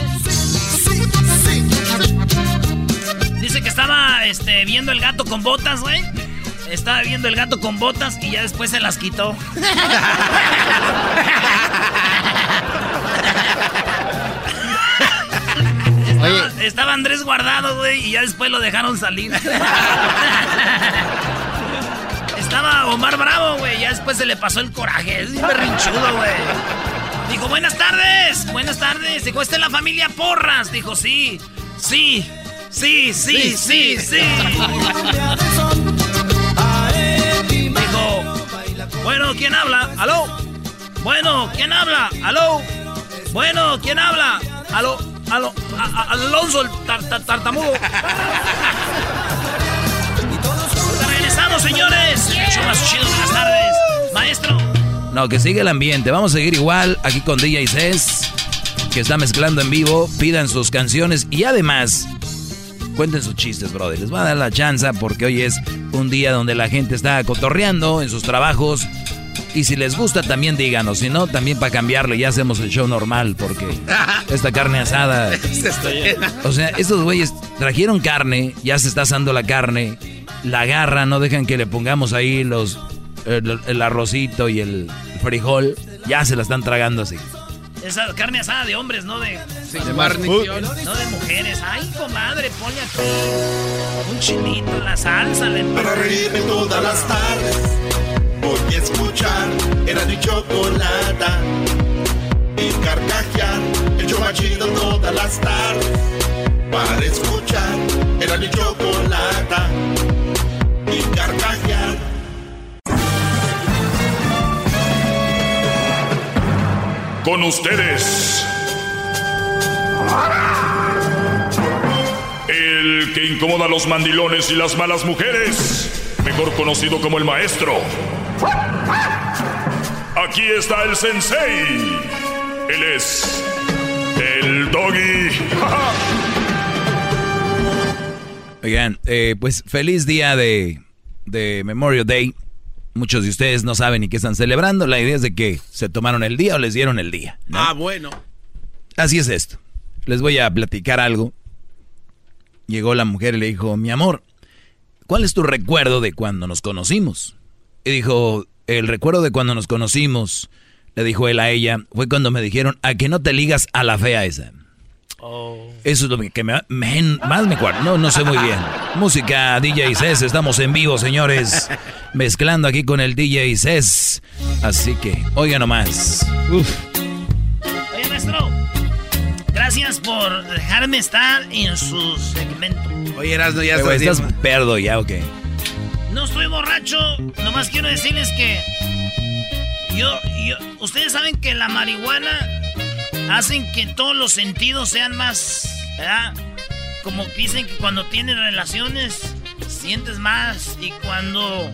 Dice que estaba viendo el gato con botas, güey. Estaba viendo el gato con botas y ya después se las quitó. Estaba Andrés Guardado, güey, y ya después lo dejaron salir. Estaba Omar Bravo, güey, ya después se le pasó el coraje. Es un berrinchudo, güey. Dijo, buenas tardes. Dijo, ¿esta es la familia Porras? Dijo, sí. Dijo, bueno, ¿quién habla? ¿Aló? Bueno, ¿quién habla? ¿Aló? Bueno, ¿quién habla? ¿Aló? Alonso, el tartamudo. Regresamos, señores. Mucho más chido, buenas tardes. Maestro. No, que sigue el ambiente. Vamos a seguir igual aquí con DJ Cés, que está mezclando en vivo. Pidan sus canciones y además... cuenten sus chistes, brother. Les voy a dar la chance porque hoy es un día donde la gente está cotorreando en sus trabajos. Y si les gusta, también díganos. Si no, también para cambiarle, ya hacemos el show normal. Porque esta carne asada... O sea, estos güeyes trajeron carne, ya se está asando la carne. La agarran, no dejan que le pongamos ahí el arrocito y el frijol. Ya se la están tragando así. Esa carne asada de hombres, no de... Sí, de guarnición. No de mujeres. Ay, comadre, ponle aquí un chilito, la salsa. Para reírme todas las tardes voy a escuchar Erasmo y Chocolata y carcajear el show más chido todas las tardes. Para escuchar Erasmo y Chocolata y carcajear. Con ustedes, el que incomoda a los mandilones y las malas mujeres, mejor conocido como el maestro. Aquí está el sensei. Él es el Doggy. Oigan, pues feliz día de Memorial Day. Muchos de ustedes no saben ni qué están celebrando. La idea es de que se tomaron el día o les dieron el día, ¿no? Ah, bueno. Así es esto. Les voy a platicar algo. Llegó la mujer y le dijo, mi amor, ¿cuál es tu recuerdo de cuando nos conocimos? Y dijo, el recuerdo de cuando nos conocimos, le dijo él a ella, fue cuando me dijeron, a que no te ligas a la fea esa. Oh. Eso es lo que más me acuerdo. No sé muy bien. Música, DJ Cés, estamos en vivo, señores. Mezclando aquí con el DJ Cés. Así que, oiga nomás. Oye, maestro, gracias por dejarme estar en su segmento. Oye, Erasmo, ya estás perdo ya, ¿o qué? No estoy borracho, nomás quiero decirles que ustedes saben que la marihuana hacen que todos los sentidos sean más, ¿verdad? Como dicen que cuando tienes relaciones sientes más y cuando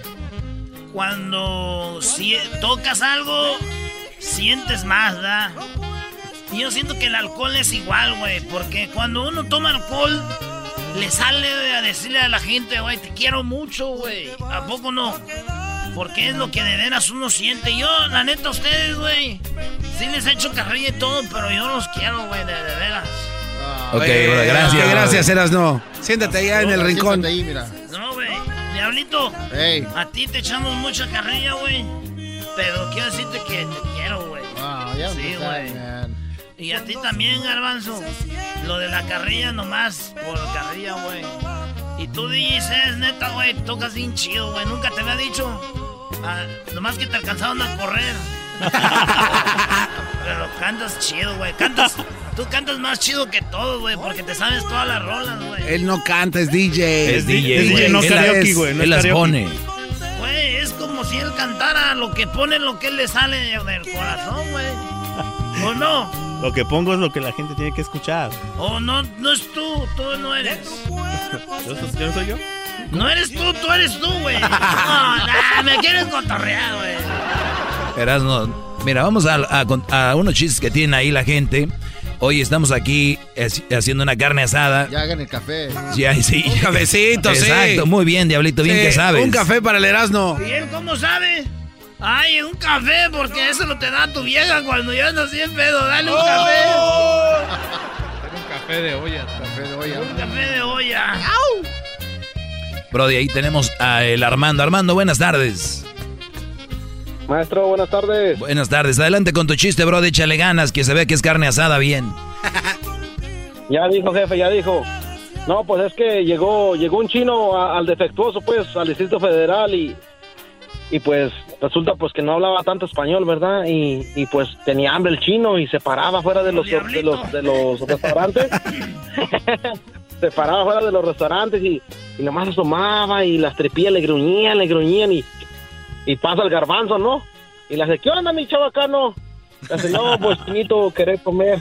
tocas algo sientes más, ¿verdad? Y yo siento que el alcohol es igual, güey, porque cuando uno toma alcohol le sale a decirle a la gente, güey, te quiero mucho, güey. ¿A poco no? Porque es lo que de veras uno siente. Yo, la neta, ustedes, güey, sí les he hecho carrilla y todo, pero yo los quiero, güey, de veras. Ok, bro, gracias. Gracias, Erasmo. Siéntate allá en el rincón. Ahí, mira. No, güey, Diablito, hey. A ti te echamos mucha carrilla, güey, pero quiero decirte que te quiero, güey. Sí, güey. Y a ti también, Garbanzo. Lo de la carrilla nomás por carrilla, güey. Y tú dices, neta, güey, tocas bien chido, güey. Nunca te había dicho. Nomás que te alcanzaron a correr. Pero cantas chido, güey. Tú cantas más chido que todos, güey, porque te sabes todas las rolas, güey. Él no canta, es DJ. Es DJ, es DJ, no karaoke, güey. No él las pone. Güey, es como si él cantara lo que pone, lo que él le sale del corazón, güey. ¿O no? Lo que pongo es lo que la gente tiene que escuchar. ¿O no es tú no eres? ¿Yo no soy yo? No eres tú eres tú, güey. No, me quieres cotorrear, güey. Erasno, mira, vamos a unos chistes que tienen ahí la gente. Hoy estamos aquí haciendo una carne asada. Ya hagan el café. Sí. Un cafecito, sí. Exacto, muy bien, Diablito, bien que sabes. Un café para el Erasno. ¿Y él cómo sabe? Ay, un café, porque eso lo te da tu vieja cuando yo ando así en pedo. Dale un café. Un café de olla. Un café de olla. Brody, ahí tenemos a el Armando. Armando, buenas tardes. Maestro, buenas tardes. Buenas tardes. Adelante con tu chiste, Brody. Échale ganas, que se ve que es carne asada bien. Ya dijo, jefe, ya dijo. No, pues es que llegó un chino al defectuoso, pues, al Distrito Federal y pues resulta pues que no hablaba tanto español, ¿verdad? Y pues tenía hambre el chino y se paraba fuera de los restaurantes. Se paraba fuera de los restaurantes y nomás asomaba y las tripillas le gruñían y pasa el garbanzo, ¿no? Y le hace, ¿qué onda, mi chabacano? Le hace, no, pues chinito querer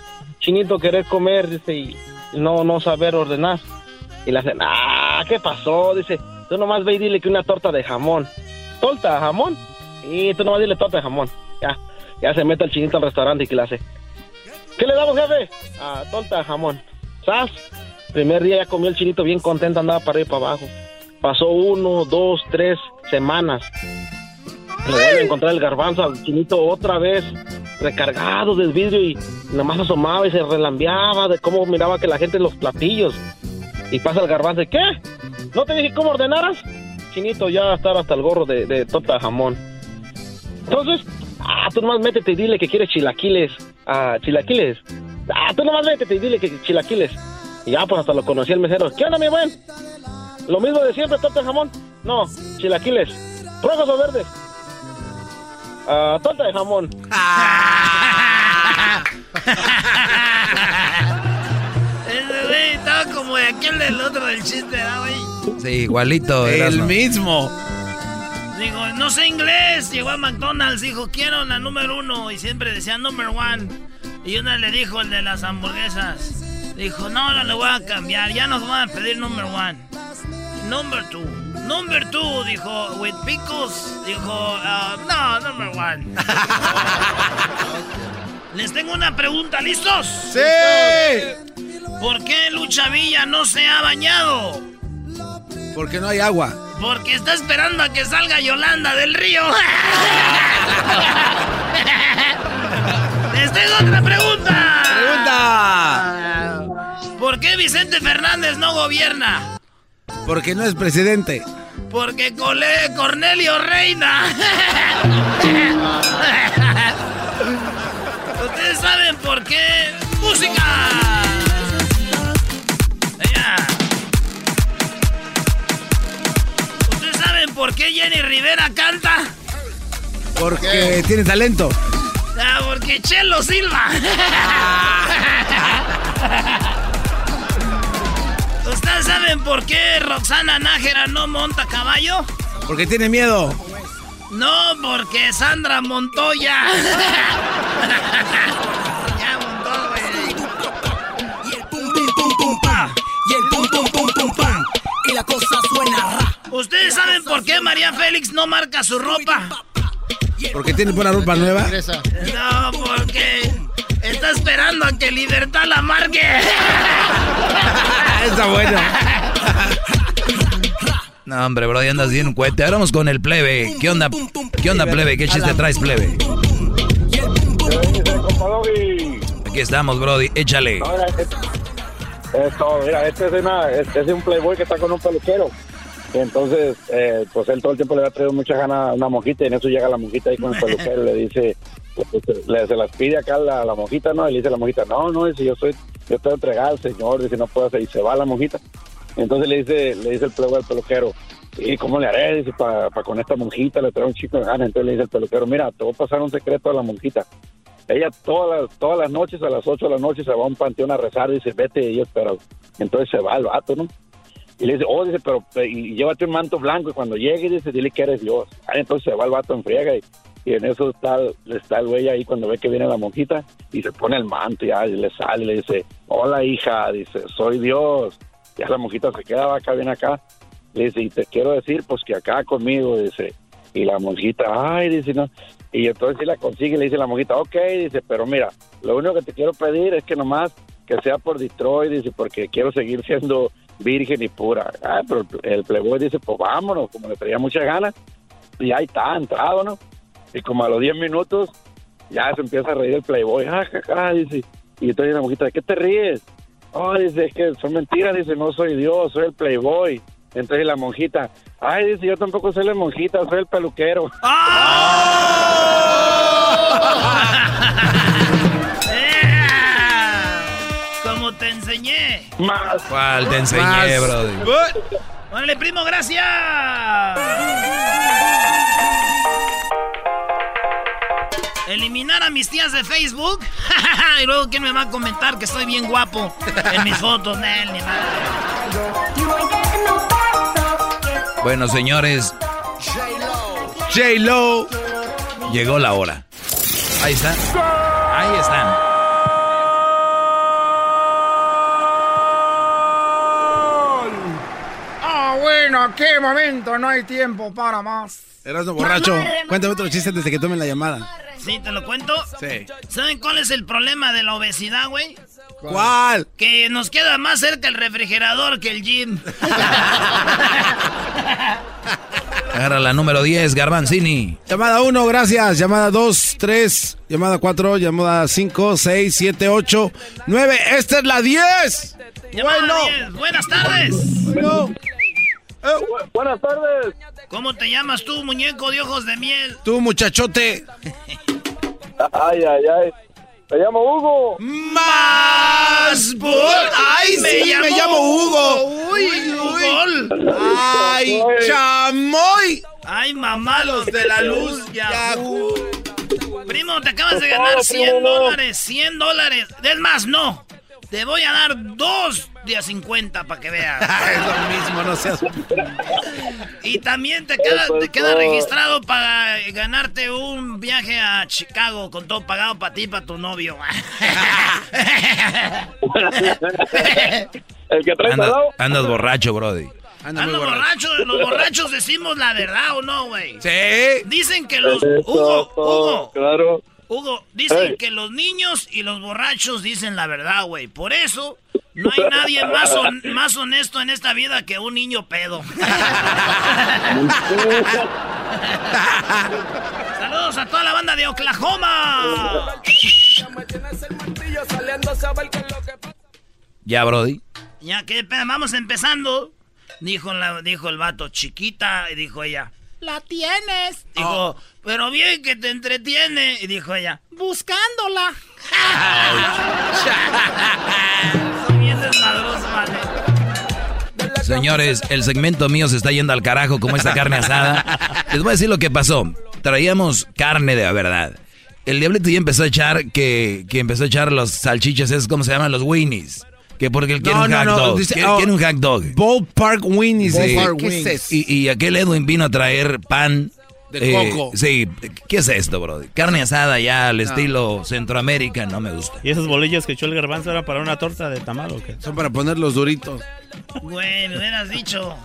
comer, dice, y no saber ordenar. Y le hace, ¿qué pasó? Dice, tú nomás ve y dile que una torta de jamón. ¿Torta de jamón? Y tú nomás dile torta de jamón. Ya se mete el chinito al restaurante y que le hace, ¿qué le damos, jefe? Torta de jamón. ¿Sabes? Primer día ya comió el chinito bien contento, andaba para arriba y para abajo. Pasó 1, 2, 3 semanas. Le vuelve a encontrar el garbanzo al chinito otra vez, recargado del vidrio y nomás asomaba y se relambeaba de cómo miraba que la gente en los platillos. Y pasa el garbanzo, ¿qué? ¿No te dije cómo ordenaras? Chinito ya estar hasta el gorro de torta de jamón. Entonces, tú nomás métete y dile que quieres chilaquiles. Chilaquiles. Tú nomás métete y dile que chilaquiles. Y ya, pues hasta lo conocí el mesero. ¿Qué onda, mi buen? ¿Lo mismo de siempre, torta de jamón? No, chilaquiles. ¿Rojos o verdes? Torta de jamón. Ese güey estaba como de aquel del otro del chiste, ¿verdad, güey? Sí, igualito. El mismo. Digo, no sé inglés. Llegó a McDonald's, dijo, quiero la número 1. Y siempre decía number 1. Y una le dijo el de las hamburguesas. Dijo, no le voy a cambiar. Ya nos van a pedir number 1. Number 2. Number 2, dijo, with pickles. Dijo, no, number 1. Les tengo una pregunta, ¿listos? ¡Sí! ¿Por qué Lucha Villa no se ha bañado? Porque no hay agua. Porque está esperando a que salga Yolanda del Río. Les tengo otra pregunta. ¿Por qué Vicente Fernández no gobierna? Porque no es presidente. Porque Cornelio Reina. ¿Ustedes saben por qué? ¡Música! ¿Ustedes saben por qué Jenny Rivera canta? Porque tiene talento. Porque Chelo Silva. ¿Ustedes saben por qué Roxana Nájera no monta caballo? Porque tiene miedo. No, porque Sandra Montoya. Ya montó, güey. Y el pum pum pum pum pam. Y el pum pum pum pum pam. Y la cosa suena ra. ¿Ustedes saben por qué María Félix no marca su ropa? Porque tiene buena ropa nueva. No, porque está esperando a que Libertad la marque. Está bueno. No, hombre, bro, ya andas bien un cohete. Ahora vamos con el plebe. ¿Qué onda, plebe? ¿Qué chiste traes, plebe? Aquí estamos, brody. Échale. Mira, este es un playboy que está con un peluquero. Entonces, pues él todo el tiempo le ha traído muchas ganas a una monjita y en eso llega la monjita ahí con el peluquero y le dice, se las pide acá a la monjita, ¿no? Y le dice a la monjita, no, dice, yo estoy entregada al Señor, dice, no puedo hacer, y se va la monjita. Entonces le dice el playboy al peluquero, ¿y cómo le haré? Dice, para con esta monjita le traigo un chico de ganas. Entonces le dice el peluquero, mira, te voy a pasar un secreto a la monjita. ella todas las noches, a las 8 de la noche, se va a un panteón a rezar, dice, vete, y yo espero. Entonces se va el vato, ¿no? Y le dice, dice, pero y llévate un manto blanco, y cuando llegue, dice, dile que eres Dios. Entonces se va el vato en friega, y en eso está el güey ahí cuando ve que viene la monjita, y se pone el manto, y le sale, y le dice, hola, hija, dice, soy Dios. Ya la monjita se queda acá, viene acá, le dice, y te quiero decir, pues que acá conmigo, dice, y la monjita, ay, dice, no, y entonces si la consigue, le dice la monjita, ok, dice, pero mira, lo único que te quiero pedir es que nomás que sea por Detroit, dice, porque quiero seguir siendo virgen y pura. Pero el playboy dice, pues vámonos, como le traía muchas ganas, y ahí está, entrado, ¿no? Y como a los 10 minutos, ya se empieza a reír el playboy, dice, y entonces la monjita, ¿de qué te ríes? Dice, es que son mentiras, dice, no soy Dios, soy el playboy. Entonces la monjita, dice, yo tampoco soy la monjita, soy el peluquero. Como te enseñé. Más. ¿Cuál te enseñé, brody? ¡Órale, primo, gracias! Eliminar a mis tías de Facebook. Y luego, ¿quién me va a comentar que estoy bien guapo en mis fotos? Ni nada. Bueno, señores, J-Lo. Llegó la hora. Ahí está. Ahí están. Bueno, qué momento, no hay tiempo para más. Erasmo borracho, cuéntame otro chiste desde que tomen la llamada. ¿Sí, te lo cuento? Sí. ¿Saben cuál es el problema de la obesidad, güey? ¿Cuál? Que nos queda más cerca el refrigerador que el gym. Agarra la número 10, Garbanzini. Llamada 1, gracias. Llamada 2, 3. Llamada 4, llamada 5, 6, 7, 8, 9. ¡Esta es la 10! Llamada 10. Buenas tardes. Bueno. Buenas tardes. ¿Cómo te llamas tú, muñeco de ojos de miel? Tú, muchachote. Ay. Me llamo Hugo. ¡Más! ¡Ay, sí! Me llamo Hugo. ¡Uy! ¡Ay, chamoy! ¡Ay, mamá, los de la luz! ¡Yahoo! Primo, te acabas de ganar $100. $100. Es más, no. Te voy a dar 2 de a 50 para que veas. Es lo mismo, no seas... Y también te queda registrado para ganarte un viaje a Chicago con todo pagado para ti y para tu novio. El que trae andas borracho, brody. Ando borracho. Los borrachos decimos la verdad, ¿o no, güey? Sí. Dicen que los... Hugo. Claro. Hugo, dicen que los niños y los borrachos dicen la verdad, güey. Por eso, no hay nadie más honesto en esta vida que un niño pedo. Saludos a toda la banda de Oklahoma. Ya, brody. Ya que vamos empezando. Dijo el vato, chiquita, y dijo ella, la tienes. Dijo, pero bien que te entretiene. Y dijo ella, buscándola. Son bien desmadrosos, vale. Señores, el segmento mío se está yendo al carajo como esta carne asada. Les voy a decir lo que pasó. Traíamos carne de verdad. El diablito ya empezó a echar que empezó a echar los salchichas, es como se llaman los Winnies. Que porque él quiere un hack dog. Quiere un hack dog. Ballpark Winnies. Sí. ¿Qué es eso? Y aquel Edwin vino a traer pan. De coco. Sí, ¿qué es esto, bro? Carne asada ya al estilo Centroamérica, no me gusta. ¿Y esos bolillos que echó el garbanzo era para una torta de tamal o qué? Son para poner los duritos. Güey, me hubieras dicho.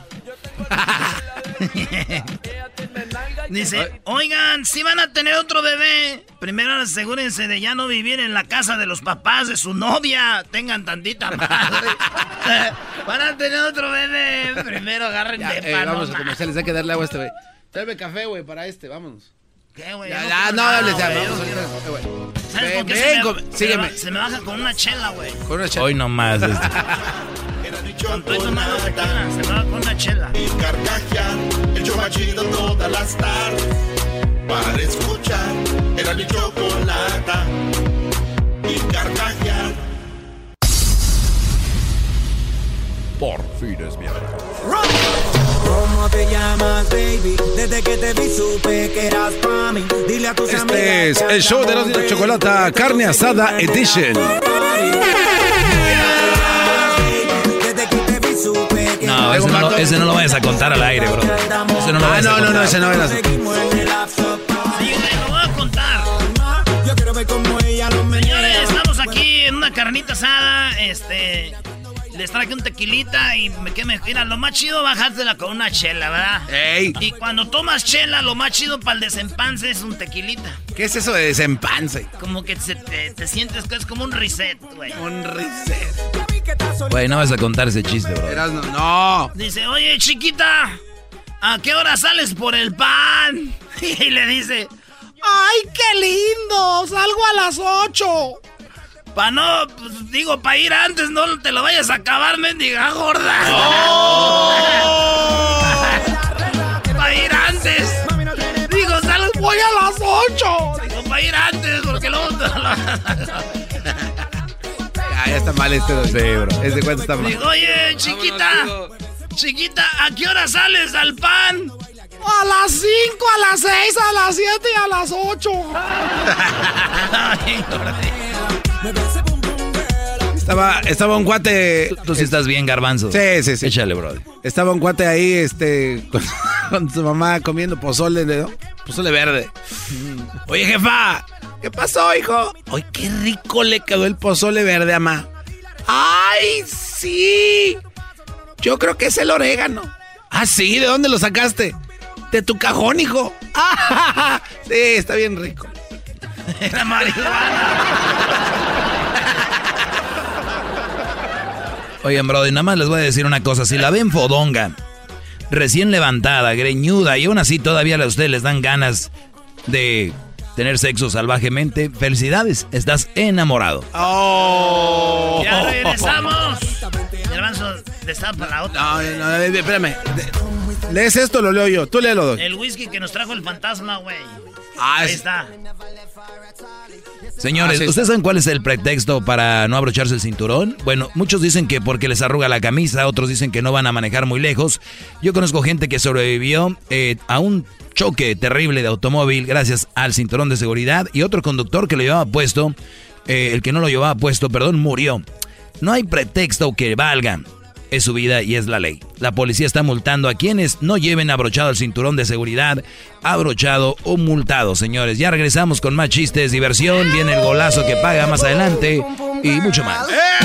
Dice, oigan, si van a tener otro bebé, primero asegúrense de ya no vivir en la casa de los papás de su novia. Tengan tantita madre. Van a tener otro bebé, primero agarren de pan. Vamos a comerciales, hay que darle agua a este güey. Tráeme café, güey, para vámonos. ¿Qué, güey? No hables ya, vamos. ¿Sabes por qué sígueme. Se me baja con una chela, güey? Con una chela. Hoy nomás. Estoy tomando tequila, se me va con una chela. Y carcajear, el show más chido todas las tardes. Para escuchar, era mi chocolata. Y carcajear. Por fin es viernes. ¿Cómo te llamas, baby? Desde que Este es el show de los de chocolate, carne asada edition. No, ese no lo vayas a contar al aire, bro. Ese no lo vayas a contar. No, ese no era. Sí, lo voy a contar. Señores, estamos aquí en una carnita asada. Les traje un tequilita y mira, lo más chido bajártela con una chela, ¿verdad? ¡Ey! Y cuando tomas chela, lo más chido para el desempance es un tequilita. ¿Qué es eso de desempance? Como que te sientes que es como un reset, güey. Un reset. Güey, no vas a contar ese chiste, bro. No. Dice, oye, chiquita, ¿a qué hora sales por el pan? Y le dice, ¡ay, qué lindo! Salgo a las 8. Para ir antes, no te lo vayas a acabar, mendiga gorda. ¡Oh! Para ir antes. Digo, voy a las 8. Digo, para ir antes, porque luego ya está mal este, bro. Este cuento está mal. Digo, oye, chiquita, ¿a qué hora sales al pan? A las 5, a las 6, a las 7 y a las 8. Estaba un cuate. Tú sí estás bien, Garbanzo. Sí. Échale, bro. Estaba un cuate ahí, con su mamá comiendo pozole, ¿no? Pozole verde. Oye, jefa, ¿qué pasó, hijo? Ay, qué rico le quedó el pozole verde, mamá. ¡Ay, sí! Yo creo que es el orégano. ¿Ah, sí? ¿De dónde lo sacaste? De tu cajón, hijo. ¡Ah! Sí, está bien rico. Era marihuana. Oigan, brody, nada más les voy a decir una cosa. Si la ven fodonga, recién levantada, greñuda, y aún así todavía a ustedes les dan ganas de tener sexo salvajemente, felicidades, estás enamorado. ¡Oh! ¡Ya regresamos! Mi hermano, destapa la otra. No, espérame. ¿Lees esto o lo leo yo? Tú léelo, Doc. El whisky que nos trajo el fantasma, güey. Ahí está. Señores, ¿ustedes saben cuál es el pretexto para no abrocharse el cinturón? Bueno, muchos dicen que porque les arruga la camisa, otros dicen que no van a manejar muy lejos. Yo conozco gente que sobrevivió a un choque terrible de automóvil gracias al cinturón de seguridad, y otro conductor que lo llevaba puesto, el que no lo llevaba puesto, murió. No hay pretexto que valga. Es su vida y es la ley. La policía está multando a quienes no lleven abrochado el cinturón de seguridad, abrochado o multado, señores. Ya regresamos con más chistes, diversión, viene el golazo que paga más adelante y mucho más.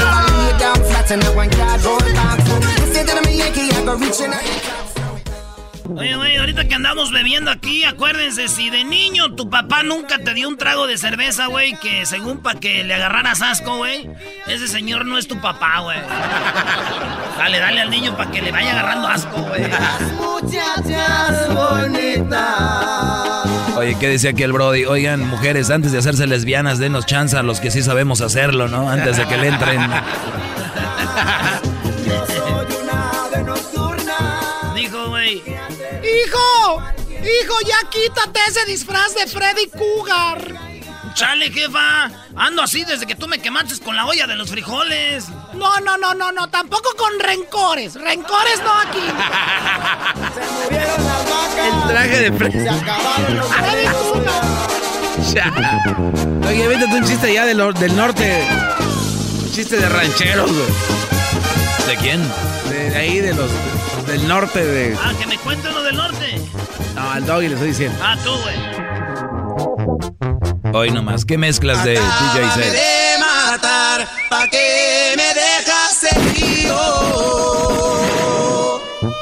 Oye, güey, ahorita que andamos bebiendo aquí, acuérdense, si de niño tu papá nunca te dio un trago de cerveza, güey, que según para que le agarraras asco, güey, ese señor no es tu papá, güey. Dale al niño para que le vaya agarrando asco, güey. Muchachas bonitas. Oye, ¿qué decía aquí el Brody? Oigan, mujeres, antes de hacerse lesbianas, denos chance a los que sí sabemos hacerlo, ¿no? Antes de que le entren. Dijo, güey. ¡Hijo, ya quítate ese disfraz de Freddy Cougar! Chale, jefa. Ando así desde que tú me quemaste con la olla de los frijoles. No, tampoco con rencores. Rencores no aquí. Se murieron las vacas. El traje de Freddy. Se acabaron los Freddy Cougar. Oye, véntate un chiste ya del norte. Un chiste de rancheros, güey. ¿De quién? De ahí, del norte de... Ah, que me cuenten lo del norte. No, al Doggy le estoy diciendo. Ah, tú, güey. Hoy nomás, ¿qué mezclas de DJ Set? De matar, ¿pa' qué me dejas herido?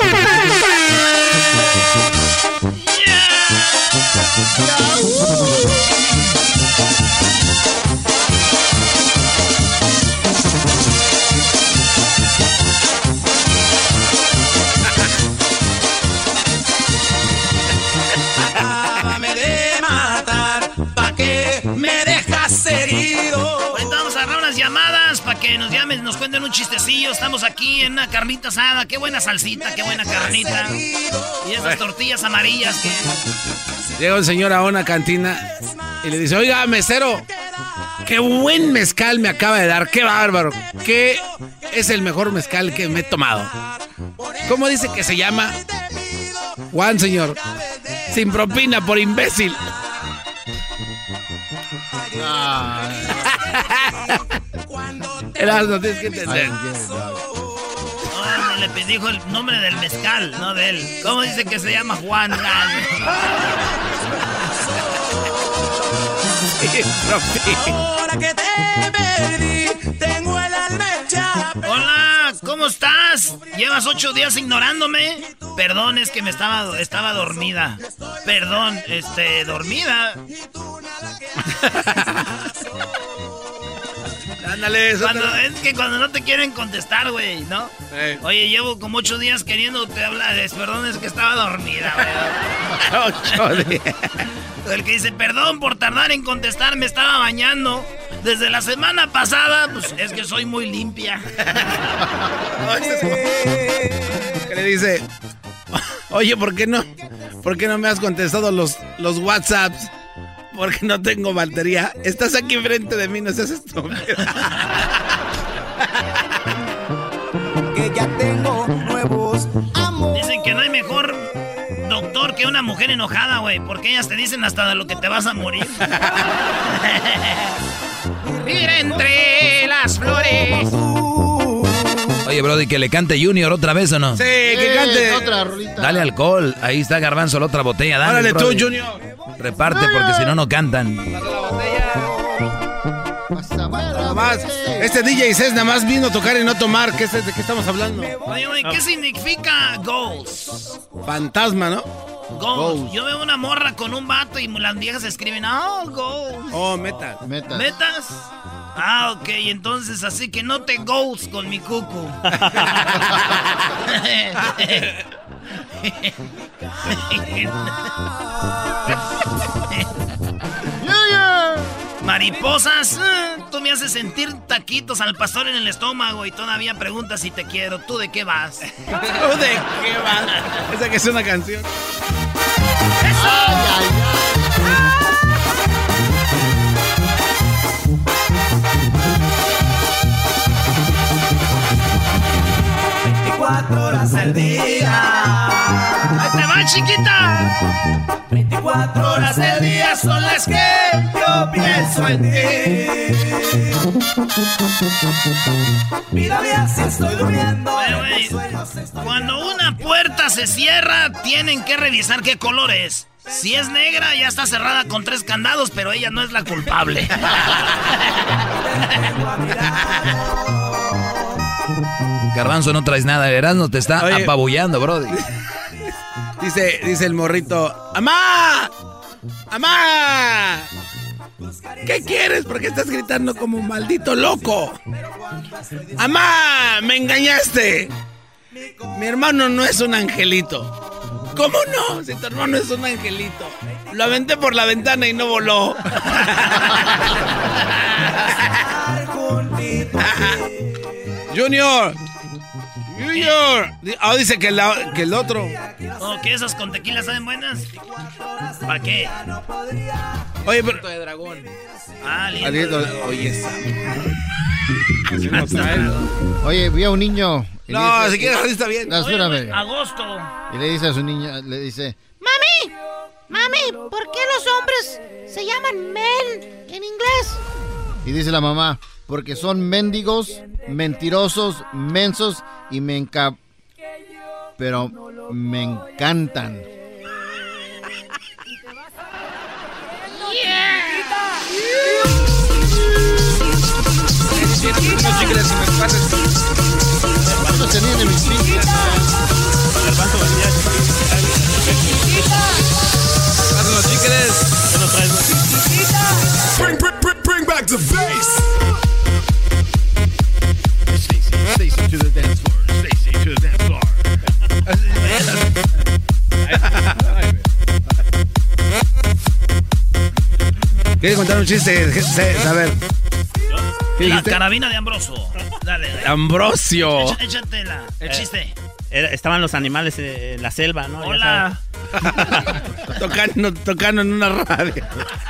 Me dejas herido. Ahorita vamos a agarrar unas llamadas para que nos llamen, nos cuenten un chistecillo. Estamos aquí en una carnita asada. Qué buena salsita, qué buena carnita. Y esas tortillas amarillas que... Llega un señor a una cantina y le dice, oiga, mesero, qué buen mezcal me acaba de dar, qué bárbaro. ¿Qué es el mejor mezcal que me he tomado? ¿Cómo dice que se llama? Juan, señor. Sin propina por imbécil. Erasmo, tienes que entender. Le dijo el nombre del mezcal, no de él. ¿Cómo dice que se llama Juan? Ahora que te perdí, tengo el alma hecha. Hola, ¿cómo estás? ¿Llevas 8 días ignorándome? Perdón, es que estaba dormida. Perdón, dormida. Ándale, es que cuando no te quieren contestar, güey, ¿no? Sí. Oye, llevo como 8 días queriéndote hablar. Perdón, es que estaba dormida, güey. 8 días. El que dice, perdón por tardar en contestar, me estaba bañando. Desde la semana pasada, pues es que soy muy limpia. Que le dice, oye, ¿por qué no me has contestado los WhatsApps? Porque no tengo batería. Estás aquí enfrente de mí, no seas estúpido. Que ya tengo nuevos amores. Dicen que no hay mejor doctor que una mujer enojada, güey. Porque ellas te dicen hasta de lo que te vas a morir. Mira entre las flores. Oye, Brody, que le cante Junior otra vez, ¿o no? Sí, que cante. Otra rolita. Dale alcohol. Ahí está Garbanzo, la otra botella. Dale, órale Brody. tú, Junior. Reparte, porque si no, no cantan. Nada más, este DJ Cés nada más vino a tocar y no tomar. ¿De qué estamos hablando? Oye, ¿qué significa goals? Fantasma, ¿no? Goals. Yo veo una morra con un vato y las viejas escriben, goals. Oh, metas. ¿Metas? Ah, ok, entonces así que no te goals con mi cucu. Mariposas, tú me haces sentir taquitos al pastor en el estómago y todavía preguntas si te quiero. ¿Tú de qué vas? ¿Tú de qué vas? Esa que es una canción. ¡Eso! Ay, ay, ay. 24 horas al día. ¡Ahí te va, chiquita! 24 horas del día son las que yo pienso en ti. Mírame si estoy durmiendo. Cuando una puerta se cierra, tienen que revisar qué color es. Si es negra, ya está cerrada con 3 candados, pero ella no es la culpable. Garbanzo, no traes nada. Erasmo te está apabullando, Brody. Dice el morrito, ¡Amá! ¡Amá! ¿Qué quieres? ¿Por qué estás gritando como un maldito loco? ¡Amá! ¡Me engañaste! Mi hermano no es un angelito. ¿Cómo no? Si tu hermano es un angelito. Lo aventé por la ventana y no voló. Junior. Oh, dice que el otro. Oh, ¿que esas con tequila saben buenas? ¿Para qué? Oye, pero... de dragón. Ah, lindo. Oye, Oye, vi a un niño. No, dice, si quieres, así está bien. No, espérame. Agosto. Y le dice a su niña, le dice... Mami, ¿por qué los hombres se llaman men en inglés? Y dice la mamá, porque son mendigos, mentirosos, mensos y pero me encantan. Unos chicles si me pasas. ¿Cuántos tenían de mis pinches? Garbanzo vendía Pasan los chicles. Yo no traigo. Bring back the bass. Stacy to the dance floor. Stacy to the dance floor. ¿Quieres contar un chiste? A ver. La carabina de Ambrosio. Dale. Ambrosio. Échate el chiste. Estaban los animales en la selva, ¿no? Hola. Tocando en una radio.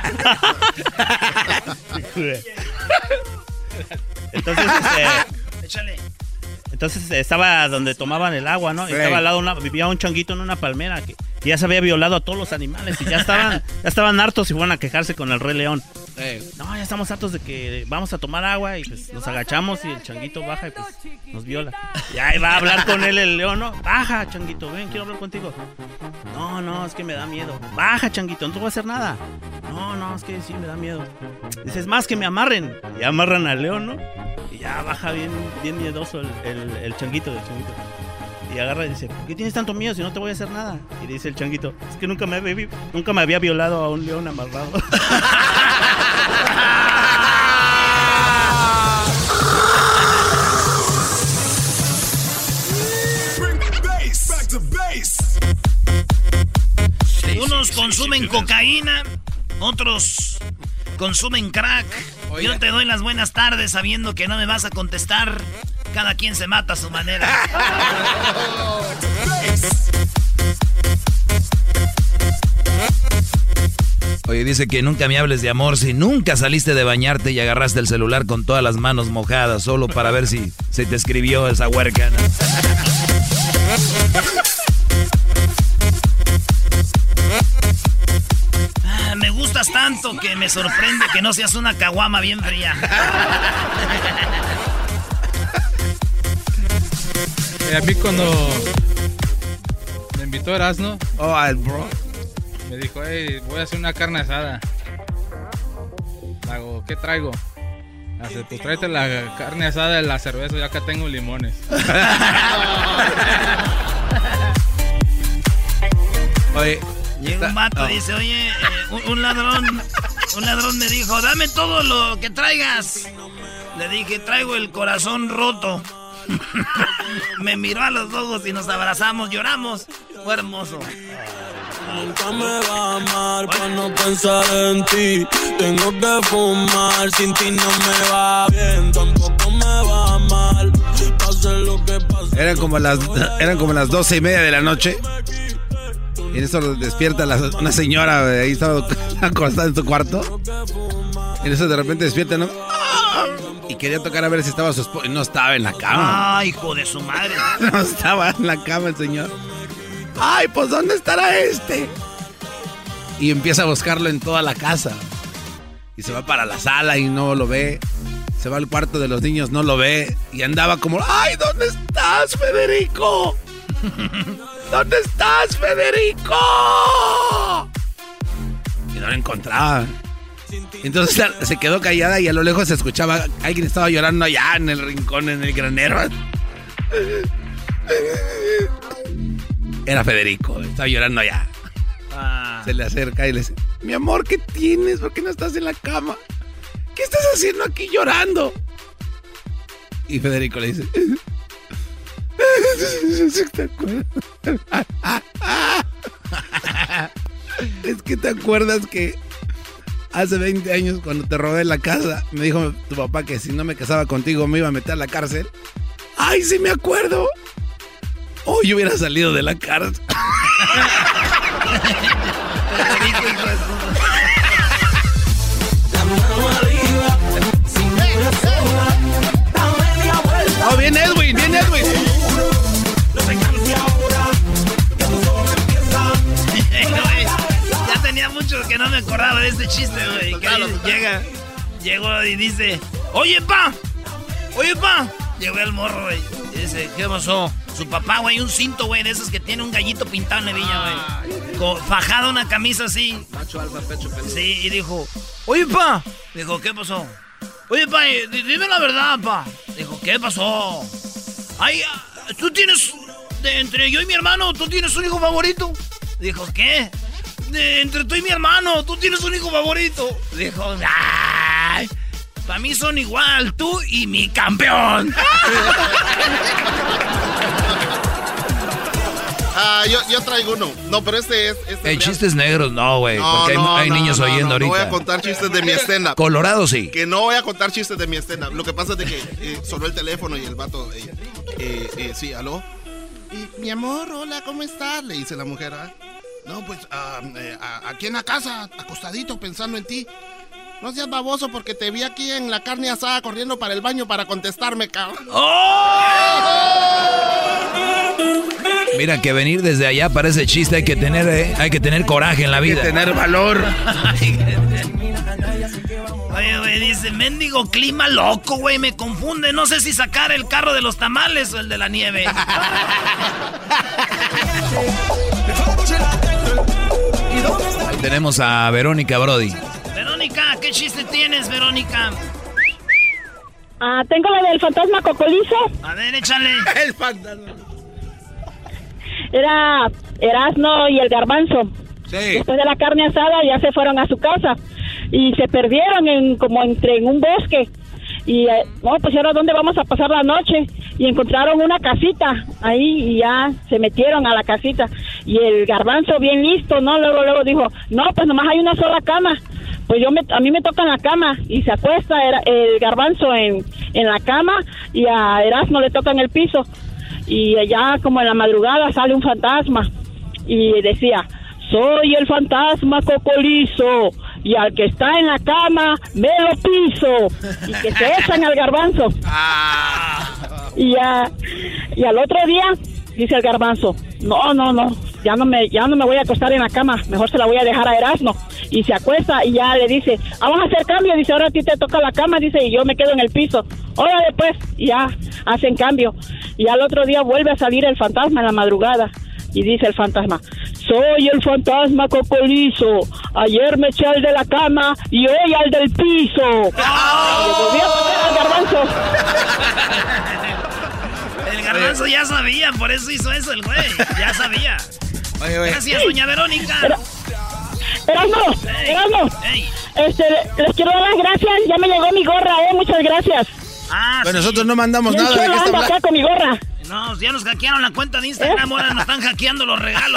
Entonces, Échale. Entonces estaba donde tomaban el agua, ¿no? Y estaba al lado vivía un chonguito en una palmera Y ya se había violado a todos los animales y ya estaban hartos y fueron a quejarse con el Rey León. No, ya estamos hartos de que vamos a tomar agua y pues nos agachamos y el changuito baja y pues nos viola. Y ahí va a hablar con él el león, ¿no? Baja, changuito, ven, quiero hablar contigo. No, es que me da miedo. Baja, changuito, no te voy a hacer nada. No, es que sí, me da miedo. Dices, más que me amarren. Y amarran al león, ¿no? Y ya baja bien miedoso el changuito del changuito. Y agarra y dice, ¿por qué tienes tanto miedo si no te voy a hacer nada? Y dice el changuito, es que nunca me había violado a un león amarrado. Unos consumen cocaína, otros consumen crack. Oiga. Yo te doy las buenas tardes sabiendo que no me vas a contestar. Cada quien se mata a su manera. Oye, dice que nunca me hables de amor si nunca saliste de bañarte y agarraste el celular con todas las manos mojadas solo para ver si se te escribió esa huerca, ¿no? Me gustas tanto que me sorprende que no seas una caguama bien fría. A mí cuando me invitó Erasmo, bro, me dijo, hey, voy a hacer una carne asada. Hago, ¿qué traigo? Hace, pues tráete la carne asada y la cerveza, yo acá tengo limones. Oye, llega un vato y dice, oye, un ladrón me dijo, dame todo lo que traigas. Le dije, traigo el corazón roto. Me miró a los ojos y nos abrazamos, lloramos. Fue hermoso. Nunca me va a amar para no pensar en ti. Tengo que fumar, sin ti no me va bien. Tampoco me va mal, pase lo que pase. Eran como las 12:30 de la noche. Y en eso despierta una señora, ahí estaba acostada en su cuarto. Y en eso de repente despierta, ¿no? Y quería tocar a ver si estaba su esposa. No estaba en la cama. ¡Ay, hijo de su madre! No estaba en la cama el señor. ¡Ay, pues ¿dónde estará este? Y empieza a buscarlo en toda la casa. Y se va para la sala y no lo ve. Se va al cuarto de los niños, no lo ve. Y andaba como, ¡ay, ¿dónde estás, Federico? ¿Dónde estás, Federico? Y no lo encontraba. Entonces se quedó callada y a lo lejos se escuchaba, alguien estaba llorando allá en el rincón, en el granero. Era Federico, estaba llorando allá. Se le acerca y le dice, mi amor, ¿qué tienes? ¿Por qué no estás en la cama? ¿Qué estás haciendo aquí llorando? Y Federico le dice, ¿te acuerdas? Es que te acuerdas que hace 20 años cuando te robé la casa, me dijo tu papá que si no me casaba contigo me iba a meter a la cárcel. ¡Ay, sí me acuerdo! Hoy hubiera salido de la cárcel. ¡Oh, bien Edwin! ¡Bien Edwin! Ya tenía mucho que no me acordaba de este chiste, güey. Llegó y dice, oye, pa. Llegó el morro, güey. Y dice, ¿qué pasó? Su papá, güey, un cinto, güey, de esos que tiene un gallito pintado en la villa, güey. Fajado una camisa así. Macho alfa, pecho peludo. Sí, y dijo, oye, pa. Dijo, ¿qué pasó? Oye, pa, dime la verdad, pa. Dijo, ¿qué pasó? Ay, tú tienes, entre yo y mi hermano, ¿tú tienes un hijo favorito? Dijo, ¿qué? Entre tú y mi hermano, ¿tú tienes un hijo favorito? Dijo, ¡ay! Para mí son igual, tú y mi campeón. Yo traigo uno. No, pero este es chistes negros, no, güey. Porque hay niños oyendo ahorita. No voy a contar chistes de mi stand-up. Colorado, sí. Que no voy a contar chistes de mi stand-up. Lo que pasa es de que sonó el teléfono y el vato... sí, ¿aló? Mi amor, hola, ¿cómo estás? Le dice la mujer. No, pues, aquí en la casa, acostadito, pensando en ti. No seas baboso porque te vi aquí en la carne asada corriendo para el baño para contestarme, cabrón. ¡Oh! Mira que venir desde allá parece chiste, hay que tener coraje en la vida. Hay que tener valor. Oye, güey, dice, mendigo clima loco, güey, me confunde. No sé si sacar el carro de los tamales o el de la nieve. Ahí tenemos a Verónica, Brody. Verónica, ¿qué chiste tienes, Verónica? Tengo la del fantasma Cocolizo. A ver, échale. El fantasma. Era Erasmo y el Garbanzo. Sí. Después de la carne asada ya se fueron a su casa y se perdieron en un bosque. Y pues ahora ¿dónde vamos a pasar la noche? Y encontraron una casita ahí y ya se metieron a la casita. Y el Garbanzo bien listo, ¿no? Luego dijo, no, pues nomás hay una sola cama. Pues a mí me toca en la cama y se acuesta el Garbanzo en la cama y a Erasmo le toca en el piso. Y allá como en la madrugada sale un fantasma y decía, soy el fantasma Cocolizo y al que está en la cama me lo piso, y que se echan al Garbanzo. Y al otro día dice el Garbanzo, no, ya no me voy a acostar en la cama, mejor se la voy a dejar a Erasmo. Y se acuesta y ya le dice, vamos a hacer cambio, dice, ahora a ti te toca la cama, dice, y yo me quedo en el piso. Órale pues, y ya hacen cambio. Y al otro día vuelve a salir el fantasma en la madrugada y dice el fantasma, soy el fantasma Cocolizo, ayer me eché al de la cama y hoy al del piso. Y le volví a poner al Garbanzo. El Garbanzo ya sabía, por eso hizo eso el güey, ya sabía. Oye. Gracias, doña Verónica. Erasmo, les quiero dar las gracias, ya me llegó mi gorra, muchas gracias. Pero nosotros no mandamos nada. ¿De qué ando acá con mi gorra? No, ya nos hackearon la cuenta de Instagram, ahora nos están hackeando los regalos.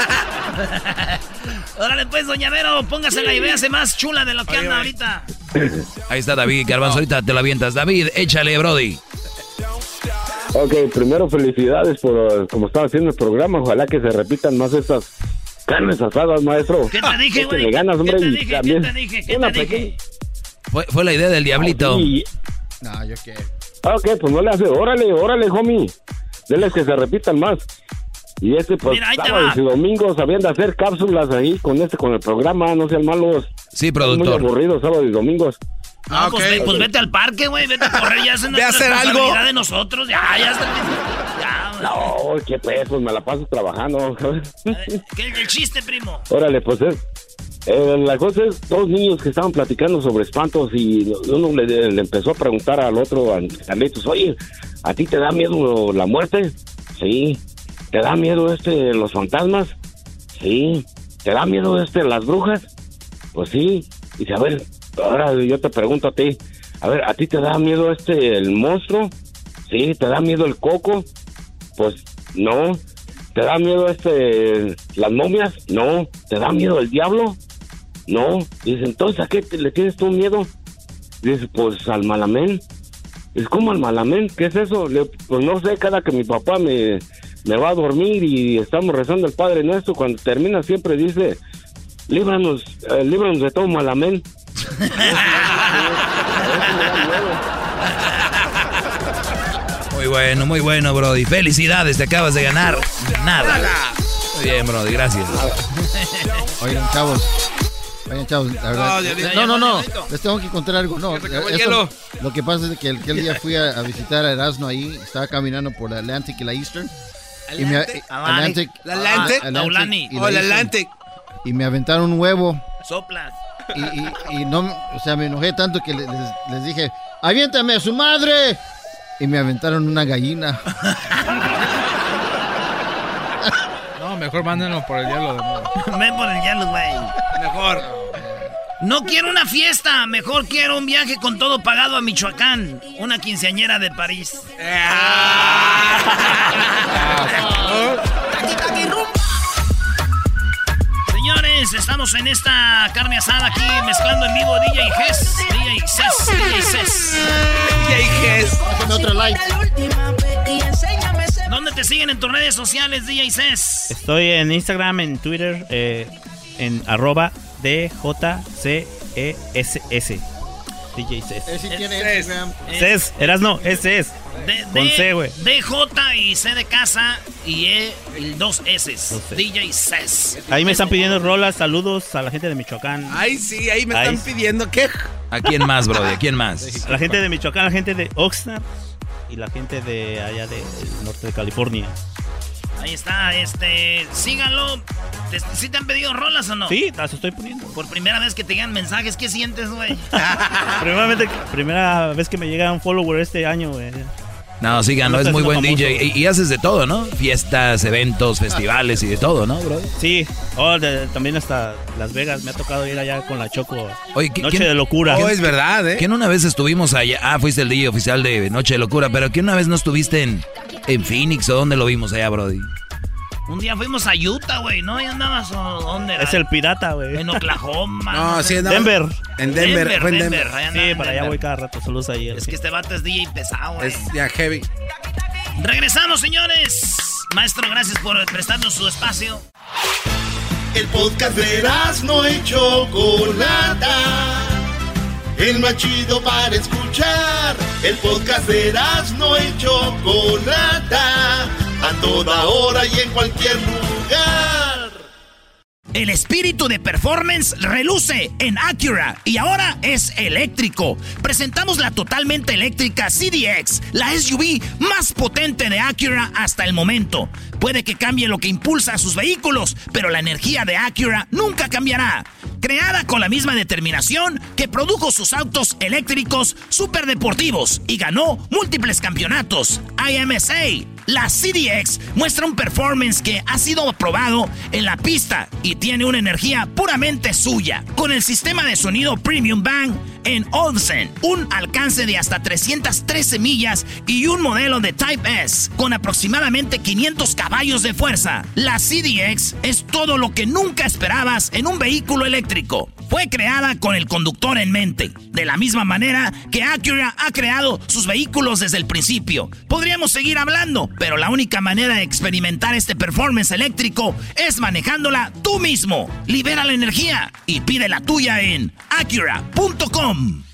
Órale pues, doña Vero, póngasela y véase más chula de lo que anda ahorita. Ahí está David, Garbanzo, ahorita te la avientas. David, échale, Brody. Ok, primero felicidades por como están haciendo el programa. Ojalá que se repitan más estas carnes asadas, maestro. ¿Qué te dije, güey? Le ganas, hombre. ¿Qué te dije? ¿Qué te dije? Fue la idea del diablito. No, yo qué. Ok, pues no le hace. Órale, homie. Denles que se repitan más. Y pues mira, sábados y domingos habían de hacer cápsulas ahí con el programa, no sean malos. Sí, productor. Muy aburridos sábados y domingos. No, pues vete al parque, güey, vete a correr, ya es nuestra responsabilidad de nosotros, ya está. No, ¿qué pues me la paso trabajando. ¿Qué es el chiste, primo? Órale, pues la cosa es, dos niños que estaban platicando sobre espantos y uno le empezó a preguntar al otro, a Carlitos, oye, ¿a ti te da miedo la muerte? Sí. ¿Te da miedo los fantasmas? Sí. ¿Te da miedo las brujas? Pues sí. Dice, a ver, ahora yo te pregunto a ti, a ver, ¿a ti te da miedo el monstruo? Sí. ¿Te da miedo el coco? Pues no. ¿Te da miedo las momias? No. ¿Te da miedo el diablo? No. Dice, entonces, ¿a qué le tienes tú miedo? Dice, pues al Malamén. Dice, ¿cómo al Malamén? ¿Qué es eso? Pues no sé, cada que mi papá me va a dormir y estamos rezando el Padre Nuestro, cuando termina siempre dice, líbranos de todo Malamén. Muy bueno, Brody. Felicidades, te acabas de ganar nada. Muy bien, Brody, gracias. Oigan, chavos, la verdad. No. Les tengo que contar algo. No, lo que pasa es que aquel día fui a visitar a Erasmo ahí. Estaba caminando por la Atlantic y la Eastern. Atlantic. Y me aventaron un huevo. Soplas. Y no, o sea, me enojé tanto que les dije, aviéntame a su madre. Y me aventaron una gallina. No, mejor mándenlo por el hielo de nuevo. Ven por el hielo, güey. Mejor. No quiero una fiesta, mejor quiero un viaje con todo pagado a Michoacán. Una quinceañera de París. Señores, estamos en esta carne asada aquí mezclando en vivo DJ Gess. Otro like. ¿Dónde te siguen en tus redes sociales, DJ Cess? Estoy en Instagram, en Twitter, en @DJCESS. DJ Cess. Ese tiene Instagram. Cess, Erasno, ese es. Con C, güey. DJ y C de casa, y E y 2 S. DJ Ses. Ahí me están pidiendo rolas, saludos a la gente de Michoacán. Ay, sí, ahí me están pidiendo ¿qué? ¿A quién más, brody? ¿A quién más? A la gente de Michoacán, la gente de Oxnard y la gente de allá del norte de California. Ahí está, síganlo. ¿Sí te han pedido rolas o no? Sí, las estoy poniendo. Por primera vez que te llegan mensajes, ¿qué sientes, güey? Primera vez que me llega un follower este año, güey. No, síganlo, es muy buen DJ. Y haces de todo, ¿no? Fiestas, eventos, festivales y de todo, ¿no, bro? Sí, también hasta Las Vegas. Me ha tocado ir allá con la Choco. Oye, Noche de Locura. Oh, es verdad, ¿eh? Que una vez estuvimos allá. Ah, fuiste el DJ oficial de Noche de Locura. Pero que una vez no estuviste en Phoenix o dónde lo vimos allá, brody. Un día fuimos a Utah, güey, ¿no? ¿Y andabas o dónde era? Es el pirata, güey. En Oklahoma. No, sí, Denver. En Denver. Fue en Denver. Sí, para allá voy cada rato. Saludos ahí. Es que este vato es DJ pesado, güey. Es ya heavy. Regresamos, señores. Maestro, gracias por prestarnos su espacio. El podcast de Erazno y Chocolata, el más chido para escuchar. El podcast de Erazno y Chocolata, a toda hora y en cualquier lugar. El espíritu de performance reluce en Acura y ahora es eléctrico. Presentamos la totalmente eléctrica CDX, la SUV más potente de Acura hasta el momento. Puede que cambie lo que impulsa a sus vehículos, pero la energía de Acura nunca cambiará. Creada con la misma determinación que produjo sus autos eléctricos superdeportivos y ganó múltiples campeonatos. IMSA, la CDX muestra un performance que ha sido aprobado en la pista y tiene una energía puramente suya. Con el sistema de sonido Premium Bang en Olsen, un alcance de hasta 313 millas y un modelo de Type S con aproximadamente 500 caballos de fuerza. La CDX es todo lo que nunca esperabas en un vehículo eléctrico. Fue creada con el conductor en mente, de la misma manera que Acura ha creado sus vehículos desde el principio. Podríamos seguir hablando, pero la única manera de experimentar este performance eléctrico es manejándola tú mismo. Libera la energía y pide la tuya en Acura.com.